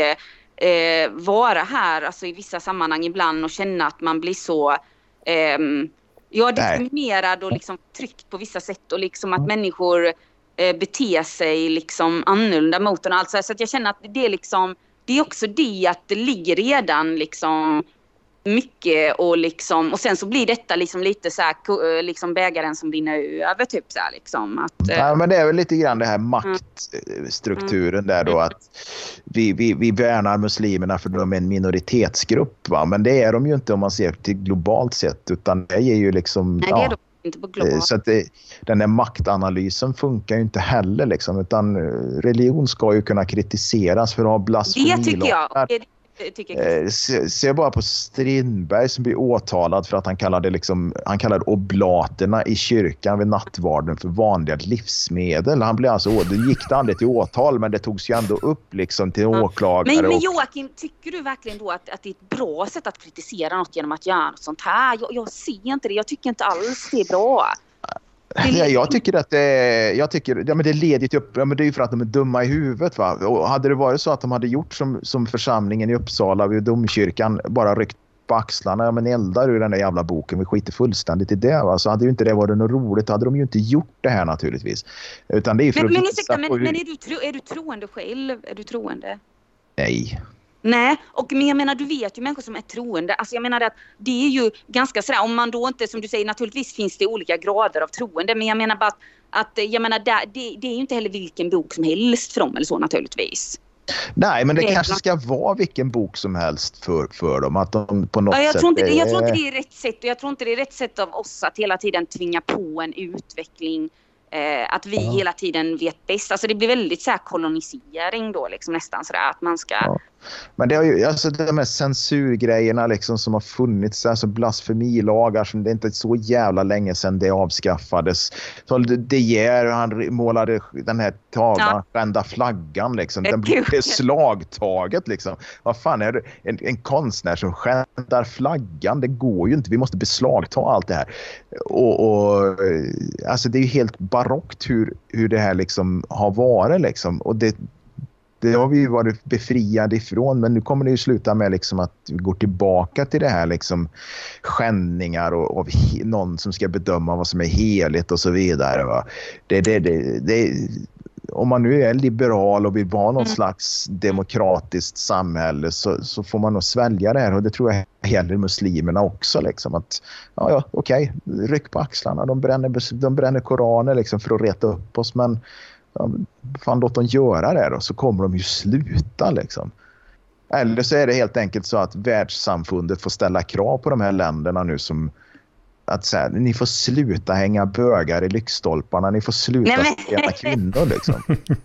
eh, vara här alltså i vissa sammanhang ibland och känna att man blir så eh, ja, diskriminerad och liksom tryckt på vissa sätt, och liksom att människor eh, beter sig liksom annorlunda mot en, alltså, så att jag känner att det är liksom, det är också det att det ligger redan liksom mycket, och liksom, och sen så blir detta liksom lite så här liksom bägaren som vinner över typ så här liksom att ja, men det är väl lite grann det här maktstrukturen mm. där då, att vi, vi, vi värnar muslimerna för de är en minoritetsgrupp, va? Men det är de ju inte om man ser till globalt sett, utan det är ju liksom nej, det är de inte på globalt. Så att det, den där maktanalysen funkar ju inte heller liksom, utan religion ska ju kunna kritiseras för att ha blasfemi. Det tycker jag. Det Eh, se, se bara på Strindberg som blir åtalad för att han kallade, liksom, han kallade oblaterna i kyrkan vid nattvarden för vanliga livsmedel. Han blev alltså, det gick det aldrig till åtal, men det togs ju ändå upp liksom till ja. åklagare. Men, men Joakim, tycker du verkligen då att, att det är ett bra sätt att kritisera något genom att göra något sånt här? Jag, jag ser inte det, jag tycker inte alls det är bra. Ja, jag tycker att det, jag tycker, ja, men det leder till upp, ja, men det är ju för att de är dumma i huvudet, va? Och hade det varit så att de hade gjort som, som församlingen i Uppsala vid domkyrkan, bara ryckt på axlarna, ja, men eldar ur den där jävla boken, vi skiter fullständigt i det, va? Så hade ju inte det varit något roligt, hade de ju inte gjort det här naturligtvis. Utan det är för men, att men, visa ursäkta, men, hur... men är, du tro, är du troende själv? Är du troende? Nej. Nej, och men jag menar, du vet ju människor som är troende. Alltså jag menar att det är ju ganska sådär, om man då inte, som du säger, naturligtvis finns det olika grader av troende, men jag menar bara att, att jag menar, det, det är ju inte heller vilken bok som helst för dem eller så naturligtvis. Nej, men det, det kanske är... ska vara vilken bok som helst för, för dem, att de på något ja, jag sätt... Tror inte, är... jag tror inte det är rätt sätt, och jag tror inte det är rätt sätt av oss att hela tiden tvinga på en utveckling. Eh, att vi ja. hela tiden vet bäst. Alltså det blir väldigt så här kolonisering då liksom, nästan sådär att man ska... Ja. Men det har ju, alltså de här censurgrejerna liksom som har funnits, alltså blasfemilagar som det är inte så jävla länge sedan det avskaffades. Så De Geer, han målade den här tavlan, ja. Rända flaggan liksom. Den blev beslagtaget liksom. Vad fan är det? En, en konstnär som skändar flaggan, det går ju inte. Vi måste beslagta allt det här. Och, och alltså det är ju helt barockt hur, hur det här liksom har varit liksom. Och det Det har vi ju varit befriade ifrån, men nu kommer det ju sluta med liksom att vi går tillbaka till det här liksom skändningar och, och någon som ska bedöma vad som är heligt och så vidare. Va? Det, det, det, det, om man nu är liberal och vill ha något mm. slags demokratiskt samhälle så, så får man nog svälja det här, och det tror jag gäller muslimerna också. Liksom, att, ja, ja, okej, ryck på axlarna, de bränner, de bränner koraner liksom för att reta upp oss, men ja, fan, låt dem göra det då, så kommer de ju sluta liksom. Eller så är det helt enkelt så att världssamfundet får ställa krav på de här länderna nu, som att säga, ni får sluta hänga bögar i lyktstolparna, ni får sluta spela kvinnor liksom.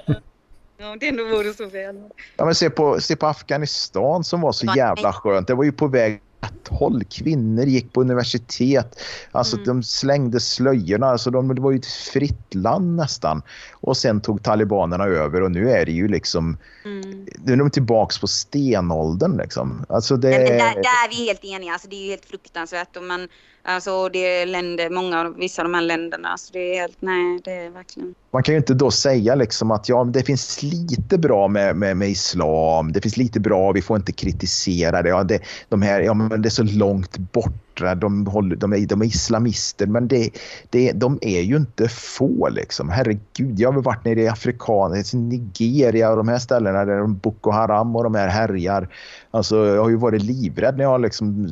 Ja, det ändå vore så fel. Ja, men se på, se på Afghanistan som var så jävla skönt. Det var ju på väg att håll kvinnor gick på universitet. Alltså mm. de slängde slöjorna. Alltså de, det var ju ett fritt land nästan. Och sen tog talibanerna över, och nu är det ju liksom mm. nu är de tillbaks på stenåldern liksom. Alltså det... Nej, men där, där är vi helt eniga. Alltså det är ju helt fruktansvärt. Och man, alltså det är länder, många, vissa av de här länderna. Alltså det är helt, nej, det är verkligen... Man kan ju inte då säga liksom att ja, det finns lite bra med, med, med islam. Det finns lite bra, vi får inte kritisera det. Ja, det, de här, ja, men det är så långt bort. De, håller, de, är, de är islamister, men det, det, de är ju inte få liksom. Herregud, jag har varit nere i Afrikan, Nigeria och de här ställena där de Boko Haram och de här härjar. Alltså, jag har ju varit livrädd när jag har liksom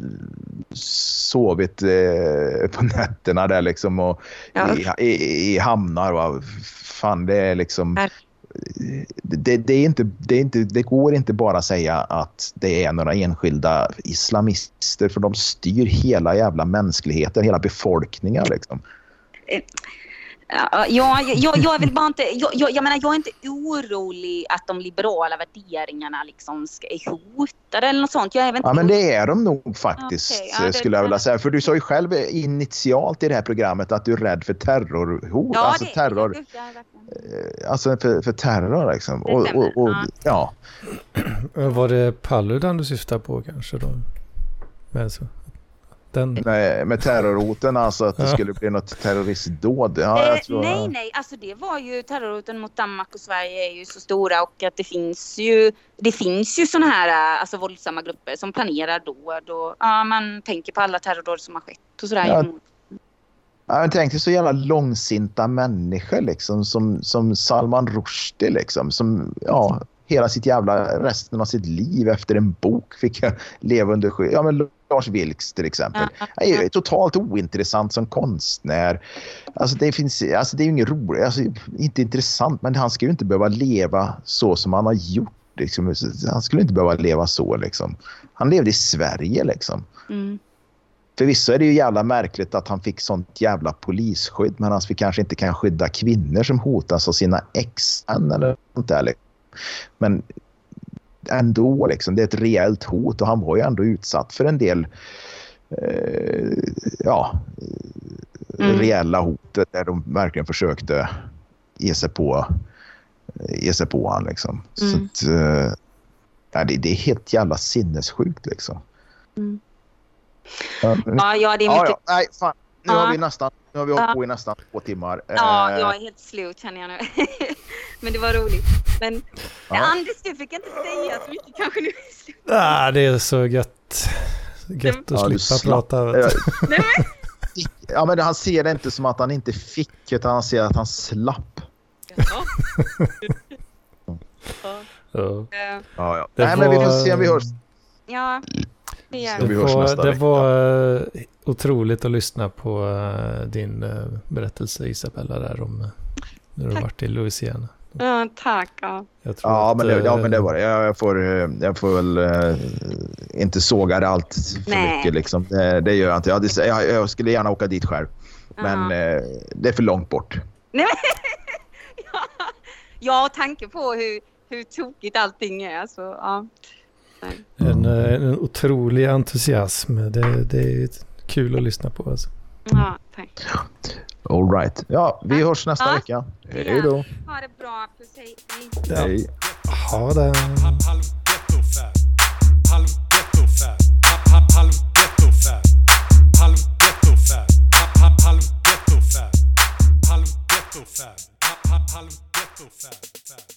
sovit eh, på nätterna där liksom, och ja. i, i, i hamnar. Va? Fan, det är liksom... Här. Det, det, är inte, det, är inte, det går inte bara att säga att det är några enskilda islamister, för de styr hela jävla mänskligheten, hela befolkningen liksom. Ja, jag, jag, jag vill bara inte jag, jag, jag menar, jag är inte orolig att de liberala värderingarna liksom ska är hotade eller något sånt. Jag är inte ja, men det är de nog faktiskt, okay, ja, det, skulle jag vilja säga. För du sa ju själv initialt i det här programmet att du är rädd för terrorhot. Ja, alltså det, terror. det, det, alltså för, för terror liksom. Det och, och, och, ja. Var det Paludan du syftar på kanske då? Men så. Den... Med, med terrorhoten, alltså att det ja. skulle bli något terroristdåd. Ja, jag tror, nej, nej, alltså det var ju terrorhoten mot Danmark och Sverige är ju så stora, och att det finns ju det finns ju såna här alltså våldsamma grupper som planerar dåd, och ja, man tänker på alla terrordåd som har skett och sådär. Ja. Ja, jag tänkte så jävla långsinta människor liksom, som, som Salman Rushdie liksom, som ja, hela sitt jävla resten av sitt liv efter en bok fick jag leva under skydd. Ja, men Lars Vilks till exempel. Han är ju totalt ointressant som konstnär. Alltså det finns, alltså det är ju inget roligt, alltså inte intressant, men han ska ju inte behöva leva så som han har gjort liksom. Han skulle inte behöva leva så liksom. Han levde i Sverige liksom. Mm. Förvisso är det ju jävla märkligt att han fick sånt jävla polisskydd, men han kanske inte kan skydda kvinnor som hotas av sina ex eller sånt där liksom. Men ändå liksom, det är ett reellt hot, och han var ju ändå utsatt för en del eh, ja mm. reella hot där de verkligen försökte ge sig på ge sig på han liksom. Mm. Så att, eh, ja, det, det är helt jävla sinnessjukt liksom. Mm. Ja, ja, det är mycket... Ja, ja. Nej, fan. nu har vi nästan, nu har vi hållit på i nästan två timmar. Ja, jag är helt slut känner jag nu. Men det var roligt. Men ja. Anders, du fick inte säga så mycket kanske nu är slut. Ah, det är så gött. Gött att ja, slippa prata. Ja, men han ser det inte som att han inte fick, utan han ser att han slapp. Ja. Ja. Ja, ja. Nej, var... men vi får se om vi hörs. Ja, det gör vi. vi hörs nästa det vecka. var uh, otroligt att lyssna på uh, din uh, berättelse, Isabella, där om uh, när du har varit i Louisiana. Ja, tack. Ja, ja, att, men det, ja men det var det. Jag, jag, får, jag får väl uh, inte såga det allt för nej. mycket. Liksom. Det, det gör jag inte. Jag, det, jag, jag skulle gärna åka dit själv. Men uh, det är för långt bort. Nej, ja, ja, tanke på hur, hur tokigt allting är. Så, ja. En, en otrolig entusiasm. Det, det är kul att lyssna på. Alltså. Ja, tack. All right. Ja, vi ja. hörs nästa ja. vecka. Hej då. Ha det bra. Puss, hej. Ja. Hej. Ha det. Halv